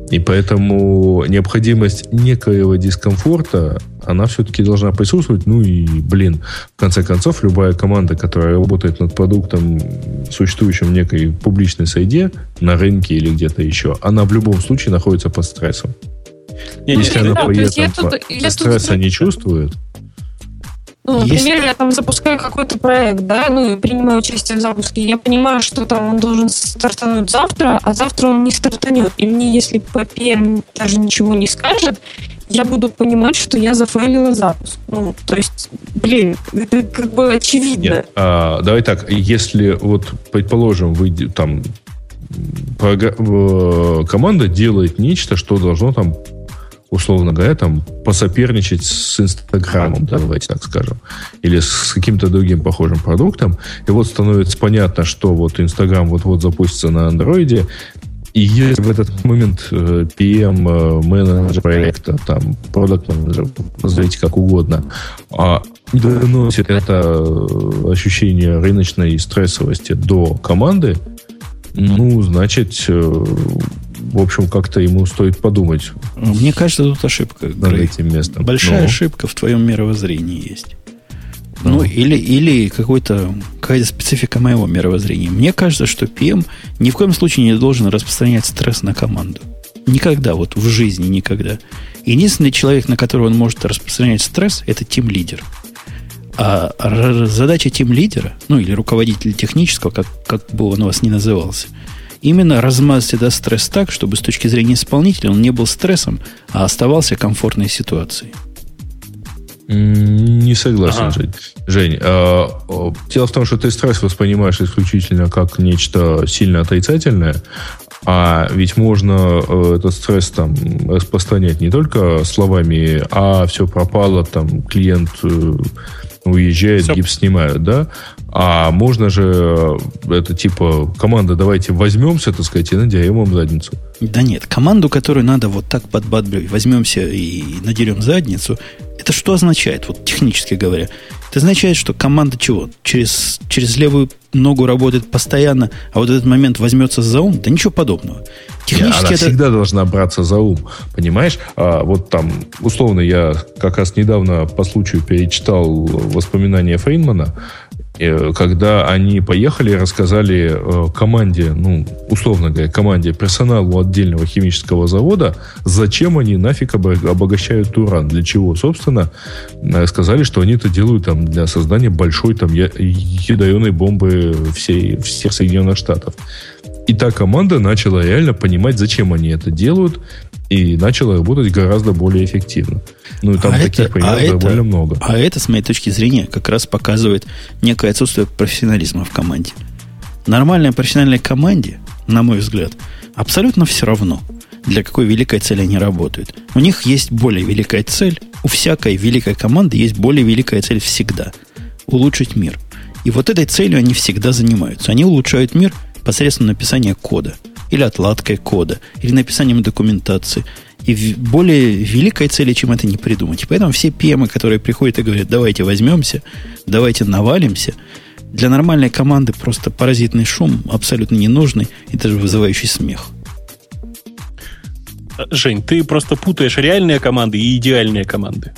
И поэтому необходимость некоего дискомфорта, она все-таки должна присутствовать. Ну и, блин, в конце концов, любая команда, которая работает над продуктом, существующим в некой публичной среде, на рынке или где-то еще, она в любом случае находится под стрессом. Не, Если не, она да, при этом этом тут, я стресса тут... не чувствует... Ну, Есть... например, я там запускаю какой-то проект, да, ну, и принимаю участие в запуске. Я понимаю, что там он должен стартануть завтра, а завтра он не стартанет. И мне, если по пи эм даже ничего не скажет, я буду понимать, что я зафейлила запуск. Ну, то есть, блин, это как бы очевидно. Нет, а, давай так, если вот, предположим, вы там програ... команда делает нечто, что должно там, условно говоря, там, посоперничать с Инстаграмом, давайте так скажем, или с каким-то другим похожим продуктом, и вот становится понятно, что вот Инстаграм вот-вот запустится на андроиде, и если в этот момент пи эм, менеджер проекта, там, продакт-менеджер, назовите как угодно, не доносит это ощущение рыночной стрессовости до команды, ну, значит, в общем, как-то ему стоит подумать. Мне кажется, тут ошибка. Над этим местом. Большая Но. ошибка в твоем мировоззрении есть. Ну, ну или, или какой-то, какая-то специфика моего мировоззрения. Мне кажется, что пи эм ни в коем случае не должен распространять стресс на команду. Никогда, вот в жизни никогда. Единственный человек, на которого он может распространять стресс, это тим-лидер. А задача тим-лидера, ну или руководителя технического, как, как бы он у вас ни назывался, именно размазать этот стресс так, чтобы с точки зрения исполнителя он не был стрессом, а оставался комфортной ситуацией. Не согласен, ага. Жень. Жень, а, а, дело в том, что ты стресс воспринимаешь исключительно как нечто сильно отрицательное, а ведь можно а, этот стресс там распространять не только словами, а все пропало, там клиент уезжает, все. Гипс снимают, да? А можно же это типа команда, давайте возьмемся, так сказать, и надерем им задницу. Да нет, команду, которую надо вот так подбадривать, возьмемся и надерем задницу, это что означает, вот технически говоря? Это означает, что команда чего? Через, через левую ногу работает постоянно, а вот в этот момент возьмется за ум? Да ничего подобного. Технически Она это... всегда должна браться за ум, понимаешь? А вот там, условно, я как раз недавно по случаю перечитал воспоминания Фейнмана, когда они поехали и рассказали команде, ну, условно говоря, команде, персоналу отдельного химического завода, зачем они нафиг обогащают уран, для чего, собственно, сказали, что они это делают там для создания большой там ядерной бомбы всей, всех Соединенных Штатов. И та команда начала реально понимать, зачем они это делают, и начала работать гораздо более эффективно. Ну, и там а таких это, примеров а довольно это, много. А это, с моей точки зрения, как раз показывает некое отсутствие профессионализма в команде. Нормальной профессиональной команде, на мой взгляд, абсолютно все равно, для какой великой цели они работают. У них есть более великая цель. У всякой великой команды есть более великая цель всегда. Улучшить мир. И вот этой целью они всегда занимаются. Они улучшают мир посредством написания кода. Или отладкой кода. Или написанием документации. И более великой цели, чем это, не придумать. И поэтому все пи эм, которые приходят и говорят, давайте возьмемся, давайте навалимся, для нормальной команды просто паразитный шум, абсолютно ненужный и даже вызывающий смех. Жень, ты просто путаешь реальные команды и идеальные команды.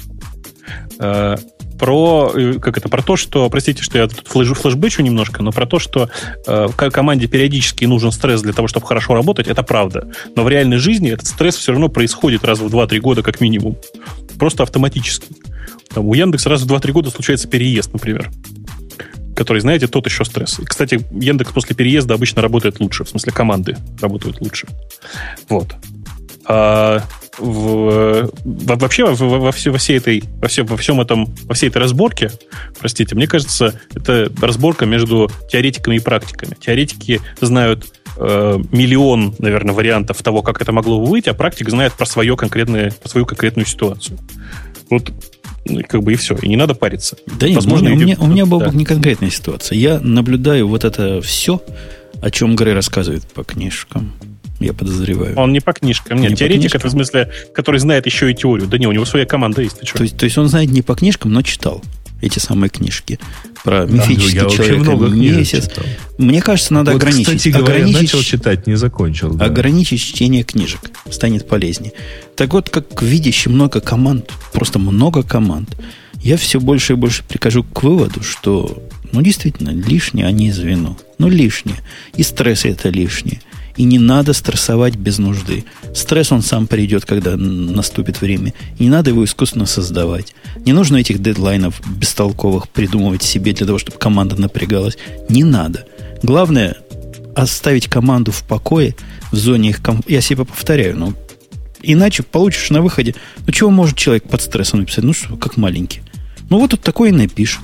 Про, как это, про то, что, простите, что я тут флеш, флешбэчу немножко, но про то, что э, команде периодически нужен стресс для того, чтобы хорошо работать, это правда. Но в реальной жизни этот стресс все равно происходит раз в два-три года как минимум. Просто автоматически. Там, у Яндекса раз в два-три года случается переезд, например. Который, знаете, тот еще стресс. И, кстати, Яндекс после переезда обычно работает лучше. В смысле, команды работают лучше. Вот. А... В, в, вообще во, во, все, во, всей этой, во, все, во всем этом, во всей этой разборке, простите, мне кажется, это разборка между теоретиками и практиками. Теоретики знают э, миллион, наверное, вариантов того, как это могло бы быть, а практик знает про, свое конкретное, про свою конкретную ситуацию. Вот, как бы и все. И не надо париться. Да нет, возможно, у меня, идет, у меня была да. не конкретная ситуация. Я наблюдаю вот это все, о чем Грей рассказывает по книжкам. Я подозреваю. Он не по книжкам. Нет, не теоретик, это в смысле, который знает еще и теорию. Да не, у него своя команда есть. Ты что? То есть, то есть он знает не по книжкам, но читал. эти самые книжки. Про Да, мифический я человек много месяц. читал. Мне кажется, надо вот, ограничить. Кстати говоря, ограничить, начал читать, не закончил. Да. Ограничить чтение книжек. Станет полезнее. Так вот, как видящий много команд, просто много команд, я все больше и больше прихожу к выводу, что, ну, действительно, лишнее они звено. Ну, лишнее. И стресс это лишнее. И не надо стрессовать без нужды. Стресс, он сам придет, когда наступит время. И не надо его искусственно создавать. Не нужно этих дедлайнов бестолковых придумывать себе для того, чтобы команда напрягалась. Не надо. Главное, оставить команду в покое, в зоне их комфорта. Я себе повторяю, но иначе получишь на выходе. Ну, чего может человек под стрессом написать? Ну, что, как маленький. Ну, вот тут такое и напишет.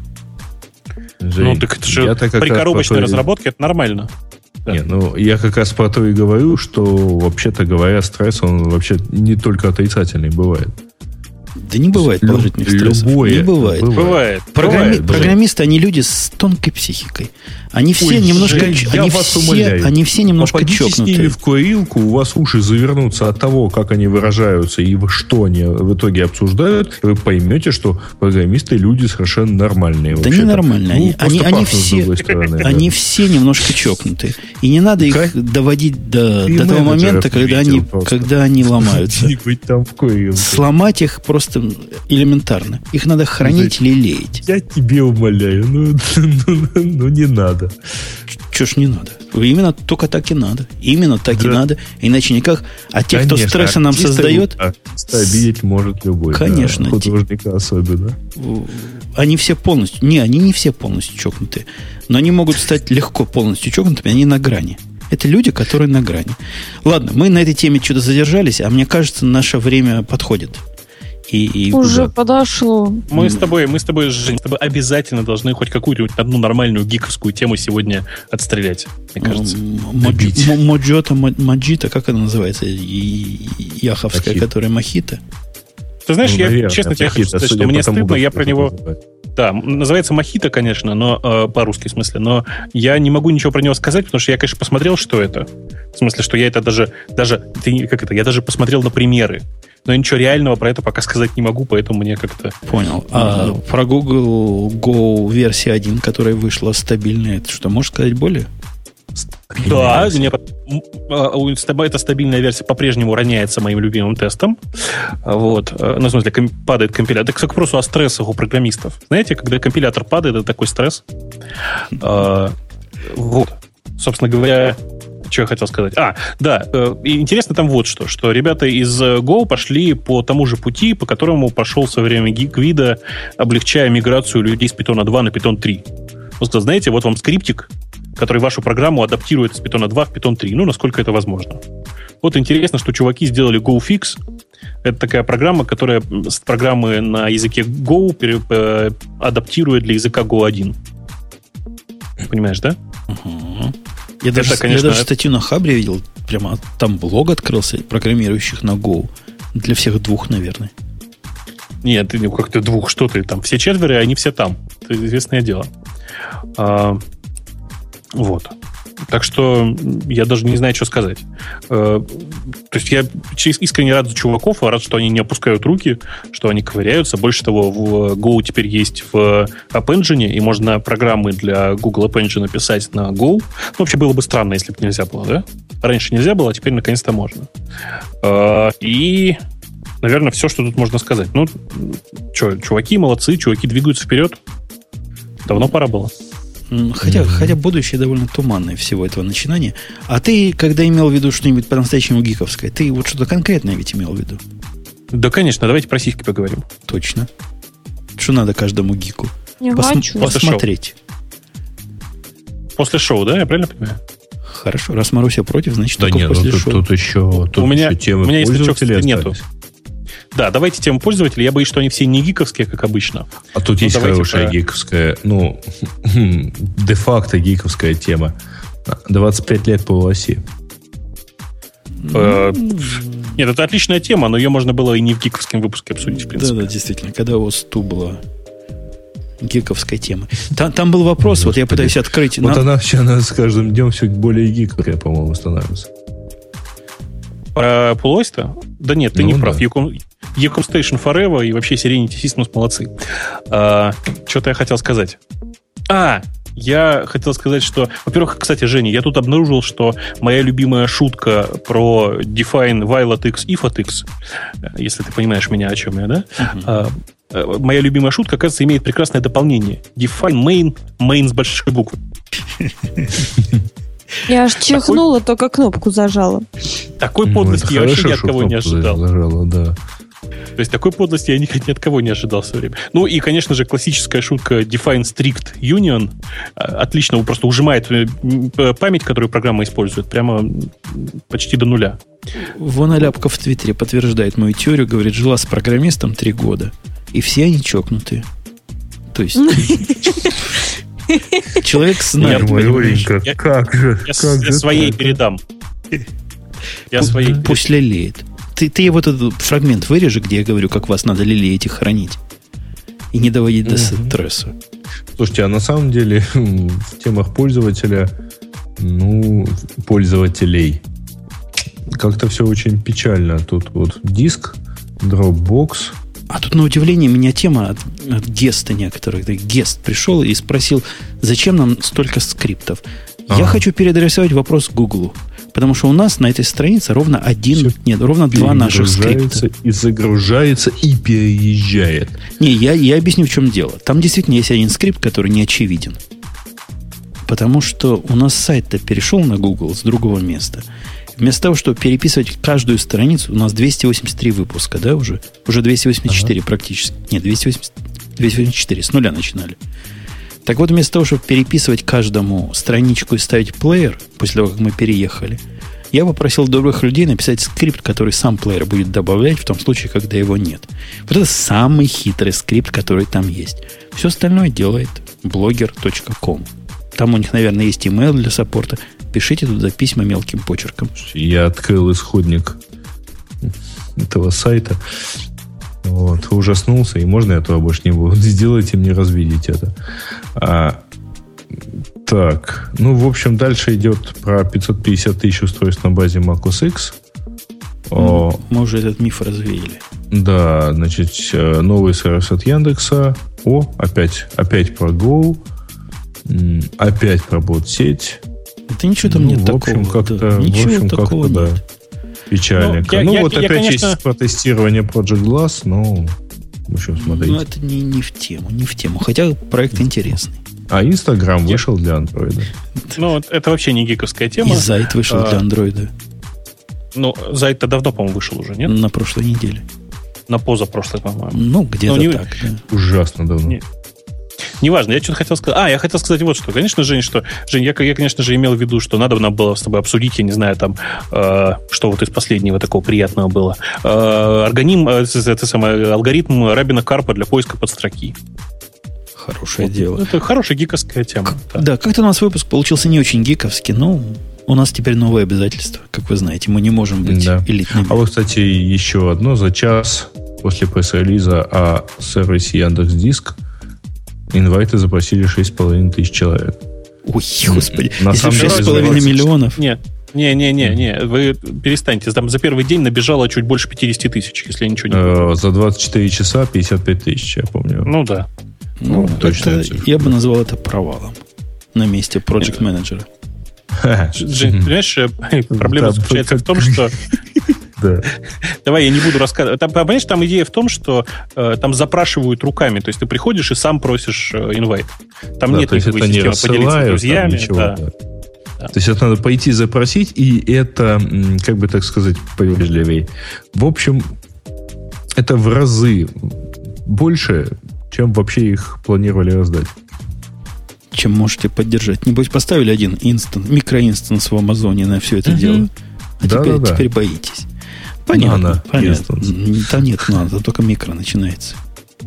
Жень, ну, так это же при коробочной разработке это нормально. Да. Не, ну, я как раз про то и говорю, что, вообще-то говоря, стресс, он вообще не только отрицательный бывает. Да не бывает положительных стрессов. Любое, не бывает. Бывает. Программи... бывает. Программисты, они люди с тонкой психикой. Они все Ой, немножко... я, они, я вас все, умоляю. они все немножко Попадите чокнутые. с ними в курилку, у вас уши завернутся от того, как они выражаются и что они в итоге обсуждают, и вы поймете, что программисты люди совершенно нормальные. Да не нормальные. Ну, они, они, все, стороны, они да. все немножко чокнутые. И не надо их как? доводить до, до того момента, когда они, когда они ломаются. Там в Сломать их просто элементарно. Их надо хранить, лелеять. Я тебе умоляю, ну, ну, ну не надо. Чего ж не надо? Именно только так и надо. Именно так да. и надо. Иначе никак. А тех, Конечно, кто стресса нам создает... Артиста обидеть может любой. Конечно. Да, художника особенно. Они все полностью... Не, они не все полностью чокнутые. Но они могут стать легко полностью чокнутыми. Они на грани. Это люди, которые на грани. Ладно, мы на этой теме что-то задержались, а мне кажется, наше время подходит. И, и Уже да. подошло. Мы с тобой, мы с тобой, Жень, с тобой обязательно должны хоть какую-то одну нормальную гиковскую тему сегодня отстрелять, мне кажется. Моджота, Маджита, как она называется? Яховская, Мохито. которая Мохито. Ты знаешь, ну, я наверное, честно тебе хочу сказать, что мне стыдно, я про него... Да, называется Мохито, конечно, но э, по-русски в смысле, но я не могу ничего про него сказать, потому что я, конечно, посмотрел, что это. В смысле, что я это даже, даже, ты, как это, я даже посмотрел на примеры. Но ничего реального про это пока сказать не могу, поэтому мне как-то... Понял. А mm-hmm. про Google Go версия один, которая вышла стабильная, это что, можешь сказать более? Да, нет, эта стабильная версия по-прежнему роняется моим любимым тестом. Вот. Ну, в смысле, падает компилятор. Так, к вопросу о стрессах у программистов. Знаете, когда компилятор падает, это такой стресс. Вот. Собственно говоря, что я хотел сказать? А, да, интересно там вот что, что ребята из Go пошли по тому же пути, по которому пошел в свое время Гвида, облегчая миграцию людей с Python два на Python три. Просто, знаете, вот вам скриптик, который вашу программу адаптирует с Python два в Python три. Ну, насколько это возможно. Вот интересно, что чуваки сделали GoFix. Это такая программа, которая с программы на языке Go пере, э, адаптирует для языка Go один. Понимаешь, да? Угу. Я, даже, это, конечно, я даже статью на Хабре видел. Прямо там блог открылся программирующих на Go. Для всех двух, наверное. Нет, ты как-то двух, что ты там? Все четверо, они все там. Это известное дело. А, вот. Так что я даже не знаю, что сказать. А, то есть я искренне рад за чуваков, рад, что они не опускают руки, что они ковыряются. Больше того, в Go теперь есть в App Engine, и можно программы для Google App Engine писать на Go. Ну, вообще было бы странно, если бы нельзя было, да? Раньше нельзя было, а теперь наконец-то можно. А, и... Наверное, все, что тут можно сказать. Ну, что, чуваки молодцы, чуваки двигаются вперед. Давно пора было. Хотя, mm-hmm. хотя будущее довольно туманное всего этого начинания. А ты, когда имел в виду что-нибудь по-настоящему гиковское, ты вот что-то конкретное ведь имел в виду? Да, конечно. Давайте про сиськи поговорим. Точно. Что надо каждому гику? Не Пос- хочу. Посмотреть. После шоу, да? Я правильно понимаю? Хорошо. Раз Маруся против, значит, да только нет, после ну, шоу. Тут, тут еще, тут у меня, еще темы у меня есть пользователей нету. Да, давайте тему пользователей. Я боюсь, что они все не гиковские, как обычно. А тут ну, есть хорошая про... гиковская, ну, де-факто гиковская тема. двадцать пять лет по оси. Нет, это отличная тема, но ее можно было и не в гиковском выпуске обсудить, в принципе. Да, да, действительно. Когда у ОС-два была гиковской темы. Там, там был вопрос, Господи. Вот я пытаюсь открыть. Вот она, она с каждым днем все более гиковая, по-моему, становится. Про полуось-то? Да нет, ты ну, не да. прав. Юкон, Ecom Station Forever и вообще Serenity Systems молодцы. А, что-то я хотел сказать. А, я хотел сказать, что... Во-первых, кстати, Женя, я тут обнаружил, что моя любимая шутка про define while at x, if at x, если ты понимаешь меня, о чем я, да? Uh-huh. А, моя любимая шутка, оказывается, имеет прекрасное дополнение. Define main, main с большой буквы. Я аж чихнула, такой... только кнопку зажала. Такой подлости ну, я вообще ни от кого не ожидал. Зажала, да. То есть такой подлости я ни, ни от кого не ожидал в свое время. Ну и, конечно же, классическая шутка Define Strict Union отлично просто ужимает память, которую программа использует, прямо почти до нуля. Вон Аляпка в Твиттере подтверждает мою теорию, говорит, жила с программистом три года, и все они чокнутые. То есть... Человек знает. Я, как же? Я, как я же своей так? передам. Я Пусть, своей пусть лелеет. Ты, ты вот этот фрагмент вырежи, где я говорю, как вас надо лелеять и хранить. И не доводить до стресса. Слушайте, а на самом деле в темах пользователя, ну, пользователей, как-то все очень печально. Тут вот диск, Dropbox. А тут, на удивление, меня тема от, от Геста некоторых. Гест пришел и спросил, зачем нам столько скриптов. А-а-а. Я хочу переадресовать вопрос Гуглу. Потому что у нас на этой странице ровно один, все нет, ровно два наших скрипта. И загружается, и переезжает. Не, я, я объясню, в чем дело. Там действительно есть один скрипт, который не очевиден. Потому что у нас сайт-то перешел на Google с другого места. Вместо того, чтобы переписывать каждую страницу, у нас двести восемьдесят три выпуска, да, уже? Уже двести восемьдесят четыре ага. практически. Нет, двести восемьдесят, двести восемьдесят четыре, с нуля начинали. Так вот, вместо того, чтобы переписывать каждому страничку и ставить плеер, после того, как мы переехали, я попросил добрых людей написать скрипт, который сам плеер будет добавлять в том случае, когда его нет. Вот это самый хитрый скрипт, который там есть. Все остальное делает блогер точка ком. Там у них, наверное, есть имейл для саппорта. Пишите туда письма мелким почерком. Я открыл исходник этого сайта. Вот, ужаснулся, и можно я этого больше не буду. Сделайте мне развидеть это. А, так, ну, в общем, дальше идет про пятьсот пятьдесят тысяч устройств на базе macOS X. О, мы уже этот миф развеяли. Да, значит, новый сервис от Яндекса. О, опять, опять про Go. Опять про бот-сеть. Это ничего там ну, нет в такого. Общем, как-то, да. в общем, как-то, да. Печальненько. Ну, я, ну я, вот я, опять я, конечно... есть про тестирование Project Glass, но в общем, смотрите. Ну, это не, не в тему, не в тему. Хотя проект интересный. А Instagram вышел для Android. Ну, это вообще не гиковская тема. И Зайт вышел а, для Android. Ну, Зайт-то давно, по-моему, вышел уже, нет? На прошлой неделе. На позапрошлой, по-моему. Ну, где-то ну, не... так, да. Ужасно давно. Не... Неважно, я что-то хотел сказать. А, я хотел сказать вот что. Конечно, Жень, что... Жень, я, я конечно же, имел в виду, что надо нам было с тобой обсудить, я не знаю, там, э, что вот из последнего такого приятного было. Э, органим, э, это самое, алгоритм Рабина Карпа для поиска подстроки. Хорошее вот, дело. Это хорошая гиковская тема. К- да. да, как-то у нас выпуск получился не очень гиковский, но у нас теперь новые обязательства. Как вы знаете, мы не можем быть да. элитными. А вот, кстати, еще одно. За час после пресс-релиза о сервисе Яндекс.Диск инвайты запросили шесть с половиной тысяч человек. Ой, господи. На Если самом шесть с половиной миллионов. Нет, не-не-не, вы перестаньте. Там за первый день набежало чуть больше пятьдесят тысяч, если я ничего не помню. За двадцать четыре часа пятьдесят пять тысяч, я помню. Ну да. Ну, ну точно. Я бы назвал это провалом на месте проект менеджера. Жень, понимаешь, проблема заключается в том, что... Да. Давай, я не буду рассказывать. Там, понимаешь, там идея в том, что э, там запрашивают руками. То есть ты приходишь и сам просишь э, инвайт. Там да, нет никакой системы не поделиться с друзьями. Ничего, да. Да. Да. То есть это надо пойти запросить, и это, как бы так сказать, повежливее. В общем, это в разы больше, чем вообще их планировали раздать. Чем можете поддержать. Небось, поставили один инстанс, микроинстанс в Амазоне на все это uh-huh. дело. А да, теперь, да, да. теперь боитесь. Понятно. Надо, понятно. Да нет, надо, только микро начинается.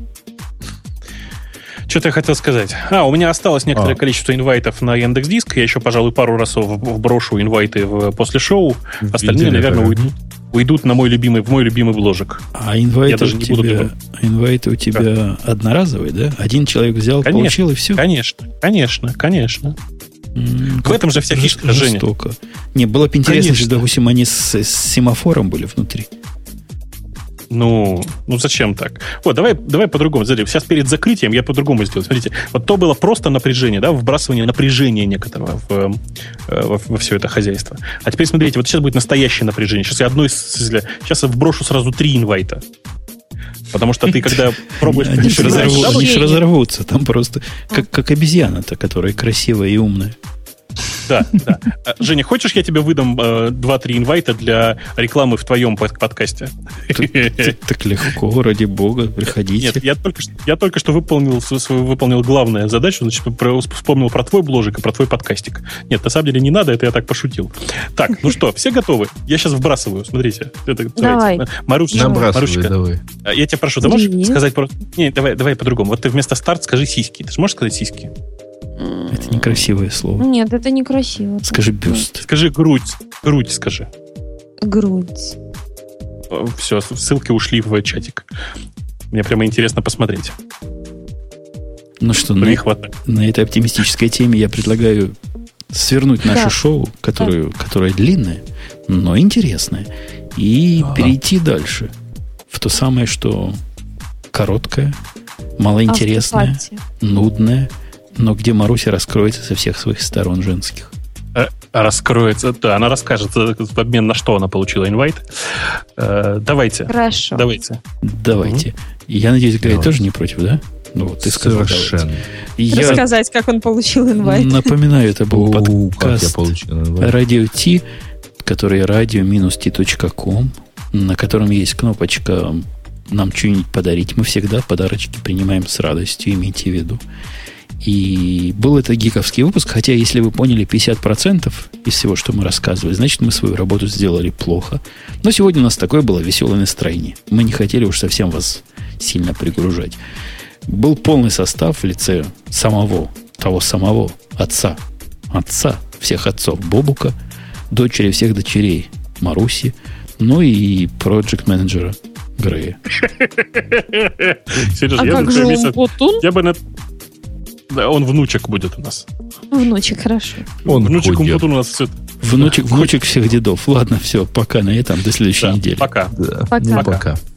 Что-то я хотел сказать. А, у меня осталось некоторое а. количество инвайтов на Яндекс.Диск. Я еще, пожалуй, пару раз вброшу инвайты в, после шоу. Остальные, Видели, наверное, уйдут, уйдут на мой любимый, в мой любимый бложек. А инвайты, у тебя, инвайты у тебя да. одноразовые, да? Один человек взял, конечно, получил и все? Конечно, конечно, конечно. Mm, в этом же вся фишка, Женя. Не, было бы интересно, если, допустим, они с, с семафором были внутри. Ну, ну зачем так? Вот, давай, давай по-другому. Смотри, сейчас перед закрытием я по-другому сделаю. Смотрите, вот то было просто напряжение, да, вбрасывание напряжения некоторого в, во, во все это хозяйство. А теперь смотрите, вот сейчас будет настоящее напряжение. Сейчас я одно из... Сейчас я вброшу сразу три инвайта. Потому что ты, когда пробуешь... Они же разорвутся. Там просто как обезьяна-то, которая красивая и умная. Да, да. Женя, хочешь, я тебе выдам э, два-три инвайта для рекламы в твоем под- подкасте? Так, так легко, ради бога, приходите. Нет, я только, я только что выполнил свою выполнил главную задачу, значит, про, вспомнил про твой бложик и про твой подкастик. Нет, на самом деле не надо, это я так пошутил. Так, ну что, все готовы? Я сейчас вбрасываю, смотрите. Это, давай. Марусечка, Набрасывай, давай. Я тебя прошу, ты можешь сказать просто... Не, давай, давай по-другому. Вот ты вместо старт скажи сиськи. Ты же можешь сказать сиськи? Это некрасивое слово. Нет, это некрасиво. Скажи бюст. Скажи грудь. Грудь скажи. Грудь. Все, ссылки ушли в чатик. Мне прямо интересно посмотреть. Ну что, на, на этой оптимистической теме я предлагаю свернуть наше да. шоу, которое, да. которое длинное, но интересное, и ага. перейти дальше. В то самое, что короткое, малоинтересное, нудное, но где Маруся раскроется со всех своих сторон женских. А, раскроется, да, она расскажет, в обмен на что она получила инвайт. Э, давайте. Хорошо. Давайте. Давайте. Mm-hmm. Я надеюсь, Гай тоже не против, да? Ну, вот ты сказал. Совершенно. Я рассказать, как он получил инвайт. Напоминаю, это был подкаст Radio T, который радио ти точка ком, на котором есть кнопочка «Нам что-нибудь подарить». Мы всегда подарочки принимаем с радостью, имейте в виду. И был это гиковский выпуск, хотя, если вы поняли пятьдесят процентов из всего, что мы рассказывали, значит, мы свою работу сделали плохо. Но сегодня у нас такое было веселое настроение. Мы не хотели уж совсем вас сильно пригружать. Был полный состав в лице самого, того самого отца, отца всех отцов Бобука, дочери всех дочерей Маруси, ну и проект-менеджера Грея. А как же он Путун? Я бы на... Да, он внучек будет у нас. Внучек, хорошо. Он внучек Умпутун у нас все... Внучек, внучек всех дедов. Ладно, все, пока на этом. До следующей да, недели. Пока. Да. Пока. Ну, пока.